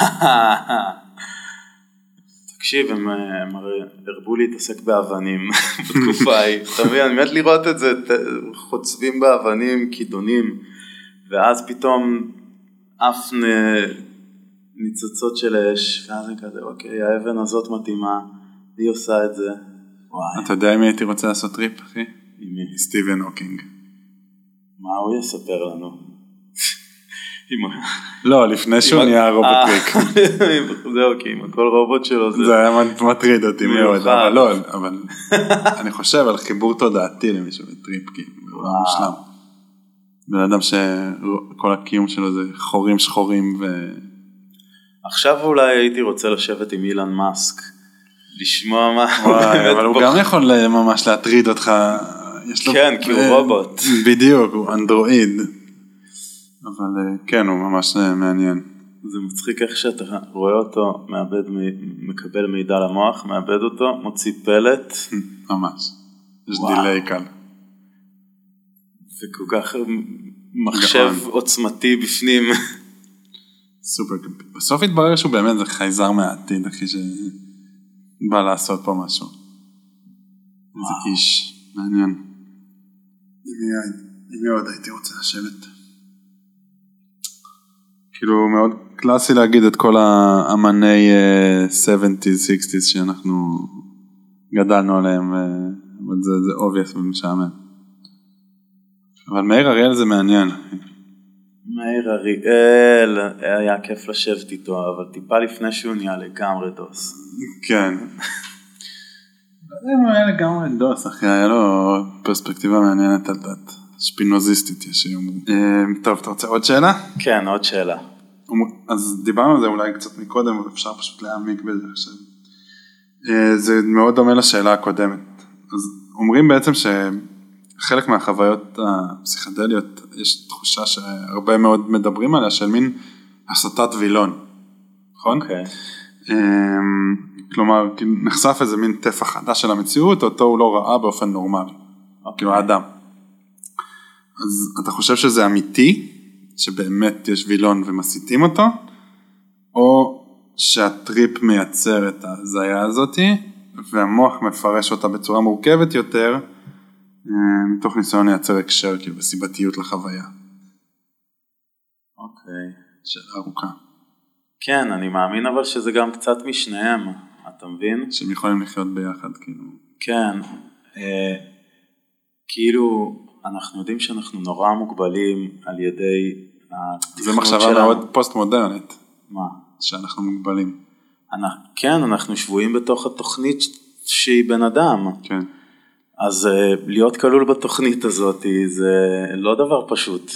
תקשיב, הם, הם הרבו להתעסק באבנים בתקופה ההיא. אתה מבין, אני מת לראות את זה, חוצבים באבנים, כידונים, ואז פתאום אף נ... ניצוצות של אש, ואז אני כזה, אוקיי, האבן הזאת מתאימה, היא עושה את זה. וואי. אתה יודע אם הייתי רוצה לעשות טריפ, אחי? עם מי? סטיבן הוקינג. מה הוא יספר לנו? לא, לפני שהוא נהיה רובוטריק. זהו, כי עם הכל רובוט שלו זה... זה היה מטריד אותי מאוד, אבל לא, אבל אני חושב על חיבור תודעתי למישהו בטריפ, כאילו, מושלם. בן אדם שכל הקיום שלו זה חורים שחורים ו... עכשיו אולי הייתי רוצה לשבת עם אילן מאסק, לשמוע מה... וואי, אבל הוא גם יכול ממש להטריד אותך. כן, כי הוא רובוט. בדיוק, הוא אנדרואיד. אבל כן, הוא ממש מעניין. זה מצחיק איך שאתה רואה אותו, מאבד, מקבל מידע למוח, מאבד אותו, מוציא פלט. ממש. יש דילי קל. וכל כך מחשב עוצמתי בפנים. סופר קמפי. בסוף התברר שהוא באמת זה חייזר מהעתיד, אחי שבא לעשות פה משהו. איזה איש, מעניין. עם מי עוד הייתי רוצה לשבת? כאילו מאוד קלאסי להגיד את כל האמני שבעים, שישים שאנחנו גדלנו עליהם, אבל זה obvious ומשעמם. אבל מאיר אריאל זה מעניין. מאיר אריאל, היה כיף לשבת איתו, אבל טיפה לפני שהוא נהיה לגמרי דוס. כן. לא יודע אם הוא היה לגמרי דוס, אחי, היה לו פרספקטיבה מעניינת על דת. שפינוזיסטית יש היום. טוב, אתה רוצה עוד שאלה? כן, עוד שאלה. אז דיברנו על זה אולי קצת מקודם, אבל אפשר פשוט להעמיק בזה עכשיו. זה מאוד דומה לשאלה הקודמת. אז אומרים בעצם שחלק מהחוויות הפסיכדליות, יש תחושה שהרבה מאוד מדברים עליה, של מין הסטת וילון. נכון? אוקיי. כלומר, נחשף איזה מין טפח חדש של המציאות, אותו הוא לא ראה באופן נורמלי. כאילו האדם. אז אתה חושב שזה אמיתי, שבאמת יש וילון ומסיתים אותו, או שהטריפ מייצר את ההזיה הזאת, והמוח מפרש אותה בצורה מורכבת יותר, מתוך ניסיון לייצר הקשר, כאילו, וסיבתיות לחוויה. אוקיי. שאלה ארוכה. כן, אני מאמין אבל שזה גם קצת משניהם, אתה מבין? שהם יכולים לחיות ביחד, כאילו. כן, אה, כאילו... אנחנו יודעים שאנחנו נורא מוגבלים על ידי התכנות שלנו. זה מחשבה מאוד פוסט מודרנית. מה? שאנחנו מוגבלים. אנחנו, כן, אנחנו שבויים בתוך התוכנית שהיא בן אדם. כן. אז uh, להיות כלול בתוכנית הזאת זה לא דבר פשוט.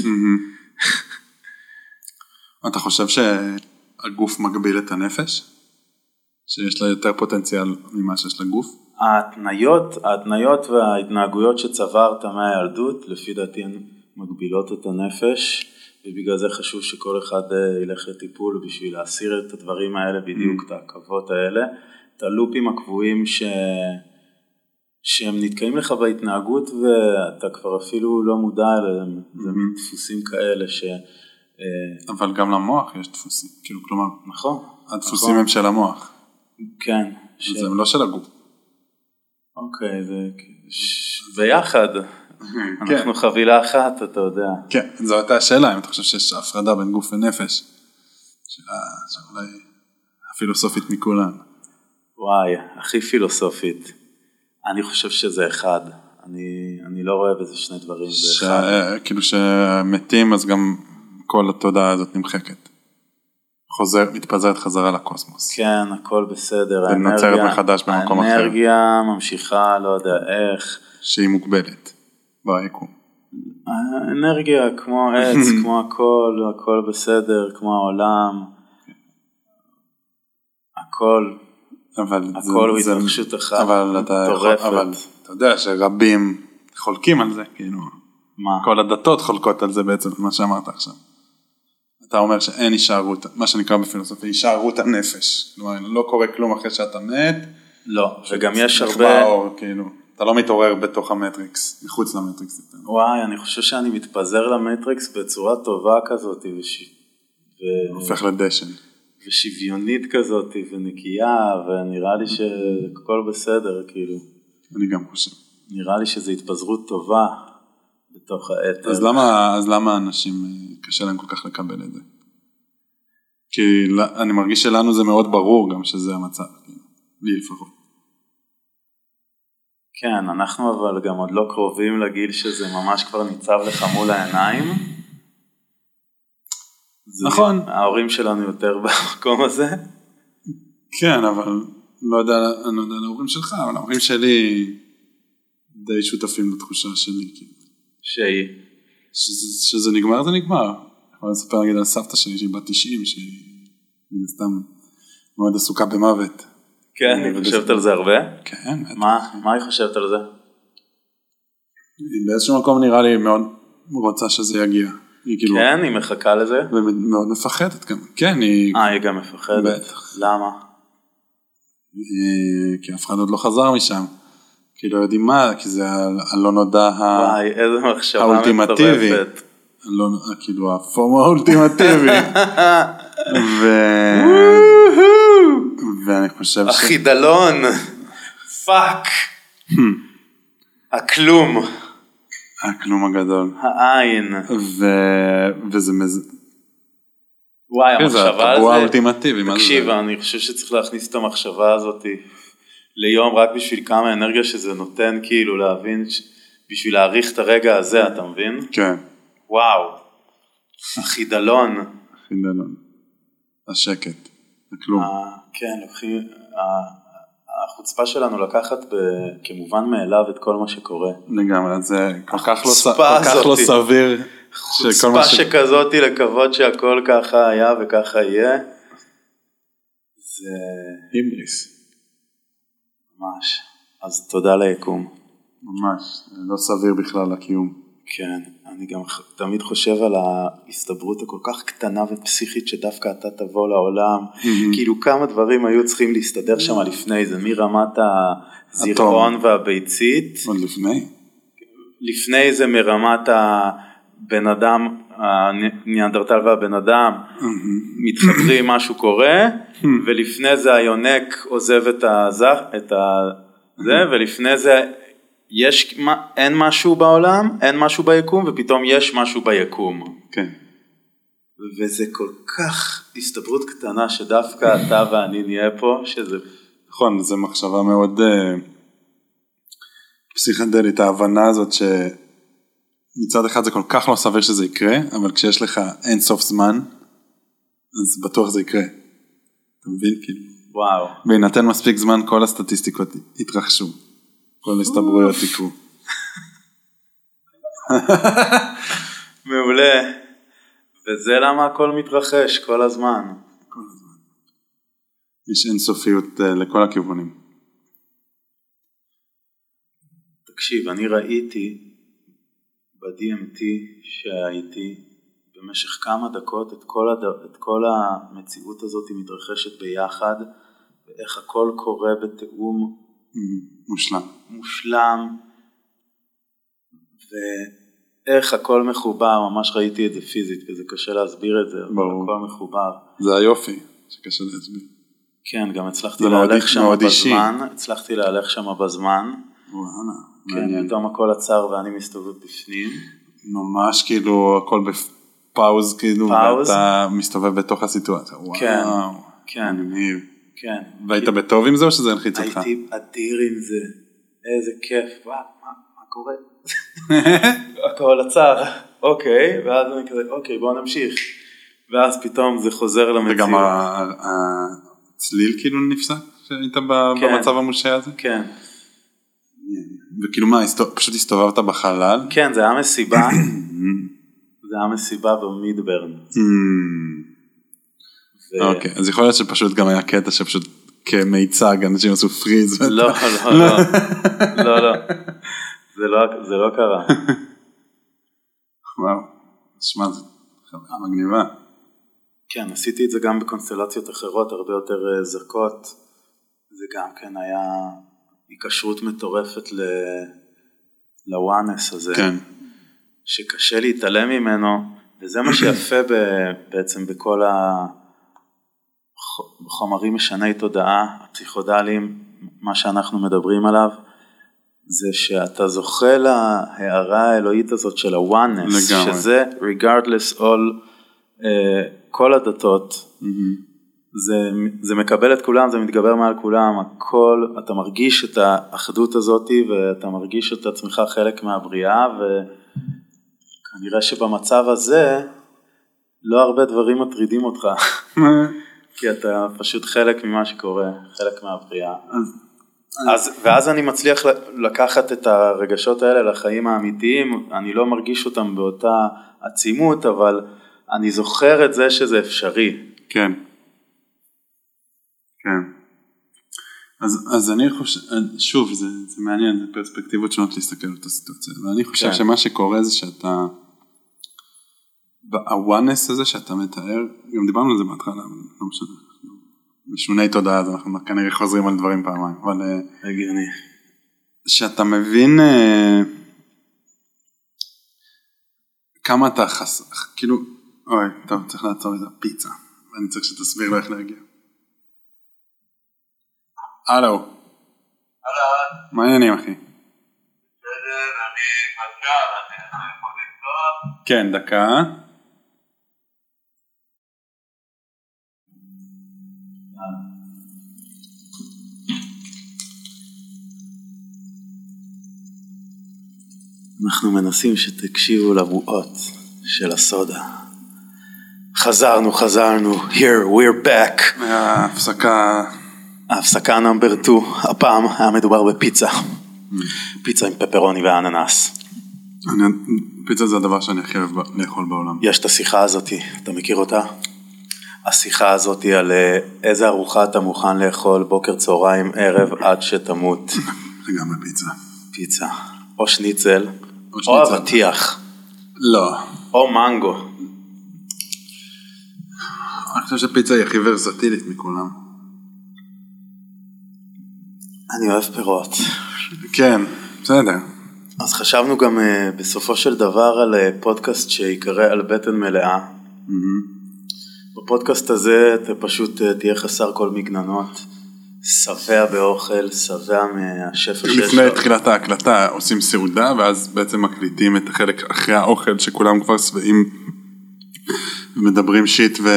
אתה חושב שהגוף מגביל את הנפש? שיש לה יותר פוטנציאל ממה שיש לגוף? ההתניות, ההתניות וההתנהגויות שצברת מהילדות, לפי דעתי הן מגבילות את הנפש, ובגלל זה חשוב שכל אחד ילך לטיפול בשביל להסיר את הדברים האלה, בדיוק את העקבות האלה, את הלופים הקבועים ש... שהם נתקעים לך בהתנהגות, ואתה כבר אפילו לא מודע אליהם, זה דפוסים כאלה ש... אבל גם למוח יש דפוסים, כאילו כלומר, נכון. הדפוסים הם של המוח. כן. זה לא של הגוף. אוקיי, זה ביחד, אנחנו חבילה אחת, אתה יודע. כן, זו הייתה השאלה, אם אתה חושב שיש הפרדה בין גוף ונפש, שאולי הפילוסופית מכולן. וואי, הכי פילוסופית. אני חושב שזה אחד, אני לא רואה בזה שני דברים, זה אחד. כאילו שמתים, אז גם כל התודעה הזאת נמחקת. חוזר, מתפזרת חזרה לקוסמוס. כן, הכל בסדר. ונוצרת מחדש במקום אחר. האנרגיה ממשיכה, לא יודע איך. שהיא מוגבלת ביקום. האנרגיה כמו עץ, כמו הכל, הכל בסדר, כמו העולם. הכל. אבל הכל הוא התרחשות אחת. אבל אתה, אבל אתה יודע שרבים חולקים על זה, כאילו. מה? כל הדתות חולקות על זה בעצם, מה שאמרת עכשיו. אתה אומר שאין הישארות, מה שנקרא בפילוסופיה, הישארות הנפש. כלומר, לא קורה כלום אחרי שאתה מת. לא, וגם יש הרבה... אור, כאילו, אתה לא מתעורר בתוך המטריקס, מחוץ למטריקס. וואי, אני חושב שאני מתפזר למטריקס בצורה טובה כזאת, וש... ו... הופך לדשן. ושוויונית כזאת, ונקייה, ונראה לי שהכל בסדר, כאילו. אני גם חושב. נראה לי שזו התפזרות טובה. בתוך האתר. אז למה, אז למה אנשים קשה להם כל כך לקבל את זה? כי אני מרגיש שלנו זה מאוד ברור גם שזה המצב, לי לפחות. כן, אנחנו אבל גם עוד לא קרובים לגיל שזה ממש כבר ניצב לך מול העיניים. נכון. ההורים שלנו יותר במקום הזה. כן, אבל לא יודע, אני לא יודע על ההורים שלך, אבל ההורים שלי די שותפים לתחושה שלי, כאילו. שהיא? שזה, שזה נגמר, זה נגמר. אני יכול לספר נגיד על סבתא שלי, שהיא בת תשעים, שהיא סתם מאוד עסוקה במוות. כן, היא חושבת על זה הרבה? כן. מה? מה היא חושבת על זה? היא באיזשהו מקום נראה לי מאוד רוצה שזה יגיע. כן, היא מחכה לזה? ומאוד מפחדת גם. כן, היא... אה, היא גם מפחדת. למה? כי אף אחד עוד לא חזר משם. כי לא יודעים מה, כי זה הלא נודע האולטימטיבי. כאילו הפורמו האולטימטיבי. ואני חושב ש... החידלון. פאק. הכלום. הכלום הגדול. העין. וזה מז... וואי, המחשבה על זה... זה הטבוע האולטימטיבי. תקשיב, אני חושב שצריך להכניס את המחשבה הזאת ליום רק בשביל כמה אנרגיה שזה נותן, כאילו להבין, בשביל להעריך את הרגע הזה, אתה מבין? כן. וואו. החידלון. החידלון. השקט. הכלום. כן, לוקחים... החוצפה שלנו לקחת כמובן מאליו את כל מה שקורה. לגמרי, זה כל כך לא סביר. חוצפה שכזאת לקוות שהכל ככה היה וככה יהיה. זה... היבריס. ממש. אז תודה ליקום. ממש. לא סביר בכלל לקיום. כן. אני גם תמיד חושב על ההסתברות הכל כך קטנה ופסיכית שדווקא אתה תבוא לעולם. כאילו כמה דברים היו צריכים להסתדר שם לפני זה, מרמת הזירעון והביצית. עוד לפני? לפני זה מרמת הבן אדם, הניאנדרטל והבן אדם, מתחברים, משהו קורה, ולפני זה היונק עוזב את זה, ולפני זה... יש, אין משהו בעולם, אין משהו ביקום, ופתאום יש משהו ביקום. כן. וזה כל כך הסתברות קטנה, שדווקא אתה ואני נהיה פה, שזה... נכון, זו מחשבה מאוד uh, פסיכדלית, ההבנה הזאת שמצד אחד זה כל כך לא סביר שזה יקרה, אבל כשיש לך אין סוף זמן, אז בטוח זה יקרה. אתה מבין? כאילו. וואו. בהינתן מספיק זמן, כל הסטטיסטיקות יתרחשו. כל הסתברויות יקרו. מעולה. וזה למה הכל מתרחש כל הזמן. כל הזמן. יש אינסופיות לכל הכיוונים. תקשיב, אני ראיתי ב-די אם טי שהייתי במשך כמה דקות את כל, הד... את כל המציאות הזאת מתרחשת ביחד, ואיך הכל קורה בתאום מושלם. מושלם, ואיך הכל מחובר, ממש ראיתי את זה פיזית, וזה קשה להסביר את זה, אבל הכל מחובר. זה היופי, שקשה להסביר. כן, גם הצלחתי להלך שם בזמן, הצלחתי להלך שם בזמן. וואלה. כן, פתאום הכל עצר ואני מסתובב בפנים. ממש כאילו הכל בפאוז, כאילו, ואתה מסתובב בתוך הסיטואציה. כן, וואו, כן. מגניב. כן. והיית בטוב עם זה או שזה הלחיץ אותך? הייתי אדיר עם זה. איזה כיף. וואו, מה, מה קורה? הכל עצר. אוקיי, ואז אני כזה, אוקיי, בואו נמשיך. ואז פתאום זה חוזר למציאות. וגם הצליל כאילו נפסק, שהיית במצב המושע הזה? כן. וכאילו מה, פשוט הסתובבת בחלל? כן, זה היה מסיבה, זה היה מסיבה במידברן. אוקיי, אז יכול להיות שפשוט גם היה קטע שפשוט כמיצג, אנשים עשו פריז. לא, לא, לא, לא, לא, זה לא קרה. וואו, שמע, זה חברה מגניבה. כן, עשיתי את זה גם בקונסטלציות אחרות, הרבה יותר זקות. זה גם כן היה היקשרות מטורפת לוואנס הזה, כן. שקשה להתעלם ממנו, וזה מה שיפה בעצם בכל החומרים משני תודעה, הפסיכודליים, מה שאנחנו מדברים עליו, זה שאתה זוכה להערה האלוהית הזאת של הוואנס, שזה regardless all, uh, כל הדתות, mm-hmm. זה, זה מקבל את כולם, זה מתגבר מעל כולם, הכל, אתה מרגיש את האחדות הזאת, ואתה מרגיש את עצמך חלק מהבריאה, וכנראה שבמצב הזה, לא הרבה דברים מטרידים אותך, כי אתה פשוט חלק ממה שקורה, חלק מהבריאה. אז, ואז אני מצליח לקחת את הרגשות האלה לחיים האמיתיים, אני לא מרגיש אותם באותה עצימות, אבל אני זוכר את זה שזה אפשרי. כן. כן. אז, אז אני חושב, שוב, זה, זה מעניין, זה פרספקטיבות שונות להסתכל על את הסיטואציה, ואני חושב כן. שמה שקורה זה שאתה, הוואנס הזה שאתה מתאר, גם דיברנו על זה בהתחלה, לא משנה, משוני תודעה, אז אנחנו כנראה חוזרים על דברים פעמיים, אבל הגיוני. שאתה מבין כמה אתה חס... כאילו, אוי, טוב, צריך לעצור את הפיצה, ואני צריך שתסביר לו איך להגיע. הלו. הלו. מה העניינים, אחי? בסדר, אני בקר, אני יכול לקרוא? כן, דקה. אנחנו מנסים שתקשיבו לבועות של הסודה. חזרנו, חזרנו, here, we're back. ההפסקה... ההפסקה נאמבר שתיים, הפעם היה מדובר בפיצה. פיצה עם פפרוני ואננס. פיצה זה הדבר שאני הכי אוהב לאכול בעולם. יש את השיחה הזאת, אתה מכיר אותה? השיחה הזאת על איזה ארוחה אתה מוכן לאכול בוקר, צהריים, ערב, עד שתמות. זה גם בפיצה. פיצה. או שניצל, או אבטיח. לא. או מנגו. אני חושב שפיצה היא הכי ורסטילית מכולם. אני אוהב פירות. כן, בסדר. אז חשבנו גם בסופו של דבר על פודקאסט שיקרא על בטן מלאה. בפודקאסט הזה אתה פשוט תהיה חסר כל מגננות. שבע באוכל, שבע מהשפע שיש. לפני תחילת ההקלטה עושים סעודה, ואז בעצם מקליטים את החלק אחרי האוכל, שכולם כבר שבעים ומדברים שיט ו...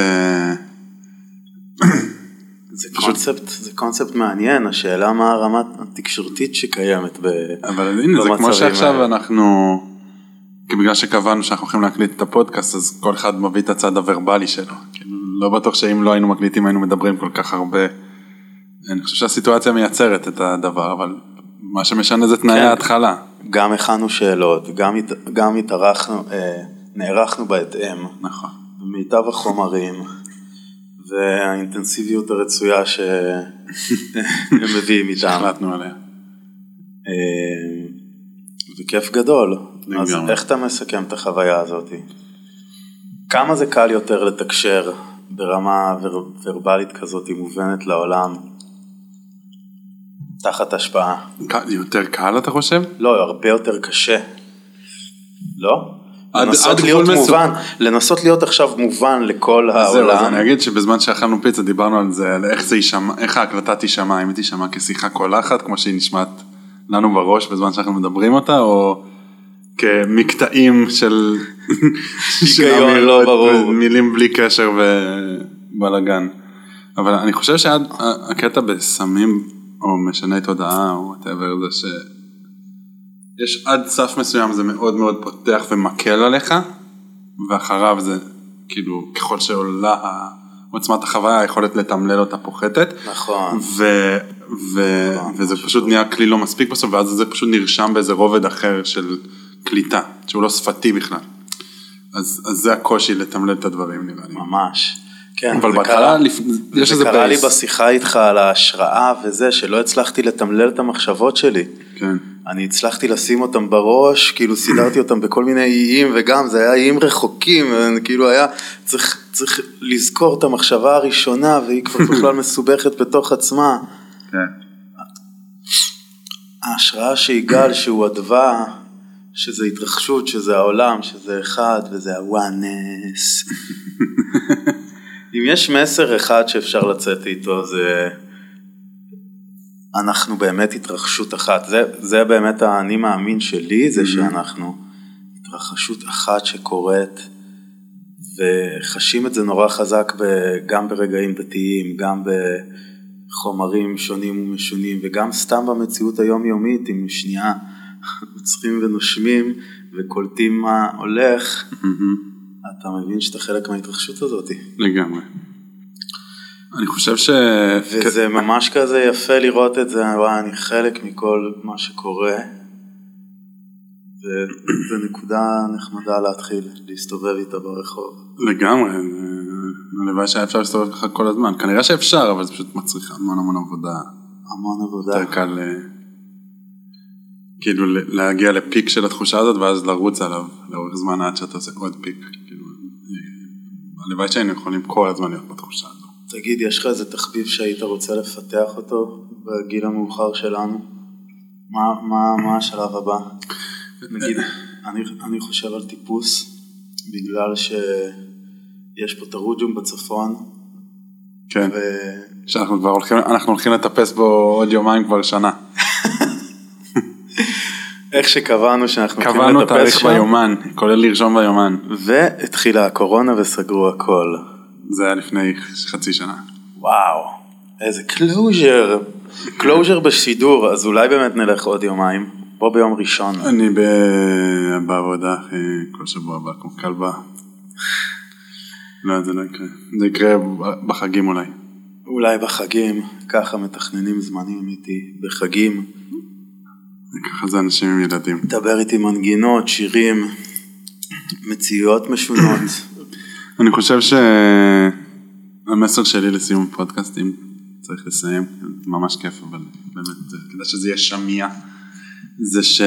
זה קונספט, זה קונספט מעניין, השאלה מה הרמת התקשורתית שקיימת במצבים האלה. אבל הנה, זה כמו שעכשיו אנחנו, כי בגלל שקבענו שאנחנו הולכים להקליט את הפודקאסט, אז כל אחד מביא את הצד הוורבלי שלו. לא בטוח שאם לא היינו מקליטים, היינו מדברים כל כך הרבה. אני חושב שהסיטואציה מייצרת את הדבר, אבל מה שמשנה זה תנאי ההתחלה. גם הכנו שאלות, גם התארחנו, נערכנו בהתאם. נכון. במיטב החומרים. והאינטנסיביות הרצויה שהם מביאים איתם. שהחלטנו עליה. וכיף גדול. אז איך אתה מסכם את החוויה הזאת? כמה זה קל יותר לתקשר ברמה ורבלית כזאת מובנת לעולם תחת השפעה? יותר קל אתה חושב? לא, הרבה יותר קשה. לא? לנסות להיות מובן, לנסות להיות עכשיו מובן לכל העולם. זהו, אז אני אגיד שבזמן שאכלנו פיצה דיברנו על זה, על איך זה יישמע, איך ההקלטה תישמע, אם היא תישמע כשיחה קולחת, כמו שהיא נשמעת לנו בראש בזמן שאנחנו מדברים אותה, או כמקטעים של היגיון לא ברור, מילים בלי קשר ובלגן. אבל אני חושב שהקטע בסמים, או משני תודעה, או whatever, זה ש... יש עד סף מסוים, זה מאוד מאוד פותח ומקל עליך, ואחריו זה כאילו ככל שעולה עוצמת החוויה, היכולת לתמלל אותה פוחתת. נכון. ו, ו, נכון, וזה פשוט טוב. נהיה כלי לא מספיק בסוף, ואז זה פשוט נרשם באיזה רובד אחר של קליטה, שהוא לא שפתי בכלל. אז, אז זה הקושי לתמלל את הדברים, נראה לי. ממש. כן, אבל בהתחלה, יש איזה בייס. זה קרה לי בשיחה איתך על ההשראה וזה, שלא הצלחתי לתמלל את המחשבות שלי. כן. אני הצלחתי לשים אותם בראש, כאילו סידרתי אותם בכל מיני איים, וגם זה היה איים רחוקים, כאילו היה צריך, צריך לזכור את המחשבה הראשונה, והיא כבר בכלל מסובכת בתוך עצמה. כן. ההשראה שיגאל שהוא הדבר, שזה התרחשות, שזה העולם, שזה אחד, וזה הוואנס. אם יש מסר אחד שאפשר לצאת איתו, זה אנחנו באמת התרחשות אחת. זה, זה באמת האני מאמין שלי, זה שאנחנו התרחשות אחת שקורית, וחשים את זה נורא חזק גם ברגעים דתיים, גם בחומרים שונים ומשונים, וגם סתם במציאות היומיומית, עם שנייה עוצרים ונושמים וקולטים מה הולך, אתה מבין שאתה חלק מההתרחשות הזאת. לגמרי. אני חושב ש... וזה ממש כזה יפה לראות את זה, וואי, אני חלק מכל מה שקורה, וזו נקודה נחמדה להתחיל להסתובב איתה ברחוב. לגמרי, הלוואי שהיה אפשר להסתובב ככה כל הזמן, כנראה שאפשר, אבל זה פשוט מצריך המון המון עבודה. המון עבודה. יותר קל כאילו להגיע לפיק של התחושה הזאת, ואז לרוץ עליו לאורך זמן עד שאתה עושה עוד פיק. הלוואי שהיינו יכולים כל הזמן להיות בתחושה הזאת. תגיד, יש לך איזה תחביב שהיית רוצה לפתח אותו בגיל המאוחר שלנו? מה, מה, מה השלב הבא? נגיד, אני, אני חושב על טיפוס, בגלל שיש פה תרוג'ום בצפון. כן, ו... שאנחנו כבר הולכים, אנחנו הולכים לטפס בו עוד יומיים כבר שנה. איך שקבענו שאנחנו הולכים לטפס שם. קבענו תאריך ביומן, כולל לרשום ביומן. והתחילה הקורונה וסגרו הכל. זה היה לפני חצי שנה. וואו, איזה קלוז'ר. קלוז'ר בשידור, אז אולי באמת נלך עוד יומיים. פה ביום ראשון. אני בעבודה כל שבוע הבא, כמו כלבה. לא, זה לא יקרה. זה יקרה בחגים אולי. אולי בחגים, ככה מתכננים זמנים איתי, בחגים. ככה זה אנשים עם ילדים. דבר איתי מנגינות, שירים, מציאות משונות. אני חושב שהמסר שלי לסיום פודקאסטים, צריך לסיים, ממש כיף, אבל באמת, כדי שזה יהיה שמיע, זה ש...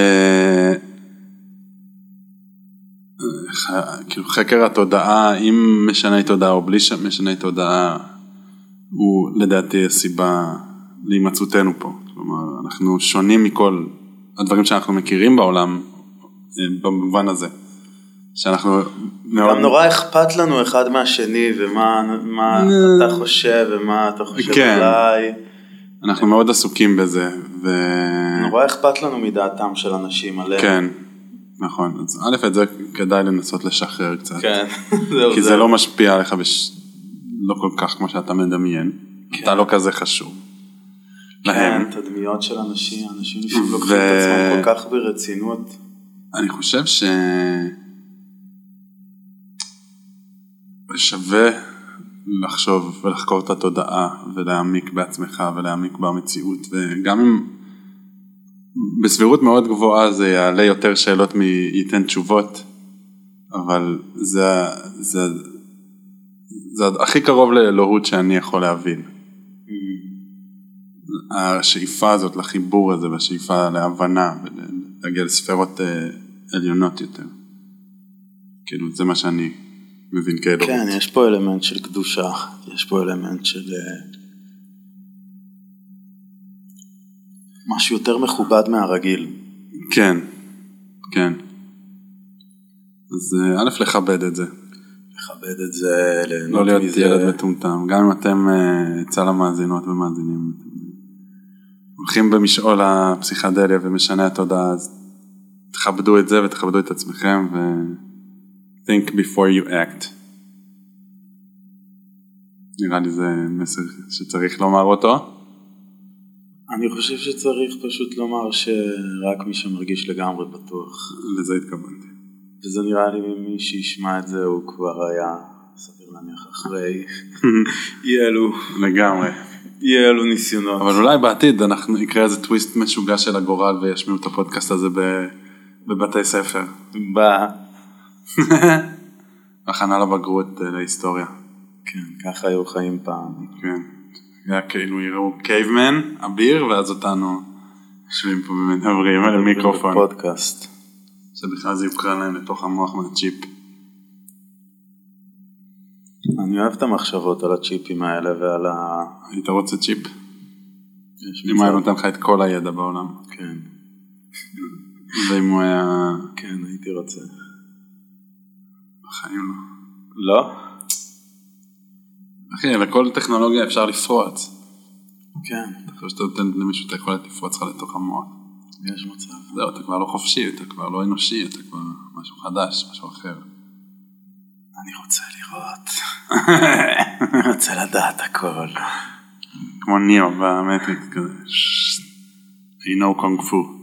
כאילו חקר התודעה, אם משנה תודעה או בלי משנה תודעה, הוא לדעתי הסיבה להימצאותנו פה. כלומר, אנחנו שונים מכל הדברים שאנחנו מכירים בעולם, במובן הזה. שאנחנו מאוד... גם נורא אכפת לנו אחד מהשני, ומה מה אתה חושב, ומה אתה חושב כן. עליי. אנחנו מאוד עסוקים בזה. ו... נורא אכפת לנו מדעתם של אנשים עליהם. כן, נכון. אז א' את זה כדאי לנסות לשחרר קצת. כן. כי זה לא משפיע עליך בש... לא כל כך כמו שאתה מדמיין. כן. אתה לא כזה חשוב. כן, להם. תדמיות של אנשים, אנשים לפעמים לוקחים את עצמם כל כך ברצינות. אני חושב ש... שווה לחשוב ולחקור את התודעה ולהעמיק בעצמך ולהעמיק במציאות, וגם אם בסבירות מאוד גבוהה זה יעלה יותר שאלות מייתן תשובות, אבל זה, זה, זה הכי קרוב לאלוהות שאני יכול להבין. השאיפה הזאת לחיבור הזה והשאיפה להבנה ולהגיע לספרות עליונות יותר. כאילו זה מה שאני מבין כאלוהות. כן, יש פה אלמנט של קדושה, יש פה אלמנט של משהו יותר מכובד מהרגיל. כן, כן. אז א' לכבד את זה. לכבד את זה, לא להיות ילד מטומטם. גם אם אתם צל המאזינות ומאזינים, הולכים במשעול הפסיכדליה ומשנה התודעה, אז תכבדו את זה ותכבדו את עצמכם ו... think before you act. נראה לי זה מסר שצריך לומר אותו. אני חושב שצריך פשוט לומר שרק מי שמרגיש לגמרי בטוח. לזה התכוונתי. וזה נראה לי ממי שישמע את זה הוא כבר היה סביר להניח אחרי, יהיה אלו, לגמרי. יהיה אלו ניסיונות. אבל אולי בעתיד אנחנו נקרא איזה טוויסט משוגע של הגורל וישמיעו את הפודקאסט הזה בבתי ספר. בא. הכנה לבגרות להיסטוריה. כן, ככה היו חיים פעם. כן. היה כאילו יראו קייבמן, אביר, ואז אותנו יושבים פה ומדברים על המיקרופון. בפודקאסט. שבכלל זה יוקרא להם לתוך המוח מהצ'יפ. אני אוהב את המחשבות על הצ'יפים האלה ועל ה... היית רוצה צ'יפ? אם היה נותן לך את כל הידע בעולם. כן. ואם הוא היה... כן, הייתי רוצה. בחיים לא. לא? אחי, לכל טכנולוגיה אפשר לפרוץ. כן. אתה חושב שאתה נותן למישהו את היכולת לפרוץ לך לתוך המוח. יש מצב. זהו, אתה כבר לא חופשי, אתה כבר לא אנושי, אתה כבר משהו חדש, משהו אחר. אני רוצה לראות. אני רוצה לדעת הכל. כמו ניאו במטריקס כזה. I know Kung Fu.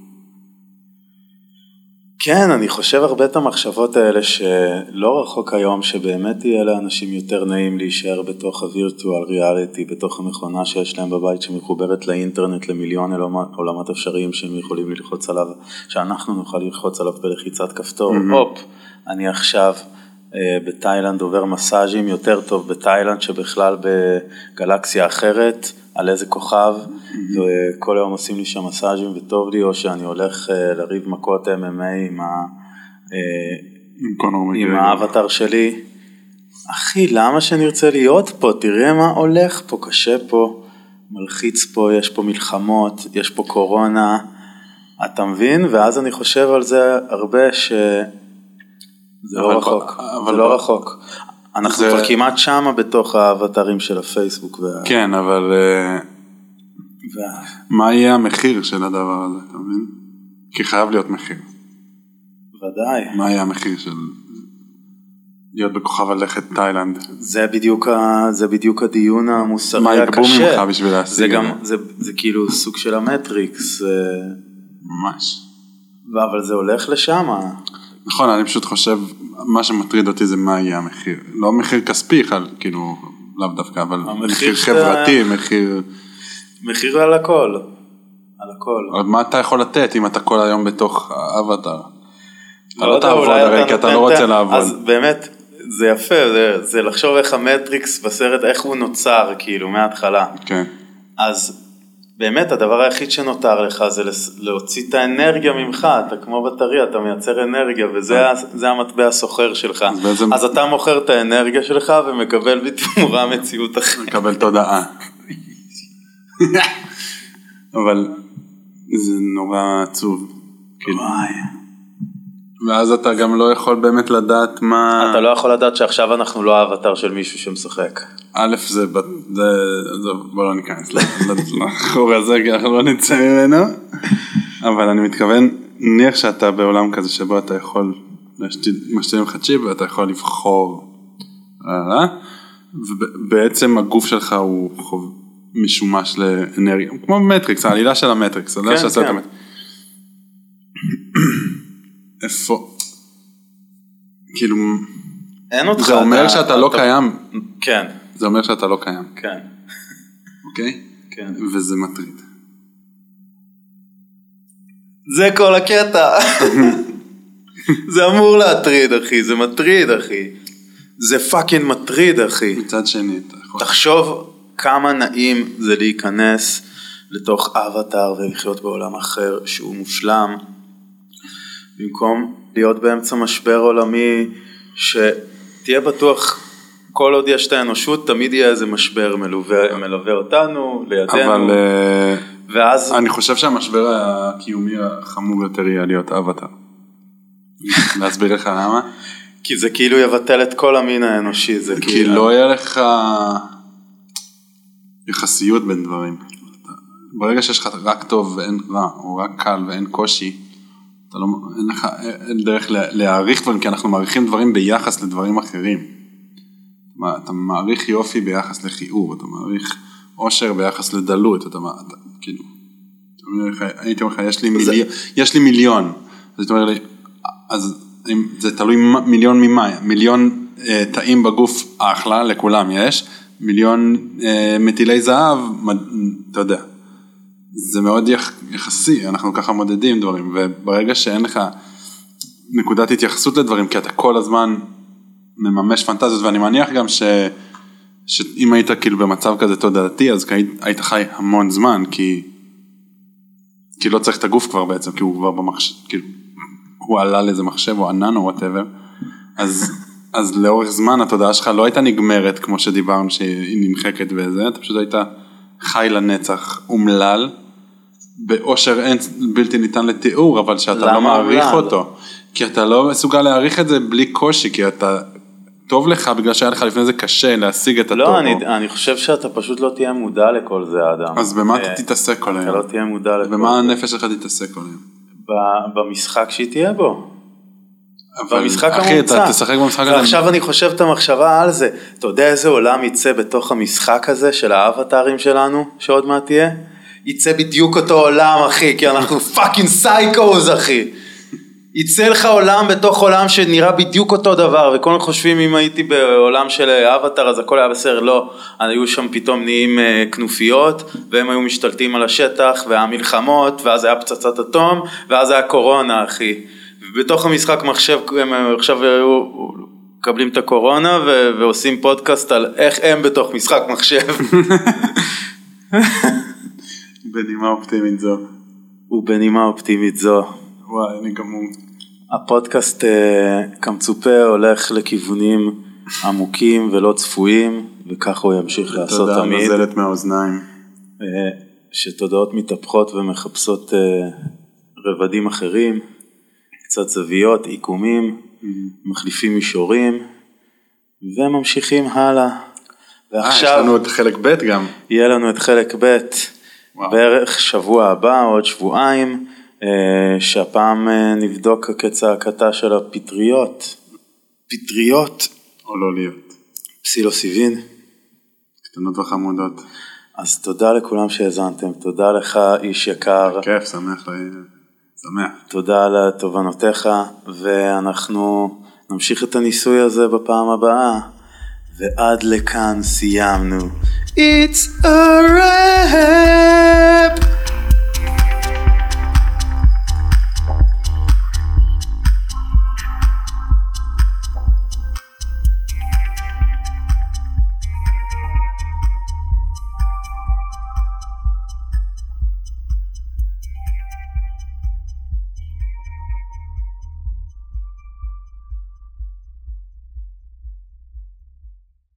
כן, אני חושב הרבה את המחשבות האלה שלא רחוק היום שבאמת יהיה לאנשים יותר נעים להישאר בתוך הווירטואל ריאליטי, בתוך המכונה שיש להם בבית שמחוברת לאינטרנט למיליון עולמות אפשריים שהם יכולים ללחוץ עליו, שאנחנו נוכל ללחוץ עליו בלחיצת כפתור. Mm-hmm. הופ, אני עכשיו אה, בתאילנד עובר מסאז'ים יותר טוב בתאילנד שבכלל בגלקסיה אחרת, על איזה כוכב, mm-hmm. וכל היום עושים לי שם מסאז'ים וטוב לי, או שאני הולך uh, לריב מכות אם אם איי עם, ה, uh, עם האבטר שלי. אחי, למה שנרצה להיות פה? תראה מה הולך פה, קשה פה, מלחיץ פה, יש פה מלחמות, יש פה קורונה, אתה מבין? ואז אני חושב על זה הרבה ש... זה לא רחוק, זה לא רחוק. אנחנו זה... כבר כמעט שמה בתוך האבטרים של הפייסבוק. וה... כן, אבל וה... מה יהיה המחיר של הדבר הזה, אתה מבין? כי חייב להיות מחיר. ודאי. מה יהיה המחיר של להיות בכוכב הלכת תאילנד? זה בדיוק, ה... זה בדיוק הדיון המוסרי מה הקשה. יקבו ממך בשביל להשיג? זה גם, זה, זה כאילו סוג של המטריקס. ממש. אבל זה הולך לשם. נכון, אני פשוט חושב, מה שמטריד אותי זה מה יהיה המחיר. לא מחיר כספי, כאילו, לאו דווקא, אבל מחיר חברתי, מחיר... מחיר על הכל. על הכל. אבל מה אתה יכול לתת אם אתה כל היום בתוך האבטר? אתה לא תעבוד הרי, כי אתה לא רוצה לעבוד. אז באמת, זה יפה, זה לחשוב איך המטריקס בסרט, איך הוא נוצר, כאילו, מההתחלה. כן. אז... באמת, הדבר היחיד שנותר לך זה להוציא את האנרגיה ממך, אתה כמו בטריה, אתה מייצר אנרגיה, וזה המטבע הסוחר שלך. אז, בעצם... אז אתה מוכר את האנרגיה שלך ומקבל בתמורה מציאות אחרת. מקבל תודעה. אבל זה נורא עצוב. וואי. ואז אתה גם לא יכול באמת לדעת מה... אתה לא יכול לדעת שעכשיו אנחנו לא האבטר של מישהו שמשחק. א', זה, זה, זה בוא לא ניכנס לחור הזה, כי אנחנו לא נצא ממנו, אבל אני מתכוון, נניח שאתה בעולם כזה שבו אתה יכול, משתילים לך צ'יפ ואתה יכול לבחור, ובעצם הגוף שלך הוא משומש לאנרגיה, כמו מטריקס, העלילה של המטריקס, כן, כן. איפה, כאילו, אין אותך, זה אומר שאתה לא קיים. כן. זה אומר שאתה לא קיים. כן. אוקיי? כן. וזה מטריד. זה כל הקטע. זה אמור להטריד, אחי. זה מטריד, אחי. זה פאקינג מטריד, אחי. מצד שני, אתה יכול... תחשוב כמה נעים זה להיכנס לתוך אבטר ולחיות בעולם אחר שהוא מושלם. במקום להיות באמצע משבר עולמי שתהיה בטוח... כל עוד יש את האנושות, תמיד יהיה איזה משבר מלווה, מלווה אותנו, לידינו. אבל ואז... אני חושב שהמשבר הקיומי החמור יותר יהיה להיות אבטר. להסביר לך למה? כי זה כאילו יבטל את כל המין האנושי. זה כי כאילו... לא יהיה לך יחסיות בין דברים. ברגע שיש לך רק טוב ואין רע, או רק קל ואין קושי, אתה לא, אין לך אין דרך להעריך דברים, כי אנחנו מעריכים דברים ביחס לדברים אחרים. אתה מעריך יופי ביחס לחיבור, אתה מעריך עושר ביחס לדלות, אתה, אתה כאילו, הייתי אומר לך, יש לי מיליון, יש לי מיליון, אז אתה אומר לי, אז זה תלוי מיליון ממה, מיליון אה, תאים בגוף אחלה, לכולם יש, מיליון אה, מטילי זהב, אתה יודע, זה מאוד יח, יחסי, אנחנו ככה מודדים דברים, וברגע שאין לך נקודת התייחסות לדברים, כי אתה כל הזמן מממש פנטזיות, ואני מניח גם ש, שאם היית כאילו במצב כזה תודעתי, אז היית, היית חי המון זמן, כי, כי לא צריך את הגוף כבר בעצם, כי הוא כבר במחשב, כאילו, הוא עלה לאיזה מחשב או ענן או whatever, אז, אז לאורך זמן התודעה שלך לא הייתה נגמרת, כמו שדיברנו שהיא נמחקת וזה, אתה פשוט היית חי לנצח, אומלל, באושר אין בלתי ניתן לתיאור, אבל שאתה לא מעריך אותו, כי אתה לא מסוגל להעריך את זה בלי קושי, כי אתה טוב לך, בגלל שהיה לך לפני זה קשה להשיג את הטוב. לא, אני, אני חושב שאתה פשוט לא תהיה מודע לכל זה, אדם. אז במה אתה תתעסק כל היום? אתה לא תהיה מודע לכל זה. במה הנפש שלך תתעסק כל היום? במשחק שהיא תהיה בו. אבל במשחק אחי, המומצא. אתה תשחק במשחק הזה. ועכשיו אני חושב את המחשבה על זה. אתה יודע איזה עולם יצא בתוך המשחק הזה של האבטרים שלנו, שעוד מעט תהיה? יצא בדיוק אותו עולם, אחי, כי אנחנו פאקינג סייקוז, אחי. יצא לך עולם בתוך עולם שנראה בדיוק אותו דבר, וכולם חושבים אם הייתי בעולם של אבטר, אז הכל היה בסדר, לא. היו שם פתאום נהיים כנופיות, והם היו משתלטים על השטח, והמלחמות, ואז היה פצצת אטום, ואז היה קורונה, אחי. ובתוך המשחק מחשב, הם עכשיו היו מקבלים את הקורונה, ו- ועושים פודקאסט על איך הם בתוך משחק מחשב. בנימה אופטימית זו. ובנימה אופטימית זו. וואי, אני גמור. הפודקאסט כמצופה הולך לכיוונים עמוקים ולא צפויים, וכך הוא ימשיך לעשות תמיד. תודה, נזלת מהאוזניים. שתודעות מתהפכות ומחפשות רבדים אחרים, קצת זוויות, עיקומים, מחליפים מישורים, וממשיכים הלאה. ועכשיו... יש לנו את חלק ב' גם. יהיה לנו את חלק ב' בערך שבוע הבא, עוד שבועיים, שהפעם נבדוק כצעקתה של הפטריות. פטריות. או לא להיות. פסילוסיבין. קטנות וחמודות. אז תודה לכולם שהזנתם, תודה לך איש יקר. כיף, שמח, שמח. תודה על תובנותיך, ואנחנו נמשיך את הניסוי הזה בפעם הבאה, ועד לכאן סיימנו. It's a wrap.